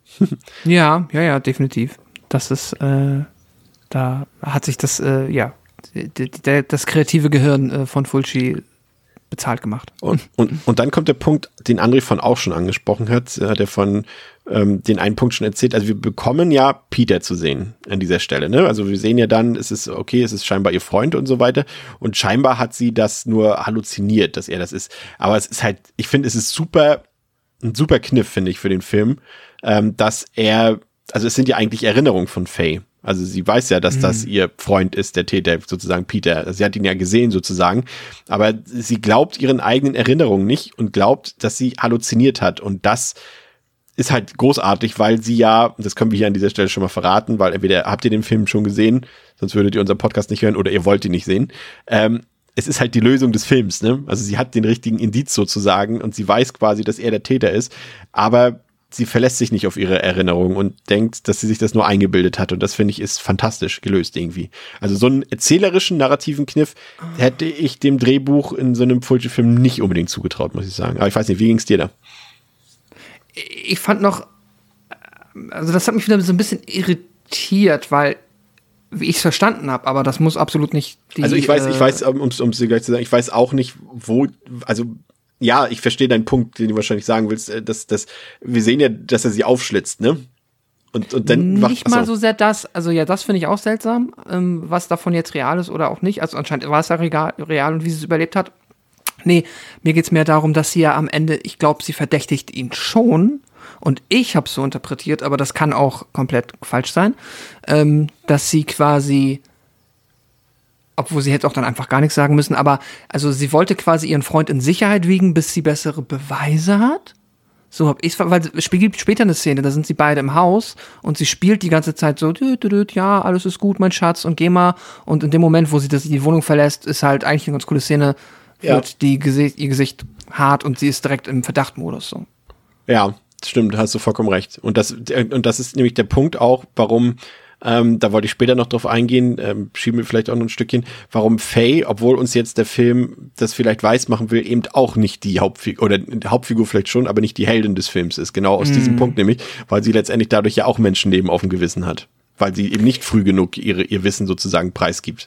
Speaker 5: Ja, ja, ja, definitiv. Das ist, äh, da hat sich das, äh, ja, d- d- das kreative Gehirn äh, von Fulci bezahlt gemacht.
Speaker 2: Und, und, und dann kommt der Punkt, den André von auch schon angesprochen hat, hat er von ähm, den einen Punkt schon erzählt, also wir bekommen ja Peter zu sehen an dieser Stelle, ne? Also wir sehen ja dann, es ist okay, es ist scheinbar ihr Freund und so weiter und scheinbar hat sie das nur halluziniert, dass er das ist, aber es ist halt, ich finde, es ist super, ein super Kniff, finde ich, für den Film, ähm, dass er, also es sind ja eigentlich Erinnerungen von Faye. Also sie weiß ja, dass mhm. das ihr Freund ist, der Täter, sozusagen Peter. Sie hat ihn ja gesehen sozusagen, aber sie glaubt ihren eigenen Erinnerungen nicht und glaubt, dass sie halluziniert hat. Und das ist halt großartig, weil sie ja, das können wir hier an dieser Stelle schon mal verraten, weil entweder habt ihr den Film schon gesehen, sonst würdet ihr unseren Podcast nicht hören, oder ihr wollt ihn nicht sehen. Ähm, es ist halt die Lösung des Films, ne? Also sie hat den richtigen Indiz sozusagen und sie weiß quasi, dass er der Täter ist, aber sie verlässt sich nicht auf ihre Erinnerung und denkt, dass sie sich das nur eingebildet hat. Und das, finde ich, ist fantastisch gelöst irgendwie. Also so einen erzählerischen, narrativen Kniff hätte ich dem Drehbuch in so einem Fulci-Film nicht unbedingt zugetraut, muss ich sagen. Aber ich weiß nicht, wie ging es dir da?
Speaker 5: Ich fand noch, also das hat mich wieder so ein bisschen irritiert, weil, wie ich es verstanden habe, aber das muss absolut nicht die...
Speaker 2: Also ich weiß,
Speaker 5: äh,
Speaker 2: ich weiß, um es dir gleich zu sagen, ich weiß auch nicht, wo, also... Ja, ich verstehe deinen Punkt, den du wahrscheinlich sagen willst, dass, dass wir sehen ja, dass er sie aufschlitzt, ne? Und, und dann
Speaker 5: nicht mal so sehr das, also ja, das finde ich auch seltsam, ähm, was davon jetzt real ist oder auch nicht. Also anscheinend war es ja real, real und wie sie es überlebt hat. Nee, mir geht's mehr darum, dass sie ja am Ende, ich glaube, sie verdächtigt ihn schon und ich habe es so interpretiert, aber das kann auch komplett falsch sein, ähm, dass sie quasi, obwohl sie hätte auch dann einfach gar nichts sagen müssen, aber also sie wollte quasi ihren Freund in Sicherheit wiegen, bis sie bessere Beweise hat. So hab ich's, weil es gibt später eine Szene, da sind sie beide im Haus und sie spielt die ganze Zeit so, dü, dü, dü, ja, alles ist gut, mein Schatz, und geh mal. Und in dem Moment, wo sie das, die Wohnung verlässt, ist halt eigentlich eine ganz coole Szene,
Speaker 2: Ja.
Speaker 5: wird die Gesicht, ihr Gesicht hart und sie ist direkt im Verdachtmodus. So.
Speaker 2: Ja, stimmt, hast du vollkommen recht. Und das, und das ist nämlich der Punkt auch, warum, ähm, da wollte ich später noch drauf eingehen, ähm, schieben wir vielleicht auch noch ein Stückchen, warum Faye, obwohl uns jetzt der Film das vielleicht weiß machen will, eben auch nicht die Hauptfigur, oder die Hauptfigur vielleicht schon, aber nicht die Heldin des Films ist. Genau aus mm. diesem Punkt nämlich, weil sie letztendlich dadurch ja auch Menschenleben auf dem Gewissen hat. Weil sie eben nicht früh genug ihre, ihr Wissen sozusagen preisgibt.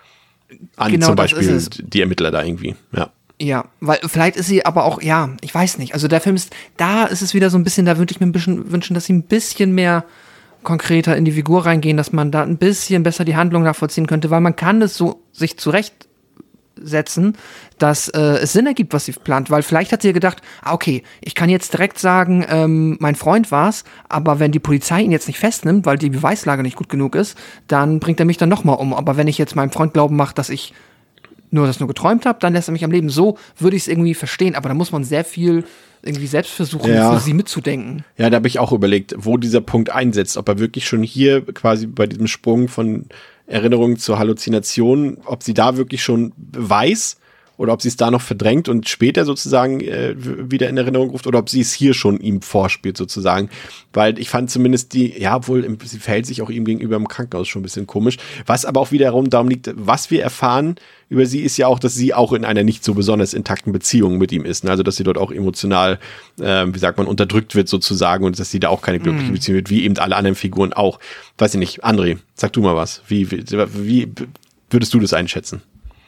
Speaker 2: An
Speaker 5: Genau,
Speaker 2: zum
Speaker 5: das
Speaker 2: Beispiel
Speaker 5: ist es.
Speaker 2: die Ermittler da irgendwie, ja.
Speaker 5: Ja, weil vielleicht ist sie aber auch, ja, ich weiß nicht. Also der Film ist, da ist es wieder so ein bisschen, da würde ich mir ein bisschen wünschen, dass sie ein bisschen mehr konkreter in die Figur reingehen, dass man da ein bisschen besser die Handlung nachvollziehen könnte, weil man kann es so sich zurechtsetzen, dass äh, es Sinn ergibt, was sie plant, weil vielleicht hat sie ja gedacht, ah, okay, ich kann jetzt direkt sagen, ähm, mein Freund war's, aber wenn die Polizei ihn jetzt nicht festnimmt, weil die Beweislage nicht gut genug ist, dann bringt er mich dann nochmal um. Aber wenn ich jetzt meinem Freund glauben mache, dass ich nur das nur geträumt habe, dann lässt er mich am Leben. So würde ich es irgendwie verstehen, aber da muss man sehr viel irgendwie selbst versuchen,
Speaker 2: Ja.
Speaker 5: für sie mitzudenken.
Speaker 2: Ja, da habe ich auch überlegt, wo dieser Punkt einsetzt, ob er wirklich schon hier quasi bei diesem Sprung von Erinnerung zur Halluzination, ob sie da wirklich schon weiß oder ob sie es da noch verdrängt und später sozusagen äh, wieder in Erinnerung ruft oder ob sie es hier schon ihm vorspielt sozusagen, weil ich fand zumindest die, ja wohl, im- sie verhält sich auch ihm gegenüber im Krankenhaus schon ein bisschen komisch, was aber auch wiederum darum liegt, was wir erfahren über sie ist ja auch, dass sie auch in einer nicht so besonders intakten Beziehung mit ihm ist, ne? Also dass sie dort auch emotional, äh, wie sagt man, unterdrückt wird sozusagen und dass sie da auch keine glückliche
Speaker 5: Mhm.
Speaker 2: Beziehung wird, wie eben alle anderen Figuren auch. Weiß ich nicht, André, sag du mal was, wie, wie, wie würdest du das einschätzen?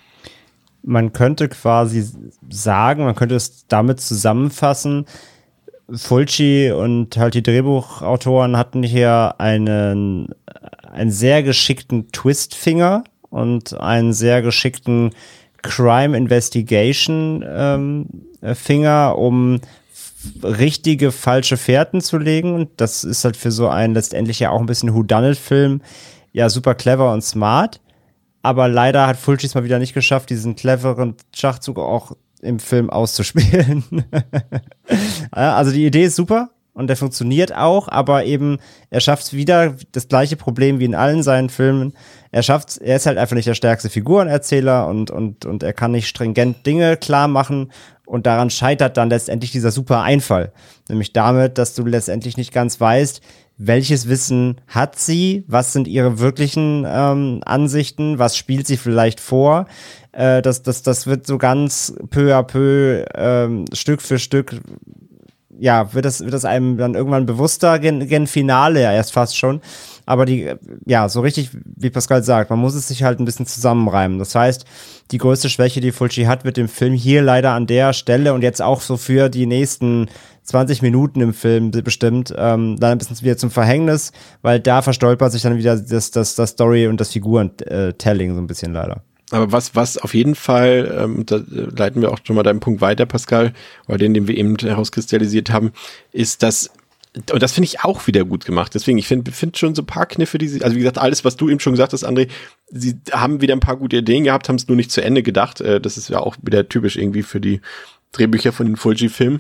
Speaker 3: Man könnte quasi sagen, man könnte es damit zusammenfassen, Fulci und halt die Drehbuchautoren hatten hier einen, einen sehr geschickten Twistfinger und einen sehr geschickten Crime Investigation ähm, Finger, um f- richtige falsche Fährten zu legen. Und das ist halt für so einen letztendlich ja auch ein bisschen Whodunit-Film ja super clever und smart. Aber leider hat Fulci es mal wieder nicht geschafft, diesen cleveren Schachzug auch im Film auszuspielen. Ja, also die Idee ist super und der funktioniert auch, aber eben er schafft wieder das gleiche Problem wie in allen seinen Filmen. Er schafft, er ist halt einfach nicht der stärkste Figurenerzähler und und und er kann nicht stringent Dinge klar machen und daran scheitert dann letztendlich dieser super Einfall, nämlich damit, dass du letztendlich nicht ganz weißt, welches Wissen hat sie, was sind ihre wirklichen ähm, Ansichten, was spielt sie vielleicht vor. Äh, das, das, das wird so ganz peu à peu, ähm, Stück für Stück, ja, wird das, wird das einem dann irgendwann bewusster, gen, gen Finale ja erst fast schon. Aber die, ja, so richtig, wie Pascal sagt, man muss es sich halt ein bisschen zusammenreimen. Das heißt, die größte Schwäche, die Fulci hat, wird im Film hier leider an der Stelle und jetzt auch so für die nächsten zwanzig Minuten im Film bestimmt, ähm, dann ein bisschen wieder zum Verhängnis, weil da verstolpert sich dann wieder das, das, das Story und das Figurentelling so ein bisschen leider.
Speaker 2: Aber was, was auf jeden Fall, ähm, da leiten wir auch schon mal deinen Punkt weiter, Pascal, oder den, den wir eben herauskristallisiert haben, ist, dass, und das finde ich auch wieder gut gemacht. Deswegen, ich finde find schon so ein paar Kniffe, die sie, also wie gesagt, alles, was du eben schon gesagt hast, André, sie haben wieder ein paar gute Ideen gehabt, haben es nur nicht zu Ende gedacht. Äh, das ist ja auch wieder typisch irgendwie für die Drehbücher von den Fulci-Filmen.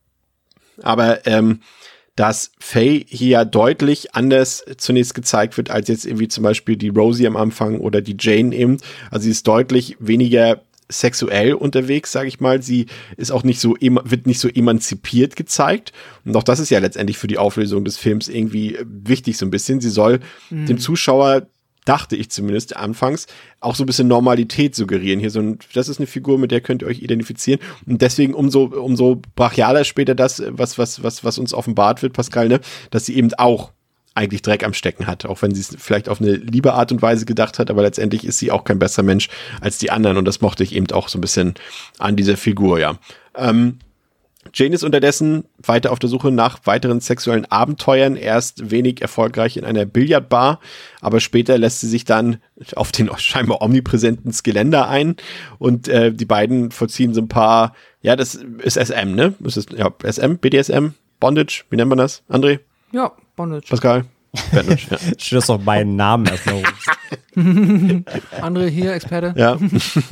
Speaker 2: Aber ähm, dass Faye hier deutlich anders zunächst gezeigt wird, als jetzt irgendwie zum Beispiel die Rosie am Anfang oder die Jane eben. Also sie ist deutlich weniger sexuell unterwegs, sage ich mal. Sie ist auch nicht so, wird nicht so emanzipiert gezeigt. Und auch das ist ja letztendlich für die Auflösung des Films irgendwie wichtig so ein bisschen. Sie soll mhm. dem Zuschauer, dachte ich zumindest anfangs, auch so ein bisschen Normalität suggerieren. Hier so ein, das ist eine Figur, mit der könnt ihr euch identifizieren. Und deswegen umso, umso brachialer später das, was, was, was, was uns offenbart wird, Pascal, ne, dass sie eben auch eigentlich Dreck am Stecken hat. Auch wenn sie es vielleicht auf eine liebe Art und Weise gedacht hat, aber letztendlich ist sie auch kein besserer Mensch als die anderen. Und das mochte ich eben auch so ein bisschen an dieser Figur, ja. Ähm, Jane ist unterdessen weiter auf der Suche nach weiteren sexuellen Abenteuern, erst wenig erfolgreich in einer Billardbar, aber später lässt sie sich dann auf den scheinbar omnipräsenten Skelender ein und äh, die beiden vollziehen so ein paar, ja, das ist S M, ne? Das ist, ja, S M, B D S M, Bondage, wie nennt man das? André?
Speaker 5: Ja, Bondage.
Speaker 2: Pascal? Bondage, ja.
Speaker 3: Schön, dass du auch meinen Namen erstmal rufst.
Speaker 5: André hier, Experte.
Speaker 2: Ja.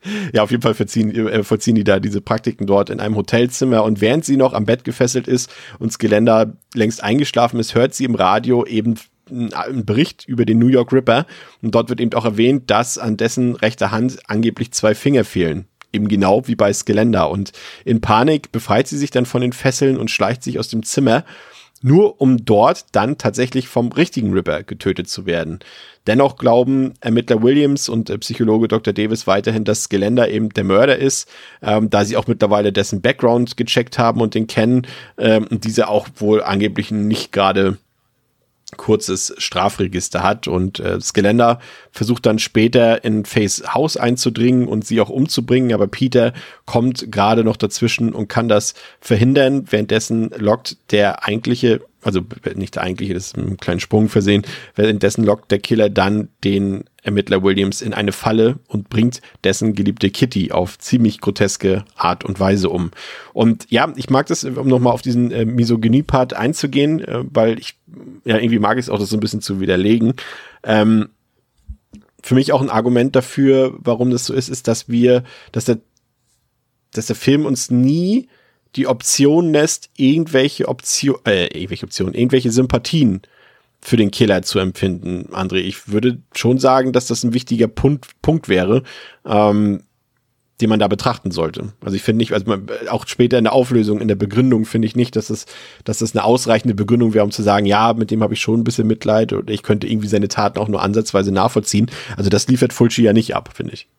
Speaker 2: Ja, auf jeden Fall vollziehen, äh, vollziehen die da diese Praktiken dort in einem Hotelzimmer und während sie noch am Bett gefesselt ist und Skelender längst eingeschlafen ist, hört sie im Radio eben einen Bericht über den New York Ripper und dort wird eben auch erwähnt, dass an dessen rechter Hand angeblich zwei Finger fehlen. Eben genau wie bei Skelender und in Panik befreit sie sich dann von den Fesseln und schleicht sich aus dem Zimmer, nur um dort dann tatsächlich vom richtigen Ripper getötet zu werden. Dennoch glauben Ermittler Williams und äh, Psychologe Doktor Davis weiterhin, dass Skelender eben der Mörder ist, ähm, da sie auch mittlerweile dessen Background gecheckt haben und den kennen ähm, und dieser auch wohl angeblich nicht gerade kurzes Strafregister hat und äh, Skelender versucht dann später in Fays Haus einzudringen und sie auch umzubringen, aber Peter kommt gerade noch dazwischen und kann das verhindern. Währenddessen lockt der eigentliche, also nicht der eigentliche, das ist mit einem kleinen Sprung versehen, währenddessen lockt der Killer dann den Ermittler Williams in eine Falle und bringt dessen geliebte Kitty auf ziemlich groteske Art und Weise um. Und ja, ich mag das, um nochmal auf diesen äh, Misogynie-Part einzugehen, äh, weil ich, ja, irgendwie mag ich es auch, das so ein bisschen zu widerlegen. Ähm, für mich auch ein Argument dafür, warum das so ist, ist, dass wir, dass der, dass der Film uns nie die Option lässt, irgendwelche Option, äh, irgendwelche Optionen, irgendwelche Sympathien für den Killer zu empfinden, André. Ich würde schon sagen, dass das ein wichtiger Punkt, Punkt wäre, ähm, den man da betrachten sollte. Also ich finde nicht, also man, auch später in der Auflösung, in der Begründung finde ich nicht, dass das, dass das eine ausreichende Begründung wäre, um zu sagen, ja, mit dem habe ich schon ein bisschen Mitleid und ich könnte irgendwie seine Taten auch nur ansatzweise nachvollziehen. Also das liefert Fulci ja nicht ab, finde ich.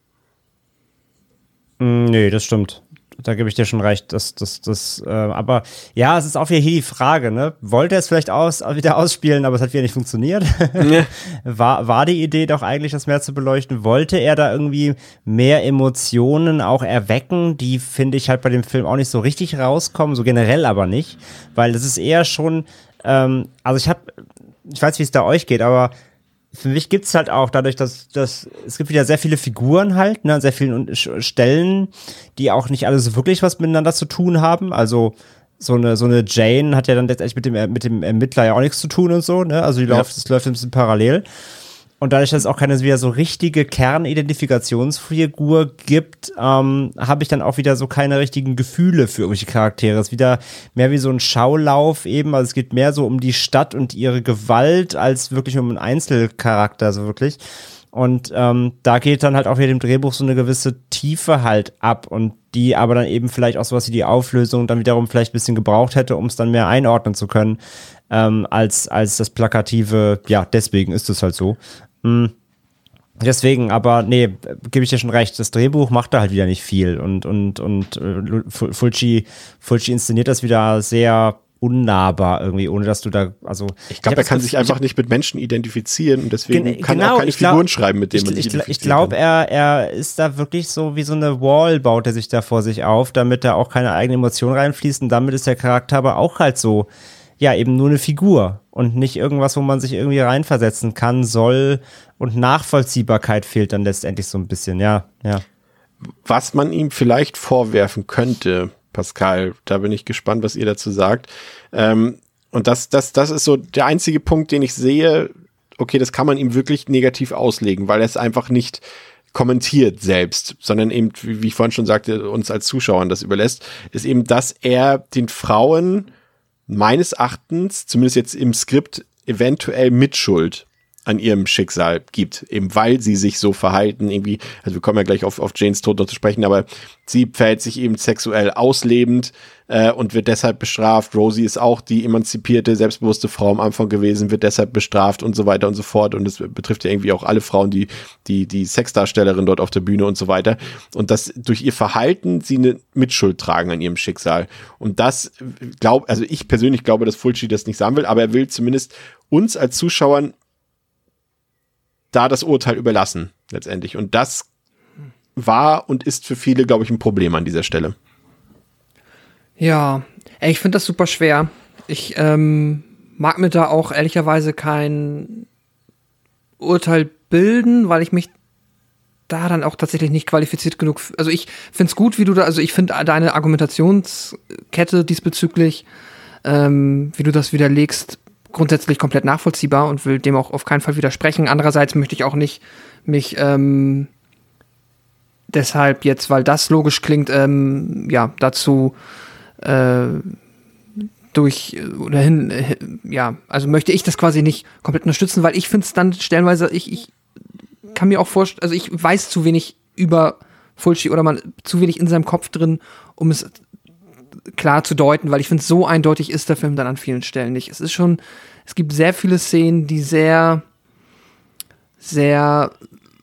Speaker 3: Nee, das stimmt. Da gebe ich dir schon recht, das, das, das, äh, aber ja, es ist auch wieder hier die Frage, ne? Wollte er es vielleicht aus, wieder ausspielen, aber es hat wieder nicht funktioniert? Ja. war, war die Idee doch eigentlich, das mehr zu beleuchten? Wollte er da irgendwie mehr Emotionen auch erwecken, die, finde ich, halt bei dem Film auch nicht so richtig rauskommen, so generell aber nicht, weil es ist eher schon, ähm, also ich habe, ich weiß, wie es da euch geht, aber für mich gibt's halt auch dadurch, dass, dass es gibt wieder sehr viele Figuren halt, ne, an sehr vielen Stellen, die auch nicht alle so wirklich was miteinander zu tun haben. Also so eine so eine Jane hat ja dann letztendlich mit dem mit dem Ermittler ja auch nichts zu tun und so, ne? Also die
Speaker 2: ja.
Speaker 3: läuft, das läuft ein bisschen parallel. Und dadurch, dass es auch keine wieder so richtige Kernidentifikationsfigur gibt, ähm, habe ich dann auch wieder so keine richtigen Gefühle für irgendwelche Charaktere. Es ist wieder mehr wie so ein Schaulauf eben. Also es geht mehr so um die Stadt und ihre Gewalt als wirklich um einen Einzelcharakter, so wirklich. Und ähm, da geht dann halt auch wieder dem Drehbuch so eine gewisse Tiefe halt ab und die aber dann eben vielleicht auch sowas wie die Auflösung dann wiederum vielleicht ein bisschen gebraucht hätte, um es dann mehr einordnen zu können, ähm, als, als das Plakative, ja, deswegen ist es halt so. Mhm. Deswegen, aber nee, gebe ich dir schon recht, das Drehbuch macht da halt wieder nicht viel und, und, und äh, Fulci, Fulci inszeniert das wieder sehr unnahbar irgendwie, ohne dass du da, also
Speaker 2: ich glaube, er kann sich einfach nicht mit Menschen identifizieren und deswegen
Speaker 3: gen-
Speaker 2: kann
Speaker 3: genau,
Speaker 2: er auch keine
Speaker 3: glaub,
Speaker 2: Figuren schreiben, mit denen man sich
Speaker 3: ich,
Speaker 2: identifizieren
Speaker 3: ich glaube, er, er ist da wirklich so wie so eine Wall, baut er sich da vor sich auf, damit da auch keine eigenen Emotionen reinfließen. Damit ist der Charakter aber auch halt so, ja, eben nur eine Figur und nicht irgendwas, wo man sich irgendwie reinversetzen kann, soll, und Nachvollziehbarkeit fehlt dann letztendlich so ein bisschen, ja, ja.
Speaker 2: Was man ihm vielleicht vorwerfen könnte, Pascal, da bin ich gespannt, was ihr dazu sagt. Ähm, und das, das, das ist so der einzige Punkt, den ich sehe, okay, das kann man ihm wirklich negativ auslegen, weil er es einfach nicht kommentiert selbst, sondern eben, wie ich vorhin schon sagte, uns als Zuschauern das überlässt, ist eben, dass er den Frauen meines Erachtens, zumindest jetzt im Skript, eventuell Mitschuld an ihrem Schicksal gibt, eben weil sie sich so verhalten, irgendwie, also wir kommen ja gleich auf, auf Janes Tod noch zu sprechen, aber sie verhält sich eben sexuell auslebend äh, und wird deshalb bestraft. Rosie ist auch die emanzipierte, selbstbewusste Frau am Anfang gewesen, wird deshalb bestraft und so weiter und so fort, und das betrifft ja irgendwie auch alle Frauen, die die die Sexdarstellerin dort auf der Bühne und so weiter, und dass durch ihr Verhalten sie eine Mitschuld tragen an ihrem Schicksal, und das glaube, also ich persönlich glaube, dass Fulci das nicht sagen will, aber er will zumindest uns als Zuschauern da das Urteil überlassen, letztendlich. Und das war und ist für viele, glaube ich, ein Problem an dieser Stelle.
Speaker 5: Ja, ey, ich finde das super schwer. Ich ähm, mag mir da auch ehrlicherweise kein Urteil bilden, weil ich mich da dann auch tatsächlich nicht qualifiziert genug, also ich finde es gut, wie du da, also ich finde deine Argumentationskette diesbezüglich, ähm, wie du das widerlegst, grundsätzlich komplett nachvollziehbar und will dem auch auf keinen Fall widersprechen. Andererseits möchte ich auch nicht mich ähm, deshalb jetzt, weil das logisch klingt, ähm, ja, dazu äh, durch oder hin, äh, ja, also möchte ich das quasi nicht komplett unterstützen, weil ich finde es dann stellenweise, ich, ich kann mir auch vorstellen, also ich weiß zu wenig über Fulci oder man zu wenig in seinem Kopf drin, um es klar zu deuten, weil ich finde, so eindeutig ist der Film dann an vielen Stellen nicht. Es ist schon, es gibt sehr viele Szenen, die sehr, sehr,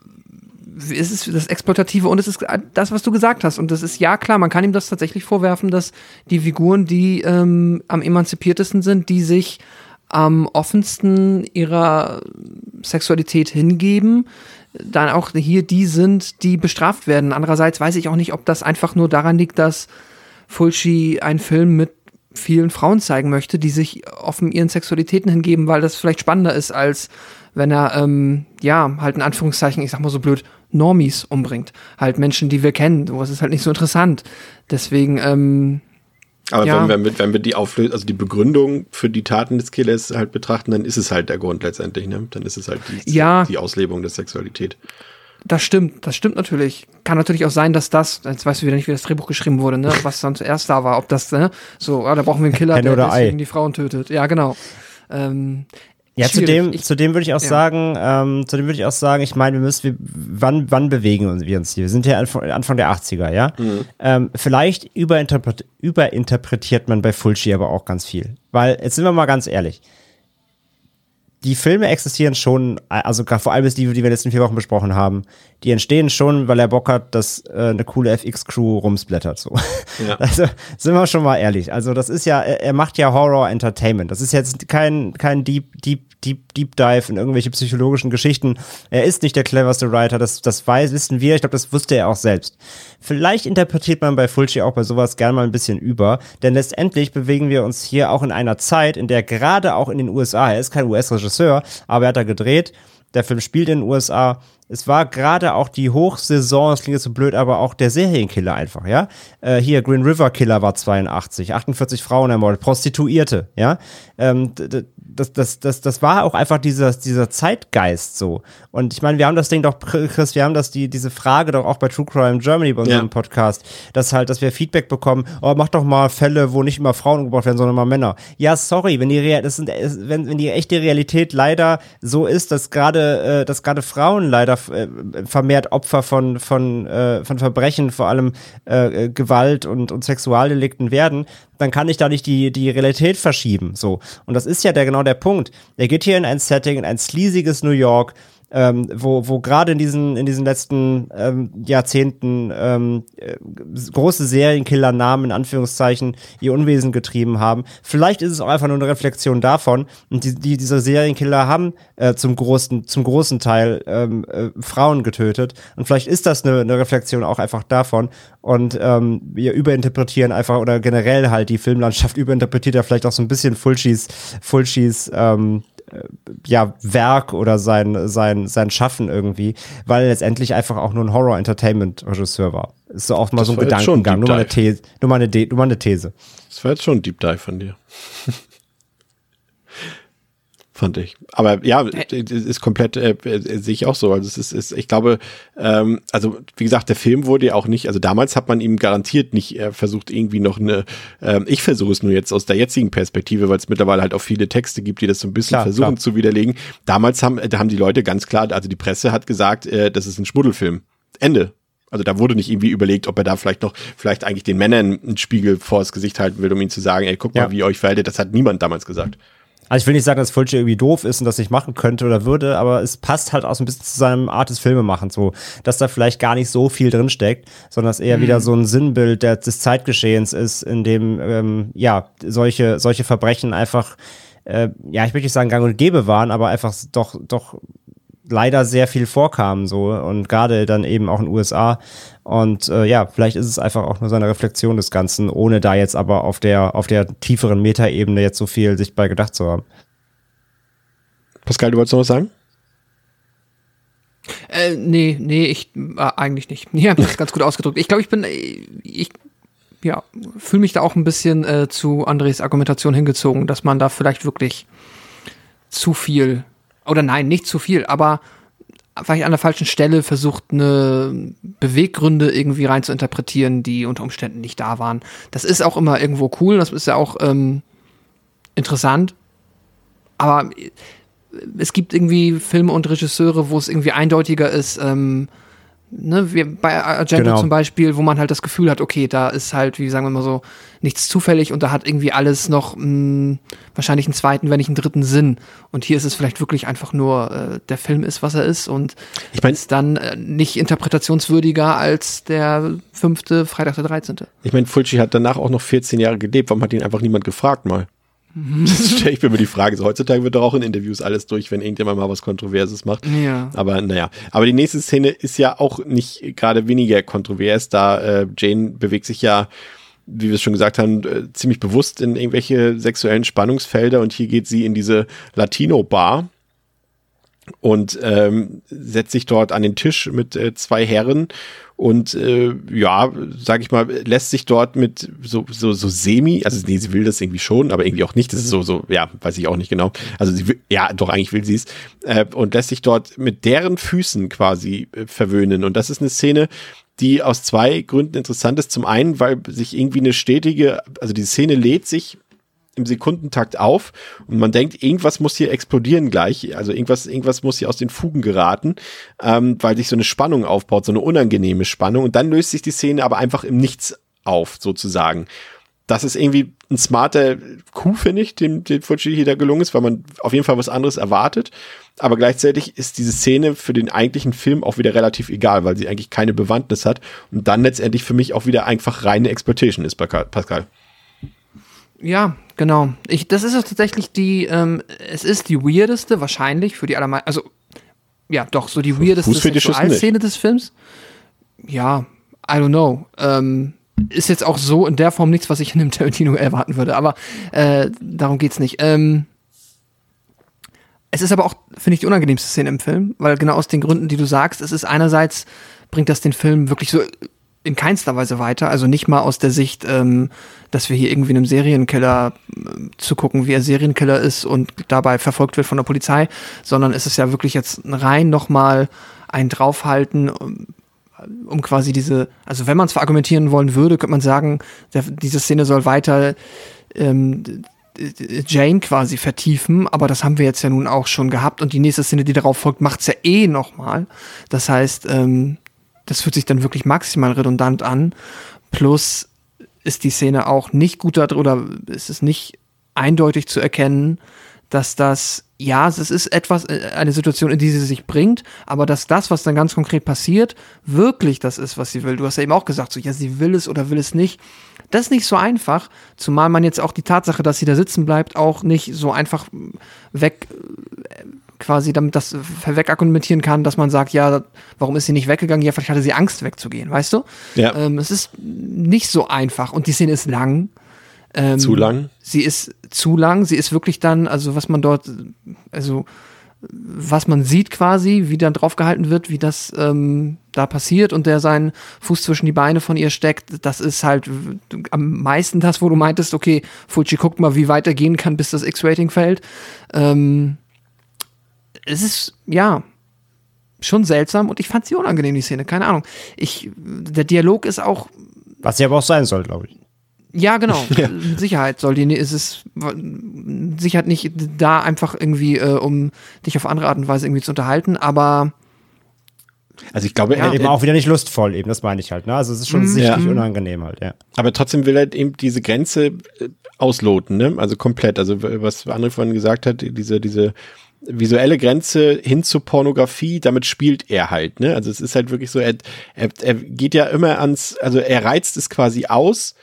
Speaker 5: es ist das Exploitative und es ist das, was du gesagt hast. Und das ist, ja klar, man kann ihm das tatsächlich vorwerfen, dass die Figuren, die ähm, am emanzipiertesten sind, die sich am offensten ihrer Sexualität hingeben, dann auch hier die sind, die bestraft werden. Andererseits weiß ich auch nicht, ob das einfach nur daran liegt, dass Fulci einen Film mit vielen Frauen zeigen möchte, die sich offen ihren Sexualitäten hingeben, weil das vielleicht spannender ist, als wenn er, ähm, ja, halt in Anführungszeichen, ich sag mal so blöd, Normies umbringt. Halt Menschen, die wir kennen. Sowas ist halt nicht so interessant. Deswegen, ähm,
Speaker 2: Aber
Speaker 5: ja.
Speaker 2: wenn, wir, wenn wir die Auflösung, also die Begründung für die Taten des Killers halt betrachten, dann ist es halt der Grund letztendlich, ne? Dann ist es halt die,
Speaker 5: ja.
Speaker 2: die Auslebung der Sexualität.
Speaker 5: Das stimmt, das stimmt natürlich. Kann natürlich auch sein, dass das, jetzt weißt du wieder nicht, wie das Drehbuch geschrieben wurde, ne, was dann zuerst da war, ob das, ne, so, ah, da brauchen wir einen Killer,
Speaker 3: Henne
Speaker 5: der
Speaker 3: oder
Speaker 5: deswegen
Speaker 3: Ei.
Speaker 5: die Frauen tötet. Ja, genau. Ähm,
Speaker 3: Ja,
Speaker 5: schwierig.
Speaker 3: zudem,
Speaker 5: Ich-
Speaker 3: zudem würde ich auch
Speaker 5: ja.
Speaker 3: sagen, ähm, zudem würde ich auch sagen, ich meine, wir müssen, wir, wann, wann bewegen wir uns hier? Wir sind ja Anfang, Anfang der achtziger, ja? Ähm, vielleicht überinterpret, überinterpretiert man bei Fulci aber auch ganz viel. Weil, jetzt sind wir mal ganz ehrlich, die Filme existieren schon, also gerade vor allem die, die wir in den letzten vier Wochen besprochen haben, die entstehen schon, weil er Bock hat, dass äh, eine coole F X-Crew rumsplattert. So.
Speaker 2: Ja.
Speaker 3: Also sind wir schon mal ehrlich. Also das ist ja, er, er macht ja Horror-Entertainment. Das ist jetzt kein, kein Deep, Deep, Deep, Deep Dive in irgendwelche psychologischen Geschichten. Er ist nicht der cleverste Writer, das, das weiß, wissen wir. Ich glaube, das wusste er auch selbst. Vielleicht interpretiert man bei Fulci auch bei sowas gerne mal ein bisschen über, denn letztendlich bewegen wir uns hier auch in einer Zeit, in der gerade auch in den U S A, er ist kein U S-Regisseur, aber er hat da gedreht, der Film spielt in den U S A, es war gerade auch die Hochsaison, das klingt jetzt so blöd, aber auch der Serienkiller einfach, ja. Äh, hier, Green River Killer war zweiundachtzig, achtundvierzig Frauen ermordet, Prostituierte, ja. Ähm, d- d- das, das, das, das war auch einfach dieser, dieser Zeitgeist so. Und ich meine, wir haben das Ding doch, Chris, wir haben das, die, diese Frage doch auch bei True Crime Germany bei unserem
Speaker 2: Ja.
Speaker 3: Podcast, dass halt, dass wir Feedback bekommen, oh, mach doch mal Fälle, wo nicht immer Frauen umgebracht werden, sondern mal Männer. Ja, sorry, wenn die Real, das sind, wenn, wenn die echte Realität leider so ist, dass gerade, äh, dass gerade Frauen leider äh, vermehrt Opfer von, von, äh, von Verbrechen, vor allem äh, Gewalt und, und Sexualdelikten werden, dann kann ich da nicht die, die Realität verschieben, so. Und das ist ja der, genau der Punkt. Er geht hier in ein Setting, in ein sleasiges New York, ähm, wo, wo gerade in diesen, in diesen letzten ähm, Jahrzehnten ähm, äh, große Serienkiller-Namen in Anführungszeichen ihr Unwesen getrieben haben. Vielleicht ist es auch einfach nur eine Reflexion davon. Und die, die, diese Serienkiller haben äh, zum großen, zum großen Teil ähm, äh, Frauen getötet. Und vielleicht ist das eine, eine Reflexion auch einfach davon. Und ähm, wir überinterpretieren einfach, oder generell halt die Filmlandschaft überinterpretiert ja vielleicht auch so ein bisschen Fulcis, Fulcis ähm, ja, Werk oder sein, sein, sein Schaffen irgendwie, weil er letztendlich einfach auch nur ein Horror-Entertainment-Regisseur war. Ist so auch mal
Speaker 2: Das
Speaker 3: so ein
Speaker 2: war jetzt schon
Speaker 3: Gedankengang,
Speaker 2: Deep
Speaker 3: nur mal, eine
Speaker 2: Dive.
Speaker 3: These, nur, mal eine De- nur mal eine These.
Speaker 2: Das war jetzt schon ein Deep Dive von dir. Fand ich. Aber ja, ist komplett, äh, äh, sehe ich auch so. Also es ist, ist ich glaube, ähm, also wie gesagt, der Film wurde ja auch nicht, also damals hat man ihm garantiert nicht äh, versucht, irgendwie noch eine, ähm, ich versuche es nur jetzt aus der jetzigen Perspektive, weil es mittlerweile halt auch viele Texte gibt, die das so ein bisschen
Speaker 3: Klar,
Speaker 2: versuchen
Speaker 3: klar.
Speaker 2: zu widerlegen. Damals haben, da haben die Leute ganz klar, also die Presse hat gesagt, äh, das ist ein Schmuddelfilm. Ende. Also da wurde nicht irgendwie überlegt, ob er da vielleicht noch, vielleicht eigentlich den Männern einen Spiegel vors Gesicht halten will, um ihnen zu sagen, ey, guck mal,
Speaker 3: Ja.
Speaker 2: wie ihr euch verhaltet. Das hat niemand damals gesagt.
Speaker 3: Also ich will nicht sagen, dass Fulci irgendwie doof ist und das nicht machen könnte oder würde, aber es passt halt auch so ein bisschen zu seinem Art des Filmemachens so, dass da vielleicht gar nicht so viel drin steckt, sondern dass eher wieder so ein Sinnbild der, des Zeitgeschehens ist, in dem ähm, ja solche solche Verbrechen einfach äh, ja, ich möchte nicht sagen gang und gäbe waren, aber einfach doch doch leider sehr viel vorkamen so und gerade dann eben auch in den U S A und äh, ja, vielleicht ist es einfach auch nur so eine Reflexion des Ganzen, ohne da jetzt aber auf der auf der tieferen Metaebene jetzt so viel sich bei gedacht zu haben.
Speaker 2: Pascal, du wolltest noch was sagen?
Speaker 5: Äh, nee, nee, ich äh, eigentlich nicht. Nee, hab das ganz gut ausgedrückt. Ich glaube, ich bin, äh, ich ja, fühle mich da auch ein bisschen äh, zu Andres Argumentation hingezogen, dass man da vielleicht wirklich zu viel, oder nein, nicht zu viel, aber vielleicht an der falschen Stelle versucht, eine Beweggründe irgendwie rein zu interpretieren, die unter Umständen nicht da waren. Das ist auch immer irgendwo cool, das ist ja auch ähm, interessant. Aber es gibt irgendwie Filme und Regisseure, wo es irgendwie eindeutiger ist, ähm, ne, wie bei Argento
Speaker 3: Genau.
Speaker 5: zum Beispiel, wo man halt das Gefühl hat, okay, da ist halt, wie sagen wir mal so, nichts zufällig und da hat irgendwie alles noch mh, wahrscheinlich einen zweiten, wenn nicht einen dritten Sinn. Und hier ist es vielleicht wirklich einfach nur, äh, der Film ist, was er ist und
Speaker 2: Ich mein-
Speaker 5: ist dann äh, nicht interpretationswürdiger als der fünfte Freitag der dreizehnte
Speaker 2: Ich meine, Fulci hat danach auch noch vierzehn Jahre gelebt. Warum hat ihn einfach niemand gefragt mal? Das stelle ich mir immer die Frage. So, heutzutage wird doch auch in Interviews alles durch, wenn irgendjemand mal was Kontroverses macht.
Speaker 5: Ja.
Speaker 2: Aber naja. Aber die nächste Szene ist ja auch nicht gerade weniger kontrovers, da äh, Jane bewegt sich ja, wie wir es schon gesagt haben, äh, ziemlich bewusst in irgendwelche sexuellen Spannungsfelder und hier geht sie in diese Latino-Bar und ähm, setzt sich dort an den Tisch mit äh, zwei Herren und äh, ja, sag ich mal, lässt sich dort mit so so so semi, also nee, sie will das irgendwie schon, aber irgendwie auch nicht, das ist so, so, ja, weiß ich auch nicht genau, also sie will, ja, doch, eigentlich will sie es äh, und lässt sich dort mit deren Füßen quasi äh, verwöhnen und das ist eine Szene, die aus zwei Gründen interessant ist. Zum einen, weil sich irgendwie eine stetige, also die Szene lädt sich im Sekundentakt auf und man denkt, irgendwas muss hier explodieren gleich, also irgendwas, irgendwas muss hier aus den Fugen geraten, ähm, weil sich so eine Spannung aufbaut, so eine unangenehme Spannung und dann löst sich die Szene aber einfach im Nichts auf, sozusagen. Das ist irgendwie ein smarter Coup, finde ich, dem, dem Fulci hier da gelungen ist, weil man auf jeden Fall was anderes erwartet, aber gleichzeitig ist diese Szene für den eigentlichen Film auch wieder relativ egal, weil sie eigentlich keine Bewandtnis hat und dann letztendlich für mich auch wieder einfach reine Exploitation ist, Pascal.
Speaker 5: Ja, genau. Ich, das ist auch tatsächlich die, ähm, es ist die weirdeste, wahrscheinlich für die allermeisten, also, ja, doch, so die weirdeste
Speaker 2: Fußfetischisten
Speaker 5: Sexualszene des Films. Ja, I don't know. Ähm, ist jetzt auch so in der Form nichts, was ich in einem Tarantino erwarten würde, aber äh, darum geht's nicht. Ähm, es ist aber auch, finde ich, die unangenehmste Szene im Film, weil genau aus den Gründen, die du sagst, es ist einerseits, bringt das den Film wirklich so in keinster Weise weiter, also nicht mal aus der Sicht, ähm, dass wir hier irgendwie einem Serienkiller äh, zugucken, wie er Serienkiller ist und dabei verfolgt wird von der Polizei, sondern es ist ja wirklich jetzt rein nochmal ein Draufhalten, um, um quasi diese, also wenn man es verargumentieren wollen würde, könnte man sagen, der, diese Szene soll weiter ähm, Jane quasi vertiefen, aber das haben wir jetzt ja nun auch schon gehabt und die nächste Szene, die darauf folgt, macht's ja eh nochmal. Das heißt, ähm, das fühlt sich dann wirklich maximal redundant an. Plus ist die Szene auch nicht gut da drin, oder ist es nicht eindeutig zu erkennen, dass das, ja, es ist etwas, eine Situation, in die sie sich bringt, aber dass das, was dann ganz konkret passiert, wirklich das ist, was sie will. Du hast ja eben auch gesagt, so, ja, sie will es oder will es nicht. Das ist nicht so einfach, zumal man jetzt auch die Tatsache, dass sie da sitzen bleibt, auch nicht so einfach weg, quasi damit das wegargumentieren kann, dass man sagt, ja, warum ist sie nicht weggegangen? Ja, vielleicht hatte sie Angst wegzugehen, weißt du?
Speaker 2: Ja.
Speaker 5: Ähm, es ist nicht so einfach und die Szene ist lang. Ähm,
Speaker 2: Zu lang?
Speaker 5: Sie ist zu lang, sie ist wirklich dann, also was man dort, also was man sieht quasi, wie dann draufgehalten wird, wie das ähm, da passiert und der seinen Fuß zwischen die Beine von ihr steckt, das ist halt am meisten das, wo du meintest, okay, Fulci, guckt mal, wie weit er gehen kann, bis das X-Rating fällt. Ähm, es ist, ja, schon seltsam und ich fand sie unangenehm, die Szene, keine Ahnung. Ich, der Dialog ist auch.
Speaker 3: Was sie aber auch sein soll, glaube ich.
Speaker 5: Ja, genau.
Speaker 2: Ja.
Speaker 5: Sicherheit soll die, ist es Sicherheit nicht da einfach irgendwie, äh, um dich auf andere Art und Weise irgendwie zu unterhalten, aber
Speaker 2: Also ich glaube,
Speaker 5: Ja,
Speaker 2: er,
Speaker 3: Eben
Speaker 2: er,
Speaker 3: auch wieder nicht lustvoll, eben, das meine ich halt. Ne? Also es ist schon sichtlich unangenehm halt, ja.
Speaker 2: aber trotzdem will er eben diese Grenze äh, ausloten, ne? Also komplett. Also was André vorhin gesagt hat, diese, diese visuelle Grenze hin zur Pornografie, damit spielt er halt, ne? Also es ist halt wirklich so, er, er, er geht ja immer ans, also er reizt es quasi aus,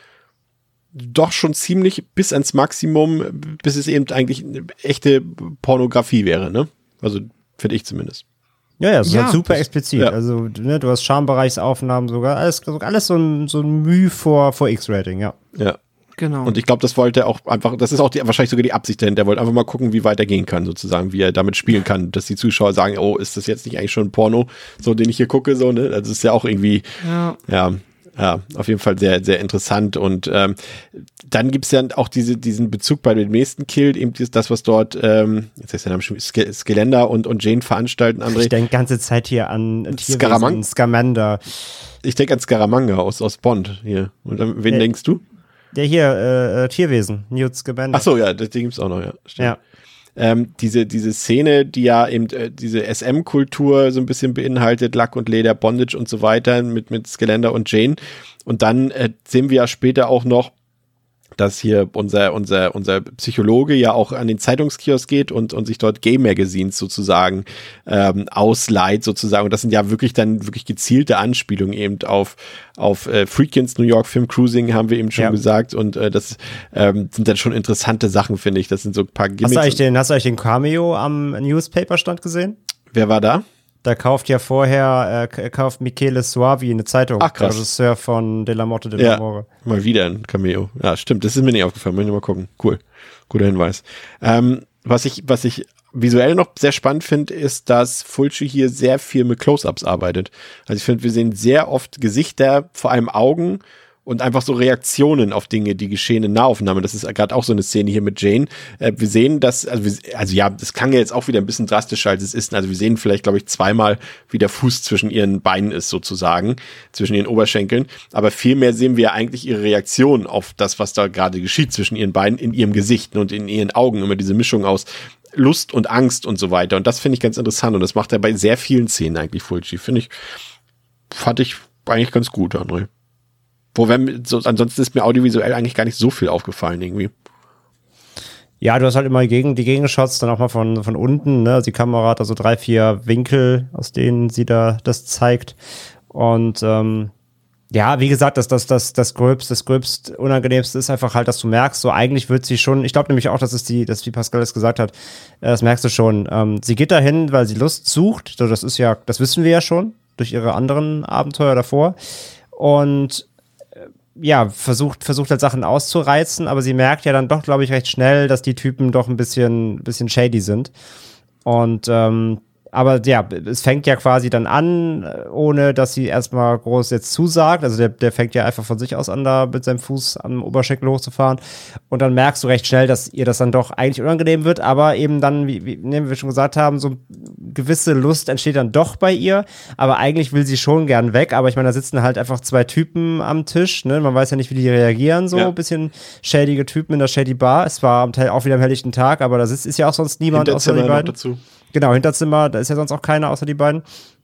Speaker 2: doch schon ziemlich bis ans Maximum, bis es eben eigentlich eine echte Pornografie wäre, ne? Also finde ich zumindest.
Speaker 3: Ja, ja, es ist
Speaker 5: Ja,
Speaker 3: halt super
Speaker 2: das-
Speaker 3: explizit.
Speaker 2: ja.
Speaker 3: Also, ne, du hast Schambereichsaufnahmen sogar, alles, alles so ein, so ein Mühe vor, vor X-Rating, ja.
Speaker 2: Ja.
Speaker 5: genau.
Speaker 2: Und ich glaube, das wollte er auch einfach, das ist auch die, wahrscheinlich sogar die Absicht dahinter. Er wollte einfach mal gucken, wie weit er gehen kann, sozusagen, wie er damit spielen kann, dass die Zuschauer sagen, oh, ist das jetzt nicht eigentlich schon ein Porno, so den ich hier gucke, so, ne? Das ist ja auch irgendwie,
Speaker 5: ja.
Speaker 2: ja, Ja, auf jeden Fall sehr, sehr interessant. Und ähm, dann gibt's ja auch diese, diesen Bezug bei dem nächsten Kill, eben das, was dort, ähm, jetzt heißt der Name schon, Sk- Skelender und, und Jane veranstalten, André.
Speaker 3: Ich denke die ganze Zeit hier an
Speaker 2: Scaramanga.
Speaker 3: Scamander.
Speaker 2: Ich denke an Scaramanga aus, aus Bond hier. Und an wen
Speaker 3: Ja.
Speaker 2: denkst du?
Speaker 3: Der hier, äh, Tierwesen, Newt Scamander.
Speaker 2: Ach so, ja, das Ding gibt's auch noch, ja. Stimmt.
Speaker 3: Ja.
Speaker 2: Ähm, diese, diese Szene, die ja eben äh, diese S M-Kultur so ein bisschen beinhaltet, Lack und Leder, Bondage und so weiter mit, mit Skelender und Jane. Und dann äh, sehen wir ja später auch noch, dass hier unser, unser, unser Psychologe ja auch an den Zeitungskiosk geht und, und sich dort Gay-Magazines sozusagen ähm, ausleiht sozusagen. Und das sind ja wirklich dann wirklich gezielte Anspielungen eben auf, auf äh, Friedkins New York Film Cruising, haben wir eben schon
Speaker 3: Ja.
Speaker 2: gesagt. Und äh, das ähm, sind dann schon interessante Sachen, finde ich. Das sind so ein paar Gimmicks.
Speaker 3: Hast du eigentlich den, hast du eigentlich den Cameo am Newspaper-Stand gesehen?
Speaker 2: Wer war da?
Speaker 3: Da kauft ja vorher, äh, k- kauft Michele Soavi eine Zeitung.
Speaker 2: Ach, krass.
Speaker 3: Der Regisseur von De la Morte de
Speaker 2: Ja,
Speaker 3: l'Amore.
Speaker 2: mal wieder ein Cameo. Ja, stimmt. Das ist mir nicht aufgefallen. Muss ich mal gucken. Cool. Guter Hinweis. Ähm, was ich, was ich visuell noch sehr spannend finde, ist, dass Fulci hier sehr viel mit Close-Ups arbeitet. Also ich finde, wir sehen sehr oft Gesichter, vor allem Augen und einfach so Reaktionen auf Dinge, die geschehen in Nahaufnahme. Das ist gerade auch so eine Szene hier mit Jane. Äh, wir sehen das, also, wir, also ja, das klang ja jetzt auch wieder ein bisschen drastischer, als es ist. Also wir sehen vielleicht, glaube ich, zweimal, wie der Fuß zwischen ihren Beinen ist sozusagen, zwischen ihren Oberschenkeln. Aber vielmehr sehen wir eigentlich ihre Reaktion auf das, was da gerade geschieht zwischen ihren Beinen, in ihrem Gesicht und in ihren Augen. Immer diese Mischung aus Lust und Angst und so weiter. Und das finde ich ganz interessant. Und das macht er bei sehr vielen Szenen eigentlich, Fulci. Finde ich, fand ich eigentlich ganz gut, André. Wo wenn, so, ansonsten ist mir audiovisuell eigentlich gar nicht so viel aufgefallen irgendwie.
Speaker 3: Ja, du hast halt immer gegen, die Gegenshots dann auch mal von, von unten, ne? Also die Kamera hat da so drei, vier Winkel, aus denen sie da das zeigt. Und ähm, ja, wie gesagt, das, das, das, das gröbst, das gröbst Unangenehmste ist einfach halt, dass du merkst, so eigentlich wird sie schon, ich glaube nämlich auch, dass es die, dass wie Pascal das gesagt hat, äh, das merkst du schon. Ähm, sie geht dahin, weil sie Lust sucht. So, das ist ja, das wissen wir ja schon durch ihre anderen Abenteuer davor. Und ja, versucht, versucht halt Sachen auszureizen, aber sie merkt ja dann doch, glaube ich, recht schnell, dass die Typen doch ein bisschen, bisschen shady sind. Und, ähm, aber ja, es fängt ja quasi dann an, ohne dass sie erstmal groß jetzt zusagt. Also der, der fängt ja einfach von sich aus an, da mit seinem Fuß am Oberschenkel hochzufahren. Und dann merkst du recht schnell, dass ihr das dann doch eigentlich unangenehm wird, aber eben dann, wie, wie wir schon gesagt haben, so gewisse Lust entsteht dann doch bei ihr. Aber eigentlich will sie schon gern weg. Aber ich meine, da sitzen halt einfach zwei Typen am Tisch. Ne? Man weiß ja nicht, wie die reagieren. So ein
Speaker 2: Ja.
Speaker 3: bisschen shadige Typen in der shady Bar. Es war am Teil auch wieder am helllichten Tag, aber da sitzt, ist ja auch sonst niemand außer die
Speaker 2: Hinterzimmer noch
Speaker 3: beiden.
Speaker 2: dazu.
Speaker 3: Genau, Hinterzimmer, da ist ja sonst auch keiner außer die beiden.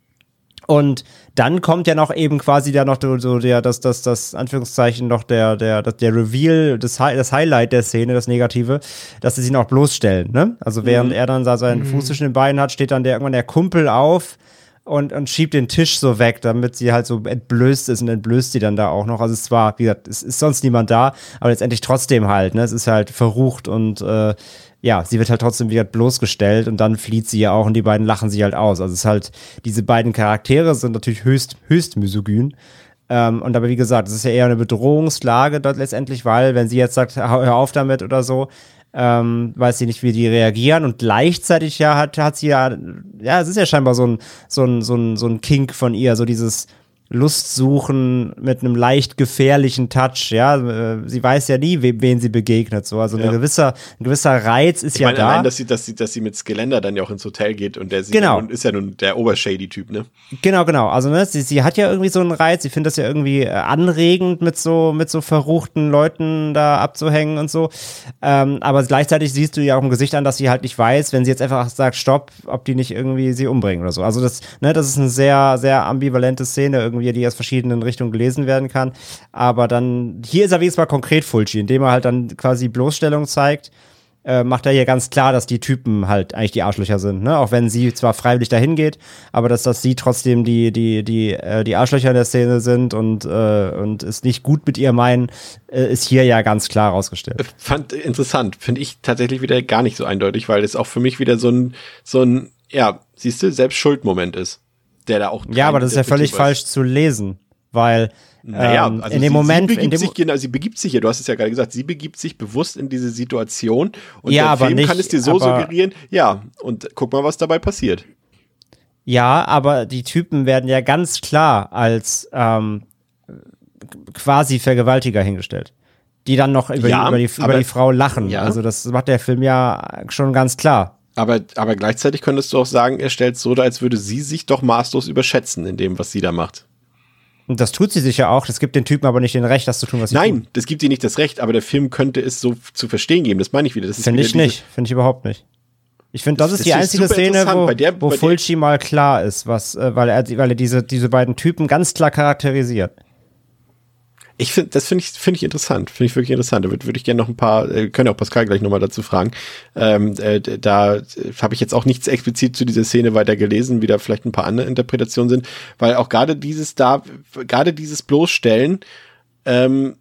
Speaker 3: Und dann kommt ja noch eben quasi da noch so, so der, das, das, das, Anführungszeichen, noch der, der, das, der Reveal, das, Hi- das Highlight der Szene, das Negative, dass sie sich noch bloßstellen, ne? Also während er dann da seinen Fuß zwischen den Beinen hat, steht dann der, irgendwann der Kumpel auf und, und schiebt den Tisch so weg, damit sie halt so entblößt ist und entblößt sie dann da auch noch. Also es war, wie gesagt, es ist sonst niemand da, aber letztendlich trotzdem halt, ne? Es ist halt verrucht und, äh, ja, sie wird halt trotzdem wieder bloßgestellt und dann flieht sie ja auch und die beiden lachen sie halt aus. Also es ist halt, diese beiden Charaktere sind natürlich höchst, höchst misogyn. Ähm, und aber wie gesagt, es ist ja eher eine Bedrohungslage dort letztendlich, weil wenn sie jetzt sagt, hör hör auf damit oder so, ähm, weiß sie nicht, wie die reagieren und gleichzeitig ja hat, hat sie ja, ja, es ist ja scheinbar so ein, so ein, so ein, so ein Kink von ihr, so dieses Lust suchen mit einem leicht gefährlichen Touch, ja, äh, sie weiß ja nie, we wen sie begegnet, so, also
Speaker 2: Ja.
Speaker 3: ein gewisser, ein gewisser Reiz ist
Speaker 2: Ich
Speaker 3: ja
Speaker 2: meine,
Speaker 3: da.
Speaker 2: allein, dass sie, dass sie, dass sie mit Skelender dann ja auch ins Hotel geht und der sieht
Speaker 3: Genau.
Speaker 2: ja nun, ist ja nun der Obershady-Typ, ne?
Speaker 3: Genau, genau. Also ne, sie, sie hat ja irgendwie so einen Reiz. Sie findet das ja irgendwie äh, anregend, mit so mit so verruchten Leuten da abzuhängen und so. Ähm, aber gleichzeitig siehst du ja auch im Gesicht an, dass sie halt nicht weiß, wenn sie jetzt einfach sagt Stopp, ob die nicht irgendwie sie umbringen oder so. Also das, ne, das ist eine sehr, sehr ambivalente Szene irgendwie, die aus verschiedenen Richtungen gelesen werden kann. Aber dann hier ist er wenigstens mal konkret Fulci, indem er halt dann quasi Bloßstellung zeigt. Äh, macht er hier ganz klar, dass die Typen halt eigentlich die Arschlöcher sind, ne? Auch wenn sie zwar freiwillig dahin geht, aber dass das sie trotzdem die die die äh, die Arschlöcher in der Szene sind und äh, und es nicht gut mit ihr meinen, äh, ist hier ja ganz klar rausgestellt.
Speaker 2: Fand interessant, finde ich tatsächlich wieder gar nicht so eindeutig, weil es auch für mich wieder so ein so ein ja, siehst du, Selbstschuldmoment ist, der da auch
Speaker 3: Ja, aber das ist ja völlig falsch zu lesen, weil
Speaker 2: Naja,
Speaker 3: ähm,
Speaker 2: also
Speaker 3: in dem
Speaker 2: sie,
Speaker 3: Moment,
Speaker 2: sie begibt
Speaker 3: in dem
Speaker 2: sich, genau, sie begibt sich hier, du hast es ja gerade gesagt, sie begibt sich bewusst in diese Situation und
Speaker 3: Ja,
Speaker 2: der
Speaker 3: aber
Speaker 2: Film
Speaker 3: nicht-
Speaker 2: kann es dir so
Speaker 3: aber-
Speaker 2: suggerieren, ja, und guck mal, was dabei passiert.
Speaker 3: Ja, aber die Typen werden ja ganz klar als ähm, quasi Vergewaltiger hingestellt, die dann noch über,
Speaker 2: Ja,
Speaker 3: die, über, die,
Speaker 2: aber-
Speaker 3: über die Frau lachen.
Speaker 2: Ja.
Speaker 3: Also das macht der Film ja schon ganz klar.
Speaker 2: Aber, aber gleichzeitig könntest du auch sagen, er stellt es so dar, als würde sie sich doch maßlos überschätzen in dem, was sie da macht.
Speaker 3: Und das tut sie sicher auch. Das gibt den Typen aber nicht den Recht, das zu tun, was sie tun.
Speaker 2: Nein, das gibt ihr nicht das Recht, aber der Film könnte es so zu verstehen geben. Das meine ich wieder. Das ist
Speaker 3: Finde
Speaker 2: wieder
Speaker 3: ich
Speaker 2: diese-
Speaker 3: nicht. Finde ich überhaupt nicht. Ich finde, das,
Speaker 2: Das-
Speaker 3: ist die
Speaker 2: das ist
Speaker 3: einzige
Speaker 2: super
Speaker 3: Szene,
Speaker 2: interessant.
Speaker 3: wo,
Speaker 2: Bei der-
Speaker 3: wo
Speaker 2: bei der-
Speaker 3: Fulci mal klar ist, was, äh, weil er, weil er diese, diese beiden Typen ganz klar charakterisiert.
Speaker 2: Ich finde, das finde ich, finde ich interessant, finde ich wirklich interessant. Da würde würd ich gerne noch ein paar, äh, können ja auch Pascal gleich nochmal dazu fragen. Ähm, äh, da äh, habe ich jetzt auch nichts explizit zu dieser Szene weiter gelesen, wie da vielleicht ein paar andere Interpretationen sind, weil auch gerade dieses da, gerade dieses Bloßstellen, ähm,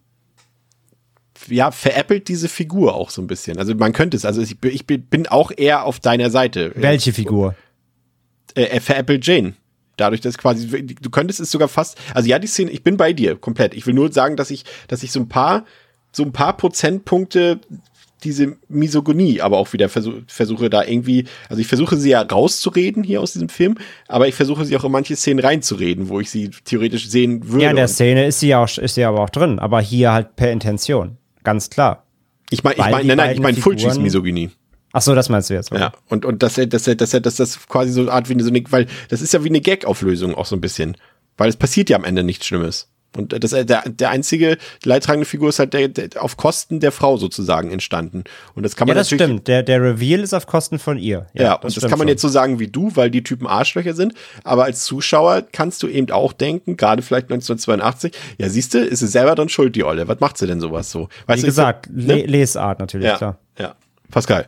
Speaker 2: ja, veräppelt diese Figur auch so ein bisschen. Also man könnte es, also ich, ich bin auch eher auf deiner Seite.
Speaker 3: Welche Figur?
Speaker 2: Äh, er veräppelt Jane. Dadurch, dass quasi, du könntest es sogar fast, also ja, die Szene, ich bin bei dir, komplett. Ich will nur sagen, dass ich, dass ich so ein paar, so ein paar Prozentpunkte diese Misogynie aber auch wieder versuch, versuche da irgendwie, also ich versuche sie ja rauszureden hier aus diesem Film, aber ich versuche sie auch in manche Szenen reinzureden, wo ich sie theoretisch sehen würde.
Speaker 3: Ja, in der
Speaker 2: Und
Speaker 3: Szene ist sie ja auch, ist sie aber auch drin, aber hier halt per Intention. Ganz klar.
Speaker 2: ich meine, ich
Speaker 3: weil
Speaker 2: meine,
Speaker 3: die
Speaker 2: nein, nein, ich
Speaker 3: beiden
Speaker 2: meine Fulcis
Speaker 3: Figuren-
Speaker 2: Misogynie.
Speaker 3: Ach so, das meinst du jetzt.
Speaker 2: Ja, und, und dass er, dass er, dass er, dass das quasi so eine Art wie eine, so eine, weil das ist ja wie eine Gag-Auflösung auch so ein bisschen. Weil es passiert ja am Ende nichts Schlimmes. Und das, der, der einzige leidtragende Figur ist halt der, der, auf Kosten der Frau sozusagen entstanden. Und das kann
Speaker 3: Ja,
Speaker 2: man
Speaker 3: das
Speaker 2: natürlich.
Speaker 3: stimmt. Der, der Reveal ist auf Kosten von ihr.
Speaker 2: Ja, und das
Speaker 3: stimmt
Speaker 2: kann man
Speaker 3: schon.
Speaker 2: jetzt so sagen wie du, weil die Typen Arschlöcher sind. Aber als Zuschauer kannst du eben auch denken, gerade vielleicht neunzehnhundertzweiundachtzig, ja, siehst du, ist sie selber dann schuld, die Olle. Was macht sie denn sowas so? Weißt
Speaker 3: Wie
Speaker 2: du,
Speaker 3: gesagt,
Speaker 2: ne?
Speaker 3: Le Lesart natürlich,
Speaker 2: Ja,
Speaker 3: klar.
Speaker 2: ja. Pascal.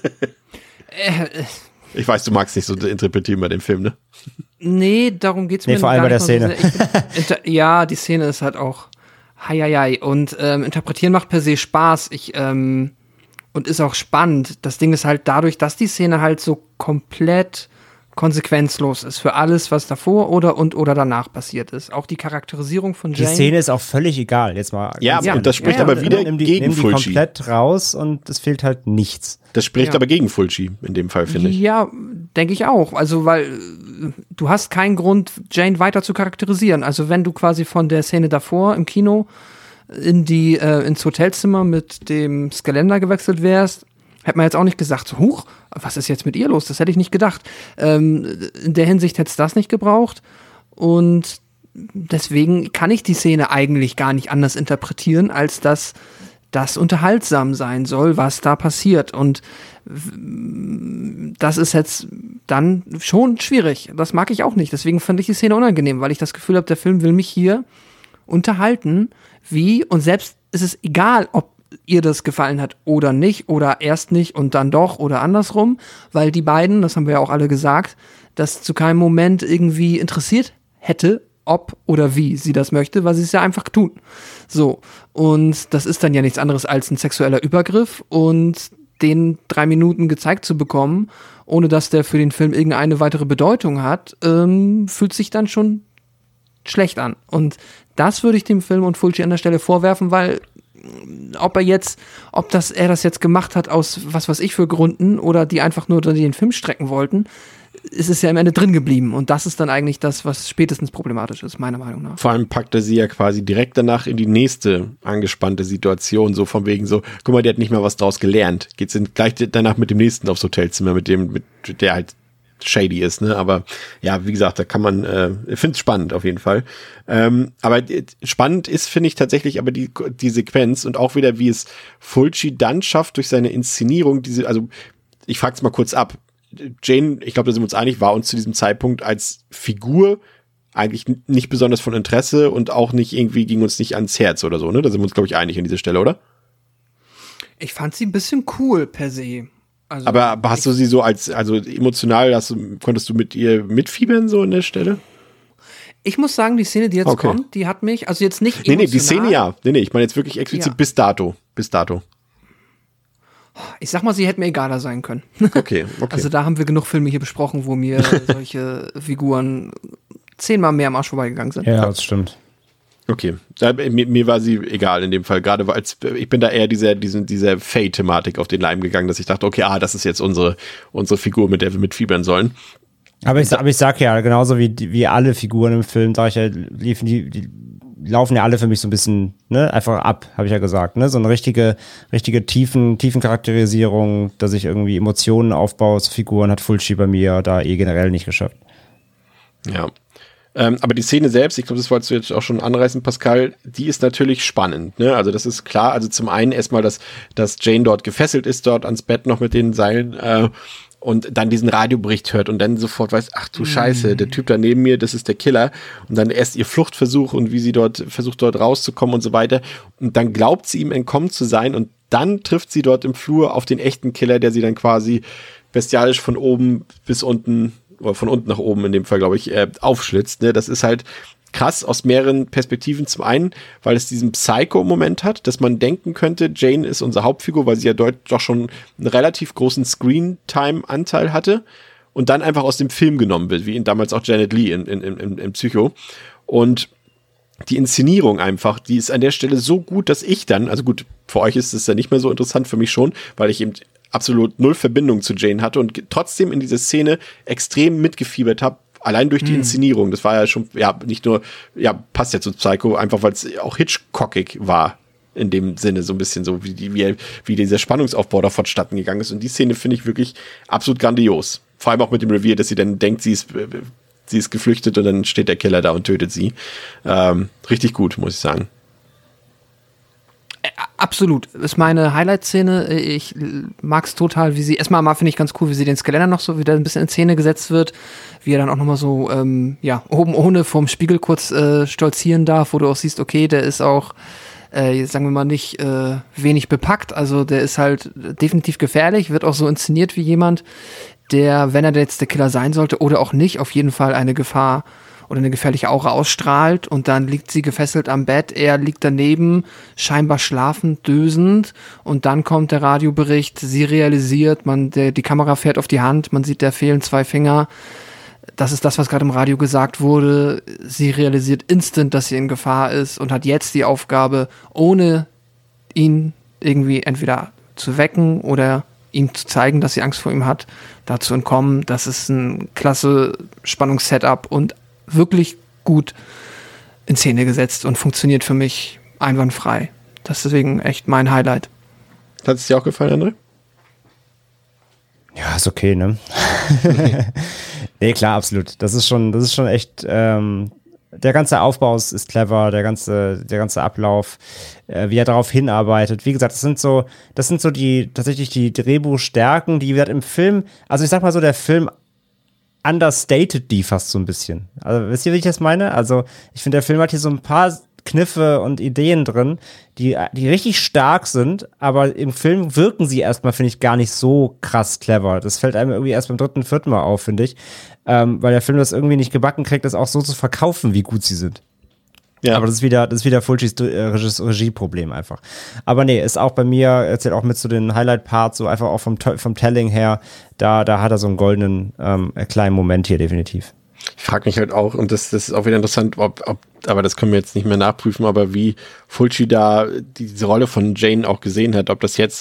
Speaker 5: Äh,
Speaker 2: Ich weiß, du magst nicht so interpretieren bei dem Film, ne?
Speaker 5: Nee, darum geht's
Speaker 3: Nee,
Speaker 5: mir
Speaker 3: vor allem
Speaker 5: gar
Speaker 3: bei
Speaker 5: nicht
Speaker 3: der
Speaker 5: mal so sehr. Ich bin, inter, ja, die Szene ist halt auch heieiei. Und ähm, interpretieren macht per se Spaß. Ich, ähm, und ist auch spannend. Das Ding ist halt dadurch, dass die Szene halt so komplett konsequenzlos ist für alles, was davor oder und oder danach passiert ist. Auch die Charakterisierung von
Speaker 3: Die
Speaker 5: Jane.
Speaker 3: Szene ist auch völlig egal. Jetzt mal.
Speaker 2: Ja,
Speaker 3: ganz
Speaker 2: und das spricht
Speaker 5: Ja,
Speaker 2: aber
Speaker 5: ja,
Speaker 2: wieder
Speaker 3: nimm die,
Speaker 2: gegen
Speaker 3: nimm die
Speaker 2: Fulci.
Speaker 3: komplett raus und es fehlt halt nichts.
Speaker 2: Das spricht
Speaker 5: Ja.
Speaker 2: aber gegen Fulci in dem Fall, finde ich.
Speaker 5: Ja, denke ich auch. Also, weil äh, du hast keinen Grund, Jane weiter zu charakterisieren. Also, wenn du quasi von der Szene davor im Kino in die, äh, ins Hotelzimmer mit dem Skalender gewechselt wärst, hätte man jetzt auch nicht gesagt, so, huch, was ist jetzt mit ihr los? Das hätte ich nicht gedacht. Ähm, in der Hinsicht hätte es das nicht gebraucht. Und deswegen kann ich die Szene eigentlich gar nicht anders interpretieren, als dass das unterhaltsam sein soll, was da passiert. Und das ist jetzt dann schon schwierig. Das mag ich auch nicht. Deswegen fand ich die Szene unangenehm, weil ich das Gefühl habe, der Film will mich hier unterhalten, wie, und selbst ist es egal, ob ihr das gefallen hat oder nicht, oder erst nicht und dann doch oder andersrum, weil die beiden, das haben wir ja auch alle gesagt, das zu keinem Moment irgendwie interessiert hätte, ob oder wie sie das möchte, weil sie es ja einfach tun. So, und das ist dann ja nichts anderes als ein sexueller Übergriff, und den drei Minuten gezeigt zu bekommen, ohne dass der für den Film irgendeine weitere Bedeutung hat, ähm, fühlt sich dann schon schlecht an. Und das würde ich dem Film und Fulci an der Stelle vorwerfen, weil ob er jetzt, ob das er das jetzt gemacht hat aus was weiß ich für Gründen oder die einfach nur den Film strecken wollten, ist es ja am Ende drin geblieben. Und das ist dann eigentlich das, was spätestens problematisch ist, meiner Meinung nach.
Speaker 2: Vor allem packt er sie ja quasi direkt danach in die nächste angespannte Situation, so von wegen so, guck mal, der hat nicht mal was draus gelernt. Geht's in, gleich danach mit dem nächsten aufs Hotelzimmer, mit dem, mit der halt shady ist, ne? Aber ja, wie gesagt, da kann man, äh, ich finde es spannend auf jeden Fall. Ähm, aber äh, spannend ist, finde ich tatsächlich, aber die, die Sequenz und auch wieder, wie es Fulci dann schafft durch seine Inszenierung, diese, also ich frage es mal kurz ab. Jane, ich glaube, da sind wir uns einig, war uns zu diesem Zeitpunkt als Figur eigentlich n- nicht besonders von Interesse und auch nicht irgendwie, ging uns nicht ans Herz oder so, ne? Da sind wir uns, glaube ich, einig an dieser Stelle, oder?
Speaker 5: Ich fand sie ein bisschen cool per se. Also,
Speaker 2: Aber, aber hast du sie so als, also emotional, hast du, konntest du mit ihr mitfiebern so an der Stelle?
Speaker 5: ich muss sagen, die Szene, die jetzt
Speaker 2: Okay.
Speaker 5: kommt, die hat mich, also jetzt nicht
Speaker 2: Nee, nee, die
Speaker 5: emotional.
Speaker 2: Szene ja. Nee, nee, ich meine jetzt wirklich explizit
Speaker 5: Ja.
Speaker 2: bis dato. Bis dato.
Speaker 5: Ich sag mal, sie hätte mir egaler sein können.
Speaker 2: Okay, okay.
Speaker 5: Also da haben wir genug Filme hier besprochen, wo mir solche Figuren zehnmal mehr am Arsch vorbeigegangen sind.
Speaker 3: Ja, das stimmt.
Speaker 2: Okay, da, mir, mir war sie egal in dem Fall, gerade weil als, ich bin da eher dieser, diesen, dieser Fate-Thematik auf den Leim gegangen, dass ich dachte, okay, ah, das ist jetzt unsere, unsere Figur, mit der wir mitfiebern sollen.
Speaker 3: Aber ich, aber ich sag ja, genauso wie, die- wie alle Figuren im Film, sag ich ja, liefen die, die laufen ja alle für mich so ein bisschen, ne, einfach ab, habe ich ja gesagt, ne, so eine richtige, richtige Tiefen, Tiefencharakterisierung, dass ich irgendwie Emotionen aufbaue zu Figuren, hat Fulci bei mir da eh generell nicht geschafft.
Speaker 2: Ja. Ähm, aber die Szene selbst, ich glaube, das wolltest du jetzt auch schon anreißen, Pascal, die ist natürlich spannend, ne? Also das ist klar, also zum einen erstmal, dass, dass Jane dort gefesselt ist, dort ans Bett noch mit den Seilen, äh, und dann diesen Radiobericht hört und dann sofort weiß, ach du Scheiße, der Typ da neben mir, das ist der Killer. Und dann erst ihr Fluchtversuch und wie sie dort versucht, dort rauszukommen und so weiter. Und dann glaubt sie ihm entkommen zu sein und dann trifft sie dort im Flur auf den echten Killer, der sie dann quasi bestialisch von oben bis unten, oder von unten nach oben in dem Fall, glaube ich, äh, aufschlitzt. Ne? Das ist halt krass aus mehreren Perspektiven. Zum einen, weil es diesen Psycho-Moment hat, dass man denken könnte, Jane ist unsere Hauptfigur, weil sie ja dort doch schon einen relativ großen Screen-Time-Anteil hatte und dann einfach aus dem Film genommen wird, wie ihn damals auch Janet Leigh in, in, in, in Psycho. Und die Inszenierung einfach, die ist an der Stelle so gut, dass ich dann, also gut, für euch ist es ja nicht mehr so interessant, für mich schon, weil ich eben absolut null Verbindung zu Jane hatte und trotzdem in dieser Szene extrem mitgefiebert habe, allein durch die Inszenierung. Das war ja schon, ja, nicht nur, ja, passt ja zu Psycho, einfach weil es auch Hitchcockig war. In dem Sinne, so ein bisschen so, wie, die, wie, wie dieser Spannungsaufbau da vonstatten gegangen ist. Und die Szene finde ich wirklich absolut grandios. Vor allem auch mit dem Reveal, dass sie dann denkt, sie ist, sie ist geflüchtet und dann steht der Killer da und tötet sie. Ähm, richtig gut, muss ich sagen.
Speaker 5: Absolut. Ist meine Highlight-Szene. Ich mag's total, wie sie, erstmal mal finde ich ganz cool, wie sie den Skelett noch so wieder ein bisschen in Szene gesetzt wird, wie er dann auch nochmal so, ähm, ja, oben ohne vorm Spiegel kurz äh, stolzieren darf, wo du auch siehst, okay, der ist auch, äh, sagen wir mal, nicht äh, wenig bepackt, also der ist halt definitiv gefährlich, wird auch so inszeniert wie jemand, der, wenn er jetzt der Killer sein sollte oder auch nicht, auf jeden Fall eine Gefahr oder eine gefährliche Aura ausstrahlt und dann liegt sie gefesselt am Bett, er liegt daneben, scheinbar schlafend, dösend und dann kommt der Radiobericht, sie realisiert, man, der, die Kamera fährt auf die Hand, man sieht, da fehlen zwei Finger, das ist das, was gerade im Radio gesagt wurde, sie realisiert instant, dass sie in Gefahr ist und hat jetzt die Aufgabe, ohne ihn irgendwie entweder zu wecken oder ihm zu zeigen, dass sie Angst vor ihm hat, da zu entkommen. Das ist ein klasse Spannungssetup und wirklich gut in Szene gesetzt und funktioniert für mich einwandfrei. Das ist deswegen echt mein Highlight.
Speaker 2: Hat es dir auch gefallen, André?
Speaker 3: Ja, ist okay, ne? Nee, klar, absolut. Das ist schon, das ist schon echt, ähm, der ganze Aufbau ist, ist clever, der ganze, der ganze Ablauf, äh, wie er darauf hinarbeitet. Wie gesagt, das sind so, das sind so die, tatsächlich die Drehbuchstärken, die wird im Film, also ich sag mal so, der Film understated die fast so ein bisschen. Also, wisst ihr, wie ich das meine? Also, ich finde, der Film hat hier so ein paar Kniffe und Ideen drin, die, die richtig stark sind, aber im Film wirken sie erstmal, finde ich, gar nicht so krass clever. Das fällt einem irgendwie erst beim dritten, vierten Mal auf, finde ich. Ähm, weil der Film das irgendwie nicht gebacken kriegt, das auch so zu verkaufen, wie gut sie sind. Ja. Aber das ist wieder, das ist wieder Fulcis Regieproblem einfach. Aber nee, ist auch bei mir, erzählt auch mit so den Highlight-Parts, so einfach auch vom, vom Telling her, da, da hat er so einen goldenen ähm, kleinen Moment hier definitiv.
Speaker 2: Ich frage mich halt auch, und das, das ist auch wieder interessant, ob, ob, aber das können wir jetzt nicht mehr nachprüfen, aber wie Fulci da diese Rolle von Jane auch gesehen hat, ob das jetzt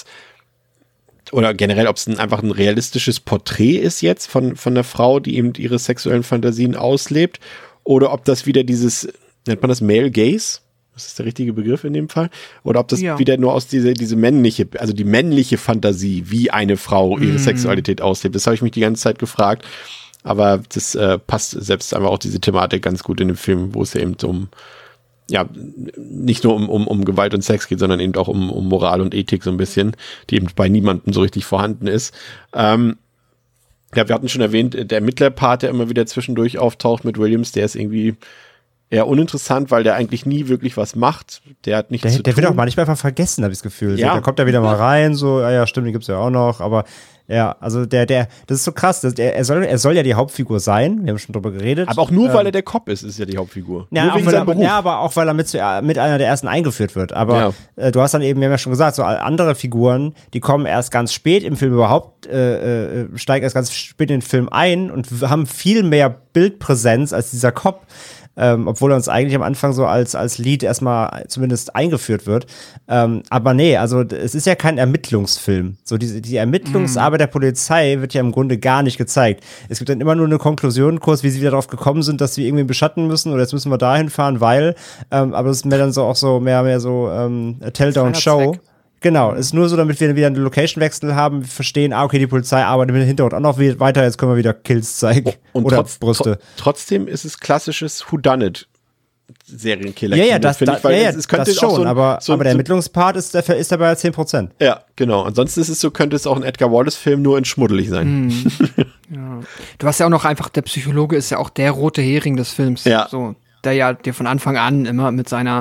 Speaker 2: oder generell, ob es ein, einfach ein realistisches Porträt ist jetzt von, von der Frau, die eben ihre sexuellen Fantasien auslebt, oder ob das wieder dieses, nennt man das Male Gaze? Das ist der richtige Begriff in dem Fall. Oder ob das ja. wieder nur aus dieser, diese männliche, also die männliche Fantasie, wie eine Frau ihre mm. Sexualität auslebt. Das habe ich mich die ganze Zeit gefragt. Aber das äh, passt selbst einfach auch diese Thematik ganz gut in dem Film, wo es ja eben um, ja, nicht nur um, um, um Gewalt und Sex geht, sondern eben auch um, um Moral und Ethik so ein bisschen, die eben bei niemandem so richtig vorhanden ist. Ähm, ja, wir hatten schon erwähnt, der Ermittlerpart, der immer wieder zwischendurch auftaucht mit Williams, der ist irgendwie eher uninteressant, weil der eigentlich nie wirklich was macht. Der hat nichts
Speaker 3: der,
Speaker 2: zu
Speaker 3: der
Speaker 2: tun.
Speaker 3: Der wird auch manchmal einfach vergessen, habe ich das Gefühl.
Speaker 2: Ja.
Speaker 3: So, da kommt er wieder mal rein, so, ja, ja, stimmt, die gibt's ja auch noch, aber ja, also der, der, das ist so krass, das, der, er, soll, er soll ja die Hauptfigur sein, wir haben schon drüber geredet.
Speaker 2: Aber auch nur,
Speaker 3: ähm,
Speaker 2: weil er der Cop ist, ist ja die Hauptfigur.
Speaker 3: Ja,
Speaker 2: nur
Speaker 3: auch
Speaker 2: wegen
Speaker 3: weil
Speaker 2: seinem
Speaker 3: er,
Speaker 2: Beruf.
Speaker 3: ja, aber auch weil er mit, mit einer der ersten eingeführt wird. Aber
Speaker 2: ja.
Speaker 3: äh, du hast dann eben, wir haben ja schon gesagt, so andere Figuren, die kommen erst ganz spät im Film überhaupt, äh, äh, steigen erst ganz spät in den Film ein und haben viel mehr Bildpräsenz als dieser Cop. Ähm, obwohl er uns eigentlich am Anfang so als, als Lead erstmal zumindest eingeführt wird. Ähm, aber nee, also es ist ja kein Ermittlungsfilm. So diese, die Ermittlungsarbeit Aufgabe der Polizei wird ja im Grunde gar nicht gezeigt. Es gibt dann immer nur eine Konklusion, kurz, wie sie wieder darauf gekommen sind, dass wir irgendwie beschatten müssen oder jetzt müssen wir dahin fahren, weil, ähm, aber es ist mehr dann so auch so, mehr, mehr so, ähm, Tell-Down-Show. Genau, es ist nur so, damit wir wieder einen Location-Wechsel haben, verstehen, ah, okay, die Polizei arbeitet im Hintergrund auch noch weiter, jetzt können wir wieder Kills zeigen.
Speaker 2: Und
Speaker 3: oder
Speaker 2: trotz,
Speaker 3: Brüste.
Speaker 2: tr- trotzdem ist es klassisches Whodunit. Serienkiller.
Speaker 3: Ja, ja, das,
Speaker 2: ich,
Speaker 3: da,
Speaker 2: weil
Speaker 3: ja, ja,
Speaker 2: es, es könnte
Speaker 3: das schon,
Speaker 2: so ein,
Speaker 3: aber,
Speaker 2: so,
Speaker 3: aber der
Speaker 2: so,
Speaker 3: Ermittlungspart ist, der, ist dabei zehn Prozent.
Speaker 2: Ja, genau. Ansonsten ist es so, könnte es auch ein Edgar Wallace-Film nur in schmuddelig sein.
Speaker 5: Mhm. Ja. Du hast ja auch noch einfach, der Psychologe ist ja auch der rote Hering des Films.
Speaker 2: Ja.
Speaker 5: So, der ja der von Anfang an immer mit seiner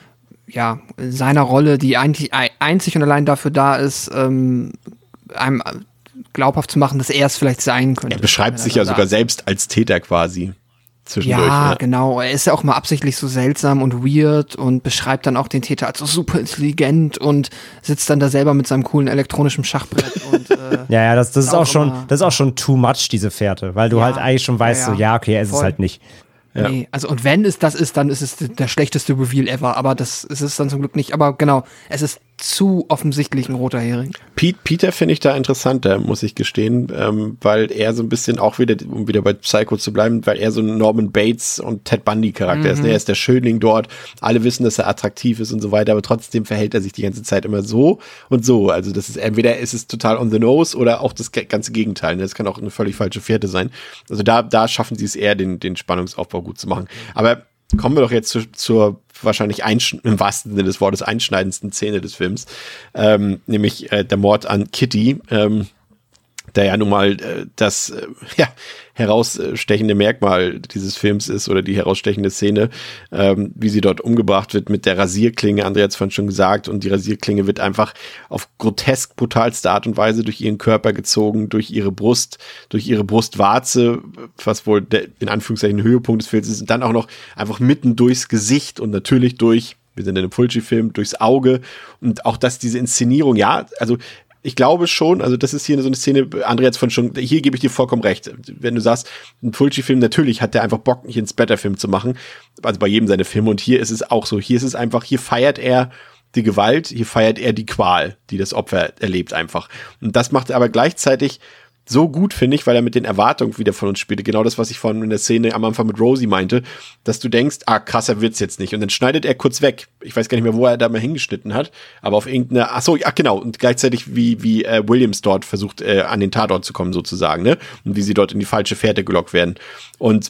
Speaker 5: ja, seiner Rolle, die eigentlich einzig und allein dafür da ist, ähm, einem glaubhaft zu machen, dass er es vielleicht sein könnte.
Speaker 2: Er beschreibt sich ja sogar selbst als Täter quasi. Zwischendurch.
Speaker 5: Ja,
Speaker 2: Ja,
Speaker 5: genau. Er ist ja auch mal absichtlich so seltsam und weird und beschreibt dann auch den Täter als so super intelligent und sitzt dann da selber mit seinem coolen elektronischen Schachbrett und äh,
Speaker 3: Ja, ja, das, das ist auch schon,
Speaker 5: immer-
Speaker 3: das ist auch schon too much, diese Fährte, weil du
Speaker 5: Ja,
Speaker 3: halt eigentlich schon weißt,
Speaker 5: ja,
Speaker 3: so,
Speaker 5: ja.
Speaker 3: ja, okay, er ist es
Speaker 5: Voll.
Speaker 3: halt nicht.
Speaker 2: Ja.
Speaker 5: Nee, also und wenn es das ist, dann ist es der schlechteste Reveal ever, aber das ist es dann zum Glück nicht. Aber genau, es ist zu offensichtlich ein roter Hering.
Speaker 2: Pete, Peter finde ich da interessanter, muss ich gestehen, ähm, weil er so ein bisschen auch wieder, um wieder bei Psycho zu bleiben, weil er so ein Norman Bates und Ted Bundy Charakter
Speaker 5: Mhm.
Speaker 2: ist. Ne? Er ist der Schönling dort, alle wissen, dass er attraktiv ist und so weiter, aber trotzdem verhält er sich die ganze Zeit immer so und so. Also das ist entweder ist es total on the nose oder auch das ge- ganze Gegenteil. Ne? Das kann auch eine völlig falsche Fährte sein. Also da, da schaffen sie es eher, den, den Spannungsaufbau gut zu machen. Aber kommen wir doch jetzt zu, zur wahrscheinlich einsch- im wahrsten Sinne des Wortes einschneidendsten Szene des Films, ähm, nämlich äh, der Mord an Kitty, ähm, der ja nun mal äh, das äh, ja, herausstechende Merkmal dieses Films ist oder die herausstechende Szene, ähm, wie sie dort umgebracht wird mit der Rasierklinge, Andrea hat es vorhin schon gesagt, und die Rasierklinge wird einfach auf grotesk brutalste Art und Weise durch ihren Körper gezogen, durch ihre Brust, durch ihre Brustwarze, was wohl der in Anführungszeichen Höhepunkt des Films ist, und dann auch noch einfach mitten durchs Gesicht und natürlich durch, wir sind in einem Fulci-Film, durchs Auge, und auch dass diese Inszenierung, ja, also ich glaube schon, also das ist hier so eine Szene, Andrea hat es von schon, hier gebe ich dir vollkommen recht. Wenn du sagst, ein Fulci-Film, natürlich hat der einfach Bock, hier einen Splatter-Film zu machen, also bei jedem seiner Filme, und hier ist es auch so, hier ist es einfach, hier feiert er die Gewalt, hier feiert er die Qual, die das Opfer erlebt einfach. Und das macht er aber gleichzeitig so gut, finde ich, weil er mit den Erwartungen wieder von uns spielte. Genau das, was ich vorhin in der Szene am Anfang mit Rosie meinte, dass du denkst, ah, krasser wird's jetzt nicht. Und dann schneidet er kurz weg. Ich weiß gar nicht mehr, wo er da mal hingeschnitten hat, aber auf irgendeine, ach so, ja, genau. Und gleichzeitig wie, wie äh, Williams dort versucht, äh, an den Tatort zu kommen, sozusagen, ne? Und wie sie dort in die falsche Fährte gelockt werden. Und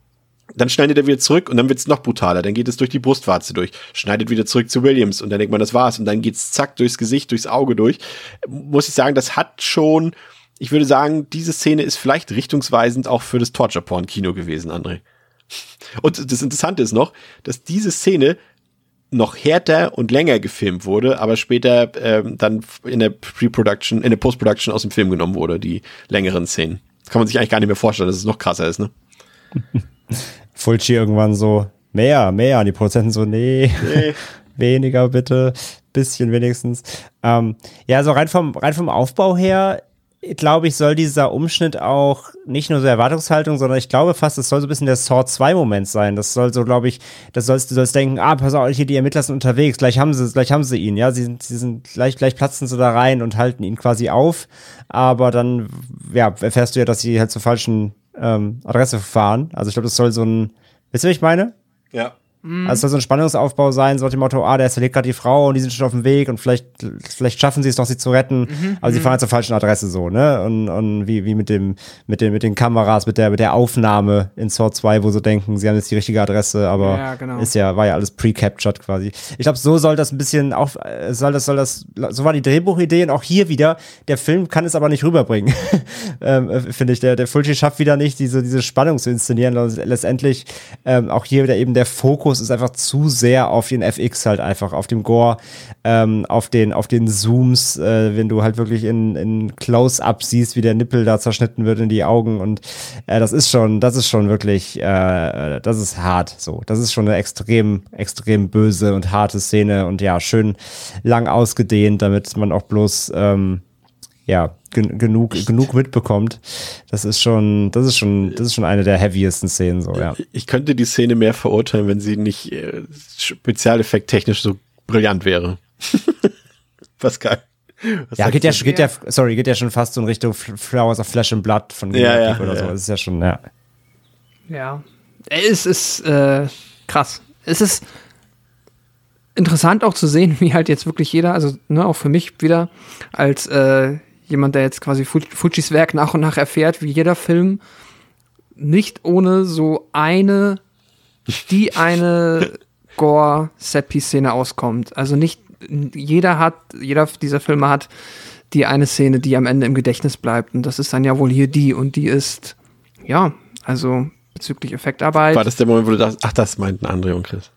Speaker 2: dann schneidet er wieder zurück und dann wird's noch brutaler. Dann geht es durch die Brustwarze durch, schneidet wieder zurück zu Williams und dann denkt man, das war's. Und dann geht's zack durchs Gesicht, durchs Auge durch. Muss ich sagen, das hat schon, ich würde sagen, diese Szene ist vielleicht richtungsweisend auch für das Torture-Porn-Kino gewesen, André. Und das Interessante ist noch, dass diese Szene noch härter und länger gefilmt wurde, aber später ähm, dann in der Pre-Production, in der Post-Production aus dem Film genommen wurde, die längeren Szenen. Das kann man sich eigentlich gar nicht mehr vorstellen, dass es noch krasser ist, ne?
Speaker 3: Fulci irgendwann so, mehr, mehr. Und die Produzenten so, nee,
Speaker 2: Nee.
Speaker 3: weniger bitte, bisschen wenigstens. Ähm, ja, so rein vom, rein vom Aufbau her, glaube ich, soll dieser Umschnitt auch nicht nur so Erwartungshaltung, sondern ich glaube fast, es soll so ein bisschen der Saw zwei Moment sein. Das soll so, glaube ich, das sollst du sollst denken, ah, pass auf, hier die Ermittler sind unterwegs, gleich haben sie, gleich haben sie ihn, ja, sie sind, sie sind, gleich, gleich platzen sie da rein und halten ihn quasi auf, aber dann, ja, erfährst du ja, dass sie halt zur falschen ähm, Adresse fahren. Also ich glaube, das soll so ein, wisst ihr, was ich meine?
Speaker 2: Ja.
Speaker 3: Also es soll so ein Spannungsaufbau sein, so nach dem Motto, ah, der zerlegt gerade die Frau und die sind schon auf dem Weg und vielleicht, vielleicht schaffen sie es noch, sie zu retten,
Speaker 5: Mhm,
Speaker 3: aber sie fahren halt zur falschen Adresse so, ne? Und, und wie, wie mit dem, mit den, mit den Kameras, mit der, mit der Aufnahme in Saw zwei, wo sie denken, sie haben jetzt die richtige Adresse, aber
Speaker 5: Ja, genau.
Speaker 3: ist ja, war ja alles pre-captured quasi. Ich glaube, so soll das ein bisschen auch, äh, soll das, soll das, so war die Drehbuchidee und auch hier wieder, der Film kann es aber nicht rüberbringen, ähm, äh, finde ich. Der, der Fulci schafft wieder nicht, diese, diese Spannung zu inszenieren. Letztendlich, ähm, auch hier wieder eben der Fokus ist einfach zu sehr auf den F X halt einfach, auf dem Gore, ähm, auf den, auf den Zooms, äh, wenn du halt wirklich in, in Close-Up siehst, wie der Nippel da zerschnitten wird in die Augen und äh, das ist schon, das ist schon wirklich, äh, das ist hart so. Das ist schon eine extrem, extrem böse und harte Szene und ja, schön lang ausgedehnt, damit man auch bloß, ähm, ja, gen- genug, genug mitbekommt. Das ist schon, das ist schon, das ist schon eine der heaviesten Szenen, so, ja.
Speaker 2: Ich könnte die Szene mehr verurteilen, wenn sie nicht äh, spezialeffekttechnisch so brillant wäre. Pascal.
Speaker 3: Ja, geht ja, geht ja, sorry, geht ja schon fast so in Richtung Flowers of Flesh and Blood von
Speaker 2: ja, ja,
Speaker 3: oder
Speaker 2: ja.
Speaker 3: so. Das ist ja schon, ja.
Speaker 5: Ja. Es ist äh, krass. Es ist interessant auch zu sehen, wie halt jetzt wirklich jeder, also ne, auch für mich wieder, als äh, jemand, der jetzt quasi Fulcis Werk nach und nach erfährt, wie jeder Film nicht ohne so eine, die eine Gore-Set-Piece-Szene auskommt. Also nicht jeder hat, jeder dieser Filme hat die eine Szene, die am Ende im Gedächtnis bleibt. Und das ist dann ja wohl hier die. Und die ist, ja, also bezüglich Effektarbeit.
Speaker 2: War das der Moment, wo du dachtest, ach, das meinten André und Chris?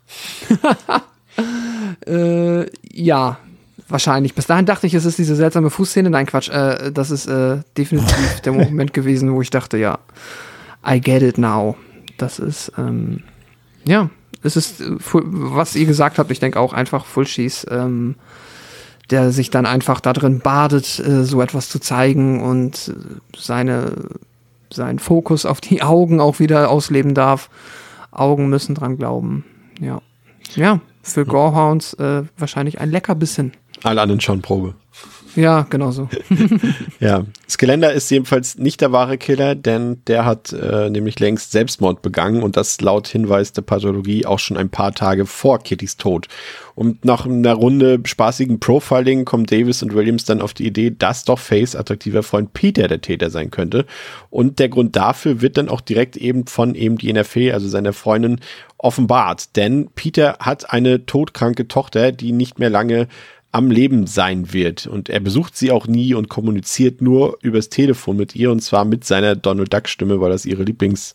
Speaker 5: äh, ja, wahrscheinlich. Bis dahin dachte ich, es ist diese seltsame Fußszene. Nein, Quatsch. Äh, das ist äh, definitiv der Moment gewesen, wo ich dachte, ja, I get it now. Das ist, ähm, ja, es ist, was ihr gesagt habt, ich denke auch einfach Fulcis, ähm, der sich dann einfach da drin badet, äh, so etwas zu zeigen und seine, seinen Fokus auf die Augen auch wieder ausleben darf. Augen müssen dran glauben. Ja, ja, für Gorehounds äh, wahrscheinlich ein Leckerbissen.
Speaker 2: Alle anderen schauen Probe.
Speaker 5: Ja, genau so.
Speaker 2: Ja, Skellender ist jedenfalls nicht der wahre Killer, denn der hat äh, nämlich längst Selbstmord begangen und das laut Hinweis der Pathologie auch schon ein paar Tage vor Kittys Tod. Und nach einer Runde spaßigen Profiling kommen Davis und Williams dann auf die Idee, dass doch Fays attraktiver Freund Peter der Täter sein könnte. Und der Grund dafür wird dann auch direkt eben von eben jener Fee, also seiner Freundin, offenbart. Denn Peter hat eine todkranke Tochter, die nicht mehr lange am Leben sein wird. Und er besucht sie auch nie und kommuniziert nur übers Telefon mit ihr und zwar mit seiner Donald Duck Stimme, weil das ihre Lieblings,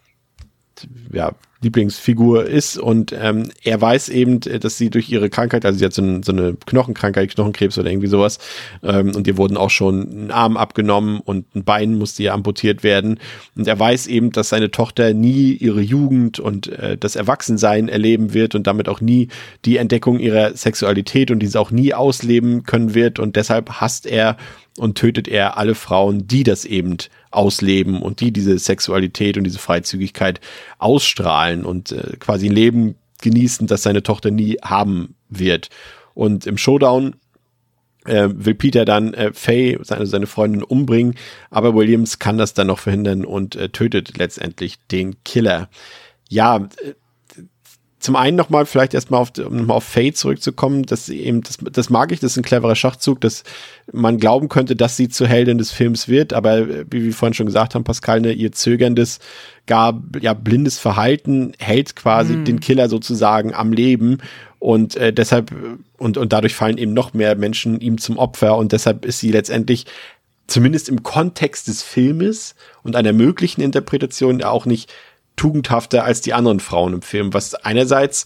Speaker 2: ja, Lieblingsfigur ist und ähm, er weiß eben, dass sie durch ihre Krankheit, also sie hat so, ein, so eine Knochenkrankheit, Knochenkrebs oder irgendwie sowas ähm, und ihr wurden auch schon ein Arm abgenommen und ein Bein musste ihr amputiert werden und er weiß eben, dass seine Tochter nie ihre Jugend und äh, das Erwachsensein erleben wird und damit auch nie die Entdeckung ihrer Sexualität und diese auch nie ausleben können wird und deshalb hasst er und tötet er alle Frauen, die das eben ausleben und die diese Sexualität und diese Freizügigkeit ausstrahlen und äh, quasi ein Leben genießen, das seine Tochter nie haben wird. Und im Showdown äh, will Peter dann äh, Faye, seine, seine Freundin, umbringen, aber Williams kann das dann noch verhindern und äh, tötet letztendlich den Killer. Ja, äh, zum einen nochmal vielleicht erstmal auf, um nochmal auf Faye zurückzukommen, dass eben, das, das mag ich, das ist ein cleverer Schachzug, dass man glauben könnte, dass sie zur Heldin des Films wird, aber wie wir vorhin schon gesagt haben, Pascal, ne, ihr zögerndes, gar ja blindes Verhalten hält quasi mhm. den Killer sozusagen am Leben und äh, deshalb und, und dadurch fallen eben noch mehr Menschen ihm zum Opfer und deshalb ist sie letztendlich zumindest im Kontext des Filmes und einer möglichen Interpretation auch nicht tugendhafter als die anderen Frauen im Film, was einerseits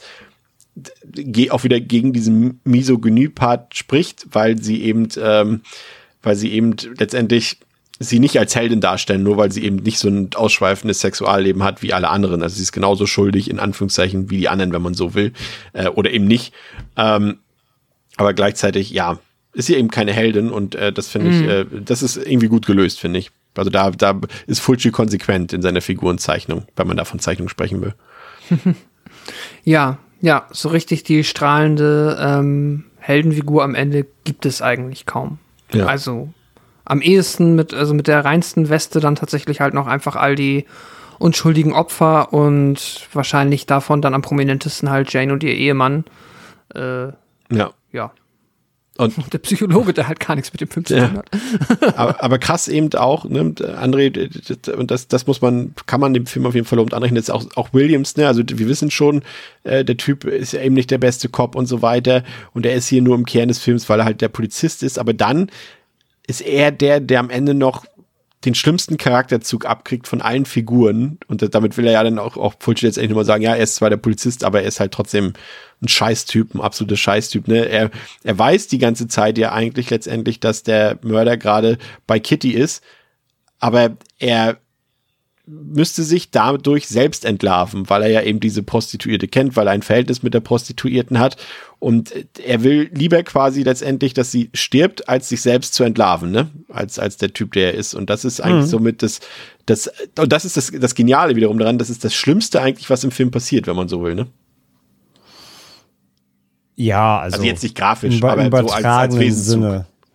Speaker 2: auch wieder gegen diesen Misogynie-Part spricht, weil sie eben, ähm, weil sie eben letztendlich sie nicht als Heldin darstellen, nur weil sie eben nicht so ein ausschweifendes Sexualleben hat wie alle anderen. Also sie ist genauso schuldig, in Anführungszeichen, wie die anderen, wenn man so will, äh, oder eben nicht. Ähm, aber gleichzeitig, ja, ist sie eben keine Heldin und äh, das finde mhm. ich, äh, das ist irgendwie gut gelöst, finde ich. Also da, da ist Fulci konsequent in seiner Figurenzeichnung, wenn man da von Zeichnung sprechen will.
Speaker 5: Ja, ja, so richtig die strahlende ähm, Heldenfigur am Ende gibt es eigentlich kaum. Ja. Also am ehesten mit, also mit der reinsten Weste dann tatsächlich halt noch einfach all die unschuldigen Opfer und wahrscheinlich davon dann am prominentesten halt Jane und ihr Ehemann. Äh,
Speaker 2: ja.
Speaker 5: Ja.
Speaker 2: Und
Speaker 5: der Psychologe, der halt gar nichts mit dem Film zu tun hat.
Speaker 2: aber, aber krass eben auch, ne, André, und das, das muss man, kann man dem Film auf jeden Fall lobend anrechnen, jetzt auch, auch Williams, ne, also wir wissen schon, äh, der Typ ist ja eben nicht der beste Cop und so weiter und er ist hier nur im Kern des Films, weil er halt der Polizist ist, aber dann ist er der, der am Ende noch den schlimmsten Charakterzug abkriegt von allen Figuren und damit will er ja dann auch, auch Fulci jetzt endlich mal sagen, ja, er ist zwar der Polizist, aber er ist halt trotzdem ein Scheißtyp, ein absoluter Scheißtyp, ne? Er, er weiß die ganze Zeit ja eigentlich letztendlich, dass der Mörder gerade bei Kitty ist, aber er müsste sich dadurch selbst entlarven, weil er ja eben diese Prostituierte kennt, weil er ein Verhältnis mit der Prostituierten hat und er will lieber quasi letztendlich, dass sie stirbt, als sich selbst zu entlarven, ne? Als, als der Typ, der er ist. Und das ist eigentlich mhm. somit das, das, und das ist das, das Geniale wiederum daran, das ist das Schlimmste eigentlich, was im Film passiert, wenn man so will, ne?
Speaker 3: Ja, also.
Speaker 2: Also jetzt nicht grafisch, aber so als, als Wesenszug. Sinne.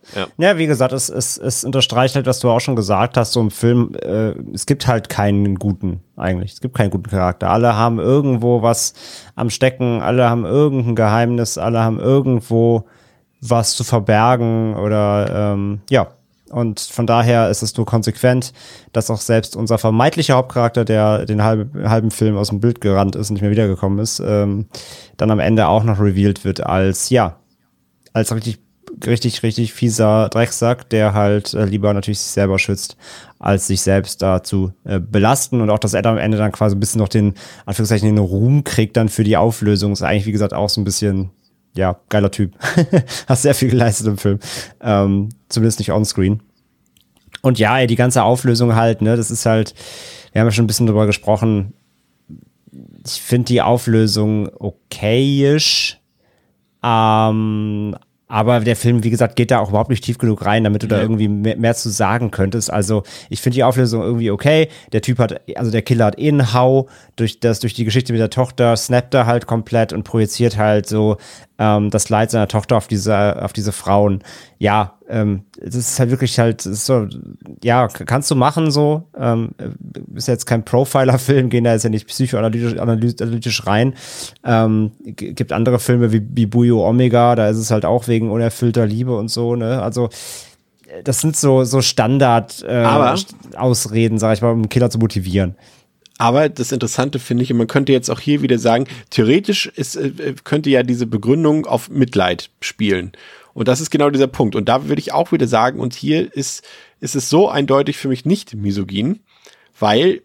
Speaker 2: Ja,
Speaker 3: ja wie gesagt, es, es, es unterstreicht halt, was du auch schon gesagt hast, so im Film, äh, es gibt halt keinen guten, eigentlich. Es gibt keinen guten Charakter. Alle haben irgendwo was am Stecken, alle haben irgendein Geheimnis, alle haben irgendwo was zu verbergen oder ähm, ja. Und von daher ist es nur konsequent, dass auch selbst unser vermeintlicher Hauptcharakter, der den halben, halben Film aus dem Bild gerannt ist und nicht mehr wiedergekommen ist, ähm, dann am Ende auch noch revealed wird als, ja, als richtig, richtig, richtig fieser Drecksack, der halt äh, lieber natürlich sich selber schützt, als sich selbst da zu äh, belasten. Und auch, dass er dann am Ende dann quasi ein bisschen noch den, Anführungszeichen, den Ruhm kriegt dann für die Auflösung, ist eigentlich, wie gesagt, auch so ein bisschen, ja, geiler Typ. Hast sehr viel geleistet im Film. Ähm, zumindest nicht onscreen. Und ja, ey, die ganze Auflösung halt, ne, das ist halt, wir haben ja schon ein bisschen drüber gesprochen. Ich finde die Auflösung okayisch. Ähm, aber der Film, wie gesagt, geht da auch überhaupt nicht tief genug rein, damit du da irgendwie mehr, mehr zu sagen könntest. Also ich finde die Auflösung irgendwie okay. Der Typ hat, also der Killer hat eh einen Hau. Durch das, durch die Geschichte mit der Tochter snappt er halt komplett und projiziert halt so ähm, das Leid seiner Tochter auf diese, auf diese Frauen. Ja, ähm, das ist halt wirklich halt, das ist so, ja, kannst du machen so. Ähm, ist jetzt kein Profiler-Film, gehen da jetzt ja nicht psychoanalytisch analytisch rein. Ähm, g- gibt andere Filme wie, wie Buyo Omega, da ist es halt auch wegen unerfüllter Liebe und so, ne? Also das sind so, so Standard äh,
Speaker 2: Aber-
Speaker 3: Ausreden, sag ich mal, um einen Killer zu motivieren.
Speaker 2: Aber das Interessante finde ich, und man könnte jetzt auch hier wieder sagen, theoretisch ist, äh, könnte ja diese Begründung auf Mitleid spielen. Und das ist genau dieser Punkt. Und da würde ich auch wieder sagen, und hier ist, ist es so eindeutig für mich nicht misogyn, weil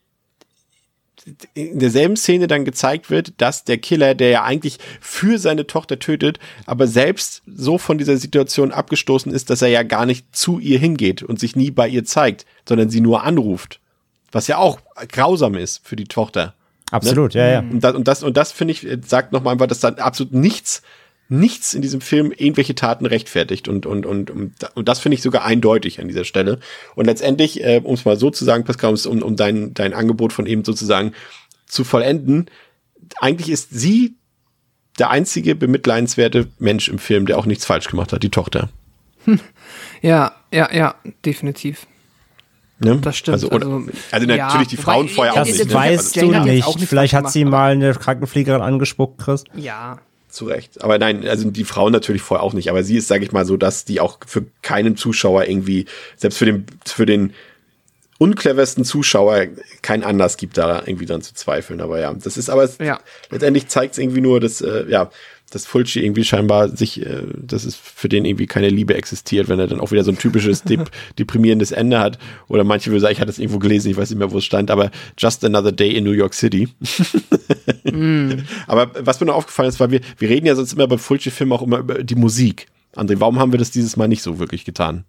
Speaker 2: in derselben Szene dann gezeigt wird, dass der Killer, der ja eigentlich für seine Tochter tötet, aber selbst so von dieser Situation abgestoßen ist, dass er ja gar nicht zu ihr hingeht und sich nie bei ihr zeigt, sondern sie nur anruft. Was ja auch grausam ist für die Tochter.
Speaker 3: Absolut,
Speaker 2: Ne?
Speaker 3: ja, ja.
Speaker 2: Und das, und das, und das finde ich, sagt nochmal einfach, dass da absolut nichts, nichts in diesem Film irgendwelche Taten rechtfertigt. Und, und, und, und, und das finde ich sogar eindeutig an dieser Stelle. Und letztendlich, äh, um es mal so zu sagen, Pascal, um, um dein, dein Angebot von eben sozusagen zu vollenden, eigentlich ist sie der einzige bemitleidenswerte Mensch im Film, der auch nichts falsch gemacht hat, die Tochter.
Speaker 5: Ja, ja, ja, definitiv.
Speaker 2: Ne?
Speaker 5: Das stimmt.
Speaker 2: Also, oder,
Speaker 5: Also,
Speaker 2: also
Speaker 5: ja,
Speaker 2: natürlich die
Speaker 5: wobei-
Speaker 2: Frauen vorher
Speaker 5: ja,
Speaker 2: auch
Speaker 3: Das
Speaker 2: nicht. Ne?
Speaker 3: weißt
Speaker 5: der
Speaker 3: du
Speaker 5: hat jetzt
Speaker 3: nicht.
Speaker 5: auch nichts
Speaker 3: Vielleicht hat
Speaker 5: falsch
Speaker 3: sie
Speaker 5: gemacht,
Speaker 3: mal eine Krankenpflegerin angespuckt, Chris.
Speaker 5: Ja.
Speaker 2: Zu Recht. Aber nein, also die Frauen natürlich vorher auch nicht. Aber sie ist, sage ich mal, so, dass die auch für keinen Zuschauer irgendwie, selbst für den, für den uncleversten Zuschauer keinen Anlass gibt, da irgendwie dran zu zweifeln. Aber ja, das ist aber,
Speaker 5: Ja.
Speaker 2: letztendlich zeigt es irgendwie nur, dass, äh, ja, dass Fulci irgendwie scheinbar sich, äh, dass es für den irgendwie keine Liebe existiert, wenn er dann auch wieder so ein typisches dep- deprimierendes Ende hat. Oder manche würden sagen, ich hatte es irgendwo gelesen, ich weiß nicht mehr, wo es stand, aber Just Another Day in New York City. mm. Aber was mir noch aufgefallen ist, weil wir, wir reden ja sonst immer bei Fulci-Filmen auch immer über die Musik. André, warum haben wir das dieses Mal nicht so wirklich getan?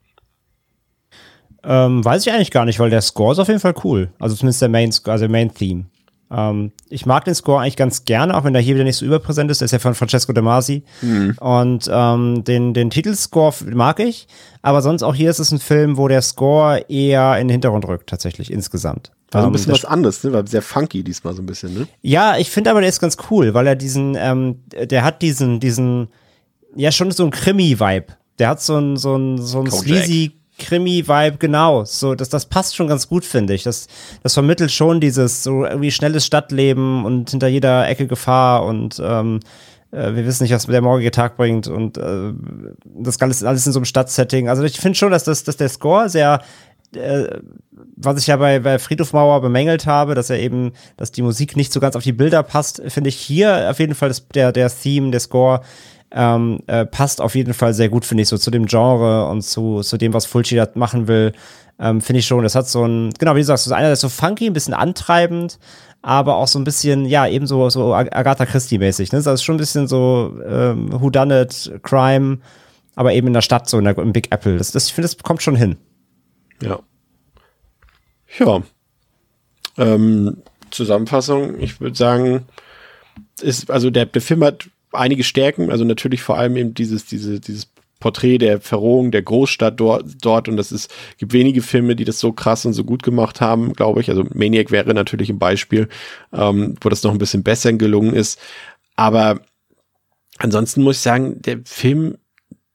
Speaker 3: Ähm, weiß ich eigentlich gar nicht, weil der Score ist auf jeden Fall cool. Also zumindest der Main, also der Main Theme. Ähm, ich mag den Score eigentlich ganz gerne, auch wenn der hier wieder nicht so überpräsent ist. Der ist ja von Francesco De Masi. Mhm. Und ähm, den, den Titelscore mag ich. Aber sonst auch hier ist es ein Film, wo der Score eher in den Hintergrund rückt, tatsächlich, insgesamt.
Speaker 2: Also ein
Speaker 3: Ähm,
Speaker 2: bisschen
Speaker 3: das-
Speaker 2: was anderes, ne? War sehr funky diesmal so ein bisschen, ne?
Speaker 3: Ja, ich finde aber, der ist ganz cool, weil er diesen, ähm, der hat diesen, diesen, ja, schon so einen Krimi-Vibe. Der hat so einen, so einen, so einen
Speaker 2: Kojak.
Speaker 3: sleazy Krimi-Vibe, genau. So, das, das passt schon ganz gut, finde ich. Das, das vermittelt schon dieses so irgendwie schnelles Stadtleben und hinter jeder Ecke Gefahr und ähm, äh, wir wissen nicht, was der morgige Tag bringt und äh, das Ganze alles in so einem Stadtsetting. Also ich finde schon, dass, das, dass der Score sehr äh, was ich ja bei, bei Friedhof Mauer bemängelt habe, dass er eben, dass die Musik nicht so ganz auf die Bilder passt, finde ich hier auf jeden Fall das, der, der Theme, der Score ähm, äh, passt auf jeden Fall sehr gut, finde ich, so zu dem Genre und zu, zu dem, was Fulci da machen will, ähm, finde ich schon. Das hat so ein, genau, wie du sagst, so einer, der ist so funky, ein bisschen antreibend, aber auch so ein bisschen, ja, eben so, so Agatha Christie-mäßig, ne? Das ist schon ein bisschen so ähm, Whodunit, Crime, aber eben in der Stadt, so in der, im Big Apple. Das, das, ich finde, das kommt schon hin.
Speaker 2: Ja. Ja. Ähm, Zusammenfassung, ich würde sagen, ist, also der, der Film hat einige Stärken, also natürlich vor allem eben dieses, diese, dieses Porträt der Verrohung der Großstadt dort, dort und das ist, gibt wenige Filme, die das so krass und so gut gemacht haben, glaube ich. Also Maniac wäre natürlich ein Beispiel, ähm, wo das noch ein bisschen besser gelungen ist. Aber ansonsten muss ich sagen, der Film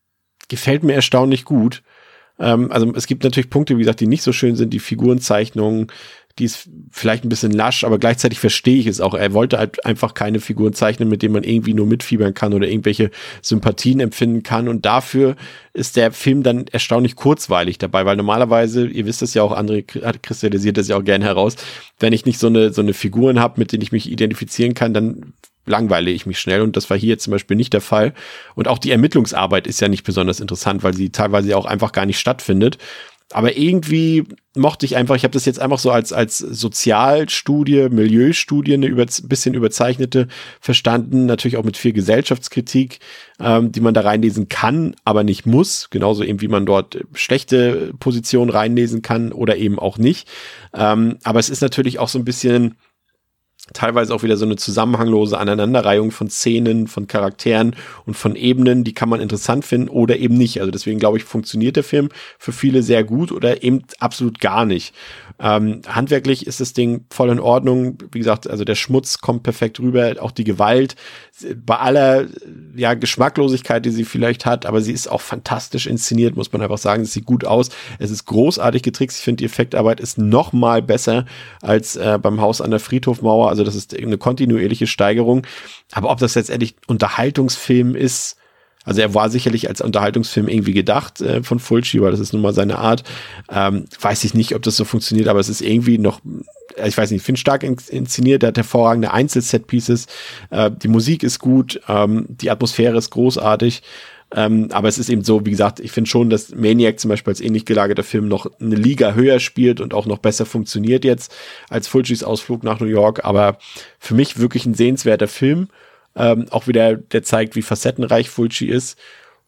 Speaker 2: gefällt mir erstaunlich gut. Ähm, also es gibt natürlich Punkte, wie gesagt, die nicht so schön sind, die Figurenzeichnung, die ist vielleicht ein bisschen lasch, aber gleichzeitig verstehe ich es auch. Er wollte halt einfach keine Figuren zeichnen, mit denen man irgendwie nur mitfiebern kann oder irgendwelche Sympathien empfinden kann. Und dafür ist der Film dann erstaunlich kurzweilig dabei, weil normalerweise, ihr wisst es ja auch, André kristallisiert das ja auch gerne heraus, wenn ich nicht so eine, so eine Figuren habe, mit denen ich mich identifizieren kann, dann langweile ich mich schnell, und das war hier zum Beispiel nicht der Fall. Und auch die Ermittlungsarbeit ist ja nicht besonders interessant, weil sie teilweise auch einfach gar nicht stattfindet. Aber irgendwie mochte ich einfach, ich habe das jetzt einfach so als als Sozialstudie, Milieustudie, eine über, bisschen überzeichnete verstanden, natürlich auch mit viel Gesellschaftskritik, ähm, die man da reinlesen kann, aber nicht muss, genauso eben wie man dort schlechte Positionen reinlesen kann oder eben auch nicht. Ähm, aber es ist natürlich auch so ein bisschen teilweise auch wieder so eine zusammenhanglose Aneinanderreihung von Szenen, von Charakteren und von Ebenen, die kann man interessant finden oder eben nicht. Also deswegen glaube ich, funktioniert der Film für viele sehr gut oder eben absolut gar nicht. Ähm, handwerklich ist das Ding voll in Ordnung. Wie gesagt, also der Schmutz kommt perfekt rüber, auch die Gewalt, bei aller ja, Geschmacklosigkeit, die sie vielleicht hat, aber sie ist auch fantastisch inszeniert, muss man einfach sagen. Es sieht gut aus. Es ist großartig getrickst. Ich finde, die Effektarbeit ist noch mal besser als äh, beim Haus an der Friedhofmauer. Also das ist eine kontinuierliche Steigerung. Aber ob das letztendlich Unterhaltungsfilm ist, also er war sicherlich als Unterhaltungsfilm irgendwie gedacht äh, von Fulci, weil das ist nun mal seine Art. Ähm, weiß ich nicht, ob das so funktioniert, aber es ist irgendwie noch, ich weiß nicht, ich finde stark inszeniert, der hat hervorragende Einzelset-Pieces, äh, die Musik ist gut, ähm, die Atmosphäre ist großartig, ähm, aber es ist eben so, wie gesagt, ich finde schon, dass Maniac zum Beispiel als ähnlich gelagerter Film noch eine Liga höher spielt und auch noch besser funktioniert jetzt als Fulcis Ausflug nach New York, aber für mich wirklich ein sehenswerter Film. Ähm, auch wieder, der zeigt, wie facettenreich Fulci ist.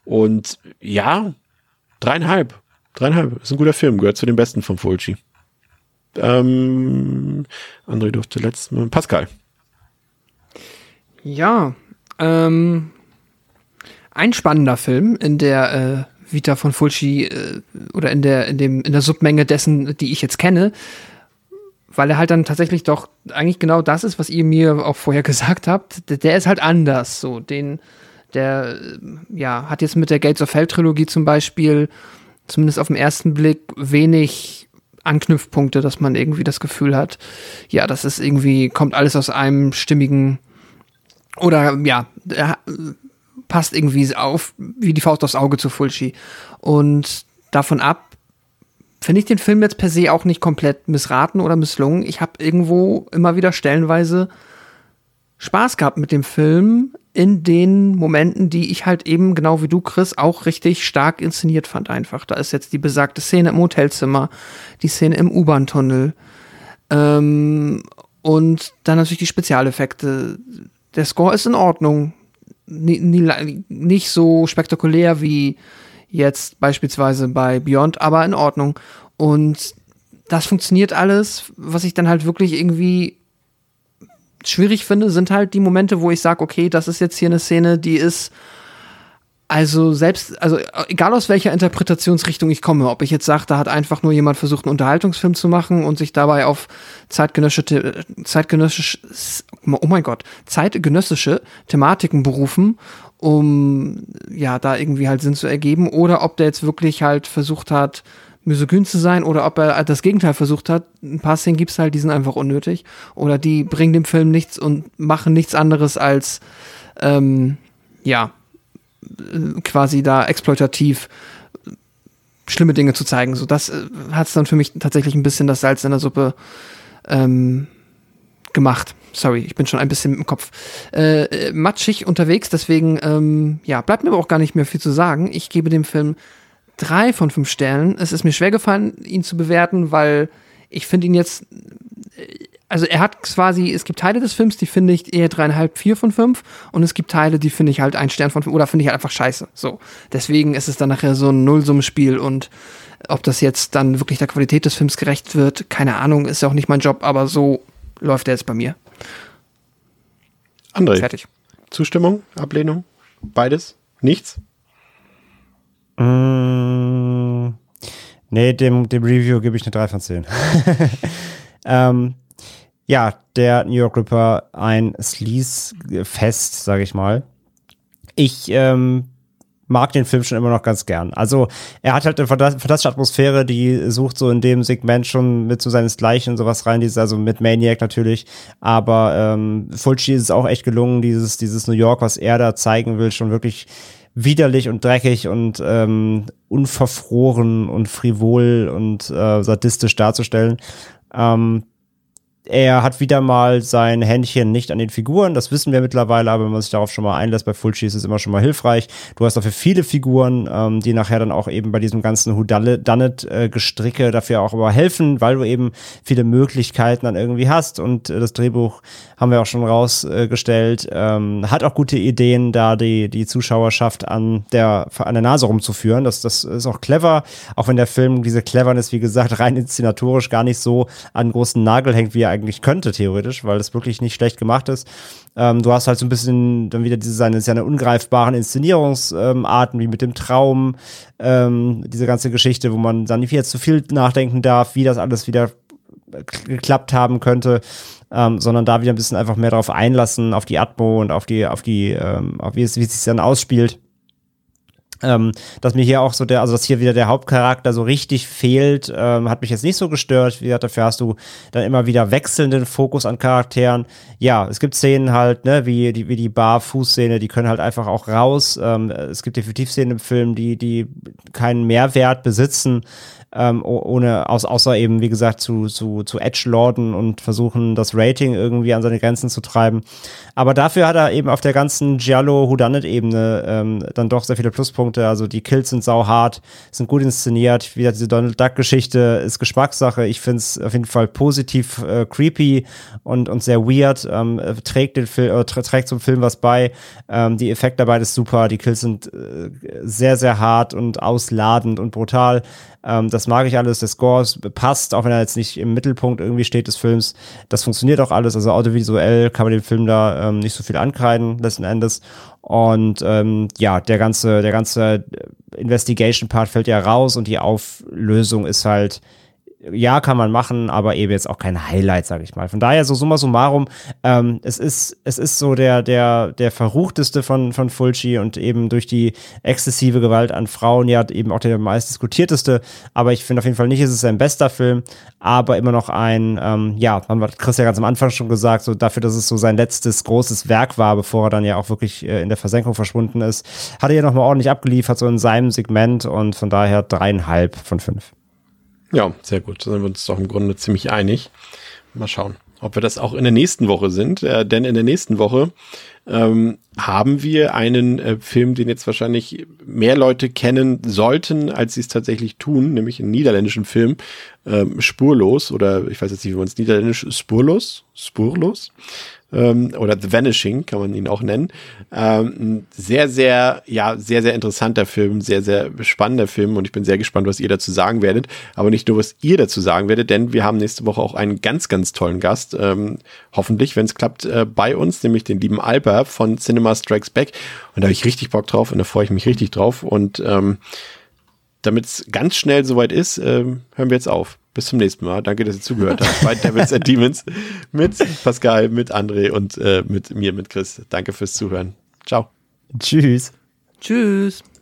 Speaker 2: Und ja, dreieinhalb. Dreieinhalb. Ist ein guter Film, gehört zu den besten von Fulci. Ähm, André durfte letztes Mal. Pascal.
Speaker 5: Ja, ähm, ein spannender Film in der äh, Vita von Fulci äh, oder in der, in dem, in der Submenge dessen, die ich jetzt kenne, weil er halt dann tatsächlich doch eigentlich genau das ist, was ihr mir auch vorher gesagt habt. Der, der ist halt anders, so. Den, der, ja, hat jetzt mit der Gates of Hell Trilogie zum Beispiel, zumindest auf den ersten Blick, wenig Anknüpfpunkte, dass man irgendwie das Gefühl hat, ja, das ist irgendwie, kommt alles aus einem stimmigen, oder, ja, der, passt irgendwie auf, wie die Faust aufs Auge zu Fulci. Und davon ab, finde ich den Film jetzt per se auch nicht komplett missraten oder misslungen. Ich habe irgendwo immer wieder stellenweise Spaß gehabt mit dem Film in den Momenten, die ich halt eben, genau wie du, Chris, auch richtig stark inszeniert fand einfach. Da ist jetzt die besagte Szene im Hotelzimmer, die Szene im U-Bahn-Tunnel ähm, und dann natürlich die Spezialeffekte. Der Score ist in Ordnung. Nie, nie, nicht so spektakulär wie jetzt beispielsweise bei Beyond, aber in Ordnung. Und das funktioniert alles. Was ich dann halt wirklich irgendwie schwierig finde, sind halt die Momente, wo ich sage, okay, das ist jetzt hier eine Szene, die ist also selbst, also egal aus welcher Interpretationsrichtung ich komme, ob ich jetzt sage, da hat einfach nur jemand versucht, einen Unterhaltungsfilm zu machen und sich dabei auf zeitgenössische, zeitgenössische, oh mein Gott, zeitgenössische Thematiken berufen, um ja da irgendwie halt Sinn zu ergeben, oder ob der jetzt wirklich halt versucht hat, misogyn zu sein, oder ob er das Gegenteil versucht hat. Ein paar Szenen gibt's halt, die sind einfach unnötig, oder die bringen dem Film nichts und machen nichts anderes als ähm, ja quasi da exploitativ schlimme Dinge zu zeigen. So, das äh, hat's dann für mich tatsächlich ein bisschen das Salz in der Suppe ähm, gemacht. Sorry, ich bin schon ein bisschen im Kopf äh, matschig unterwegs, deswegen ähm, ja, bleibt mir aber auch gar nicht mehr viel zu sagen. Ich gebe dem Film drei von fünf Sternen. Es ist mir schwer gefallen, ihn zu bewerten, weil ich finde ihn jetzt, also er hat quasi, es gibt Teile des Films, die finde ich eher dreieinhalb, vier von fünf, und es gibt Teile, die finde ich halt ein Stern von fünf, oder finde ich halt einfach scheiße. So, deswegen ist es dann nachher so ein Nullsummenspiel, und ob das jetzt dann wirklich der Qualität des Films gerecht wird, keine Ahnung, ist ja auch nicht mein Job, aber so läuft er jetzt bei mir.
Speaker 2: André,
Speaker 5: fertig.
Speaker 2: Zustimmung, Ablehnung, beides, nichts?
Speaker 3: Mm, nee, dem, dem Review gebe ich eine drei von zehn. ähm, ja, der New York Ripper, ein Sleaze-Fest, sage ich mal. Ich ähm, mag den Film schon immer noch ganz gern. Also er hat halt eine fantastische Atmosphäre, die sucht so in dem Segment schon mit so seinesgleichen und sowas rein, dieses, also mit Maniac natürlich, aber ähm, Fulci ist es auch echt gelungen, dieses, dieses New York, was er da zeigen will, schon wirklich widerlich und dreckig und ähm, unverfroren und frivol und äh, sadistisch darzustellen. Ähm, Er hat wieder mal sein Händchen nicht an den Figuren, das wissen wir mittlerweile, aber wenn man sich darauf schon mal einlässt, bei Fulci ist es immer schon mal hilfreich. Du hast dafür viele Figuren, ähm, die nachher dann auch eben bei diesem ganzen Whodunit-Gestricke äh, dafür auch aber helfen, weil du eben viele Möglichkeiten dann irgendwie hast und äh, das Drehbuch haben wir auch schon rausgestellt, ähm, hat auch gute Ideen, da die, die Zuschauerschaft an der, an der Nase rumzuführen. Das, das ist auch clever, auch wenn der Film diese Cleverness, wie gesagt, rein inszenatorisch gar nicht so an großen Nagel hängt, wie er eigentlich könnte, theoretisch, weil es wirklich nicht schlecht gemacht ist. Ähm, du hast halt so ein bisschen dann wieder diese seine, seine ungreifbaren Inszenierungsarten, ähm, wie mit dem Traum, ähm, diese ganze Geschichte, wo man dann nicht jetzt zu viel nachdenken darf, wie das alles wieder geklappt haben könnte, ähm, sondern da wieder ein bisschen einfach mehr darauf einlassen, auf die Atmo und auf die, auf die, ähm, auf wie es, wie es sich dann ausspielt. Ähm, dass mir hier auch so der, also dass hier wieder der Hauptcharakter so richtig fehlt, ähm, hat mich jetzt nicht so gestört. Wie gesagt, dafür hast du dann immer wieder wechselnden Fokus an Charakteren. Ja, es gibt Szenen halt, ne, wie die, wie die Bar-Fuß-Szene, die können halt einfach auch raus. Ähm, es gibt definitiv Szenen im Film, die, die keinen Mehrwert besitzen. Ähm, ohne, aus, außer eben, wie gesagt, zu, zu, zu edgelorden und versuchen, das Rating irgendwie an seine Grenzen zu treiben. Aber dafür hat er eben auf der ganzen Giallo-Whodunit-Ebene ähm, dann doch sehr viele Pluspunkte. Also die Kills sind sauhart, sind gut inszeniert. Wie gesagt, diese Donald Duck-Geschichte ist Geschmackssache. Ich finde es auf jeden Fall positiv äh, creepy und, und sehr weird. Ähm, trägt, den Fil- äh, trägt zum Film was bei. Ähm, die Effektarbeit ist super. Die Kills sind äh, sehr, sehr hart und ausladend und brutal. Ähm, das mag ich alles, der Score passt, auch wenn er jetzt nicht im Mittelpunkt irgendwie steht des Films. Das funktioniert auch alles, also audiovisuell kann man dem Film da ähm, nicht so viel ankreiden, letzten Endes. Und ähm, ja, der ganze, der ganze Investigation-Part fällt ja raus und die Auflösung ist halt, ja, kann man machen, aber eben jetzt auch kein Highlight, sag ich mal. Von daher, so summa summarum, ähm, es ist, es ist so der, der, der verruchteste von, von Fulci und eben durch die exzessive Gewalt an Frauen, ja, eben auch der meist diskutierteste, aber ich finde auf jeden Fall nicht, es ist sein bester Film, aber immer noch ein, ähm, ja, man hat Chris ja ganz am Anfang schon gesagt, so dafür, dass es so sein letztes großes Werk war, bevor er dann ja auch wirklich äh, in der Versenkung verschwunden ist, hat er ja nochmal ordentlich abgeliefert, so in seinem Segment und von daher dreieinhalb von fünf.
Speaker 2: Ja, sehr gut. Da sind wir uns doch im Grunde ziemlich einig. Mal schauen, ob wir das auch in der nächsten Woche sind. Äh, denn in der nächsten Woche ähm, haben wir einen äh, Film, den jetzt wahrscheinlich mehr Leute kennen sollten, als sie es tatsächlich tun, nämlich einen niederländischen Film, ähm, Spurlos, oder ich weiß jetzt nicht, wie man es niederländisch, Spurlos? Spurlos? Ähm, oder The Vanishing kann man ihn auch nennen. Ähm, ein sehr, sehr, ja, sehr, sehr interessanter Film, sehr, sehr spannender Film und ich bin sehr gespannt, was ihr dazu sagen werdet. Aber nicht nur, was ihr dazu sagen werdet, denn wir haben nächste Woche auch einen ganz, ganz tollen Gast, ähm, hoffentlich, wenn es klappt, äh, bei uns, nämlich den lieben Alper von Cinema Strikes Back. Und da habe ich richtig Bock drauf und da freue ich mich richtig drauf. Und ähm, damit es ganz schnell soweit ist, ähm, hören wir jetzt auf. Bis zum nächsten Mal. Danke, dass ihr zugehört habt. Bei Devils and Demons mit Pascal, mit André und äh, mit mir, mit Chris. Danke fürs Zuhören. Ciao.
Speaker 3: Tschüss.
Speaker 5: Tschüss.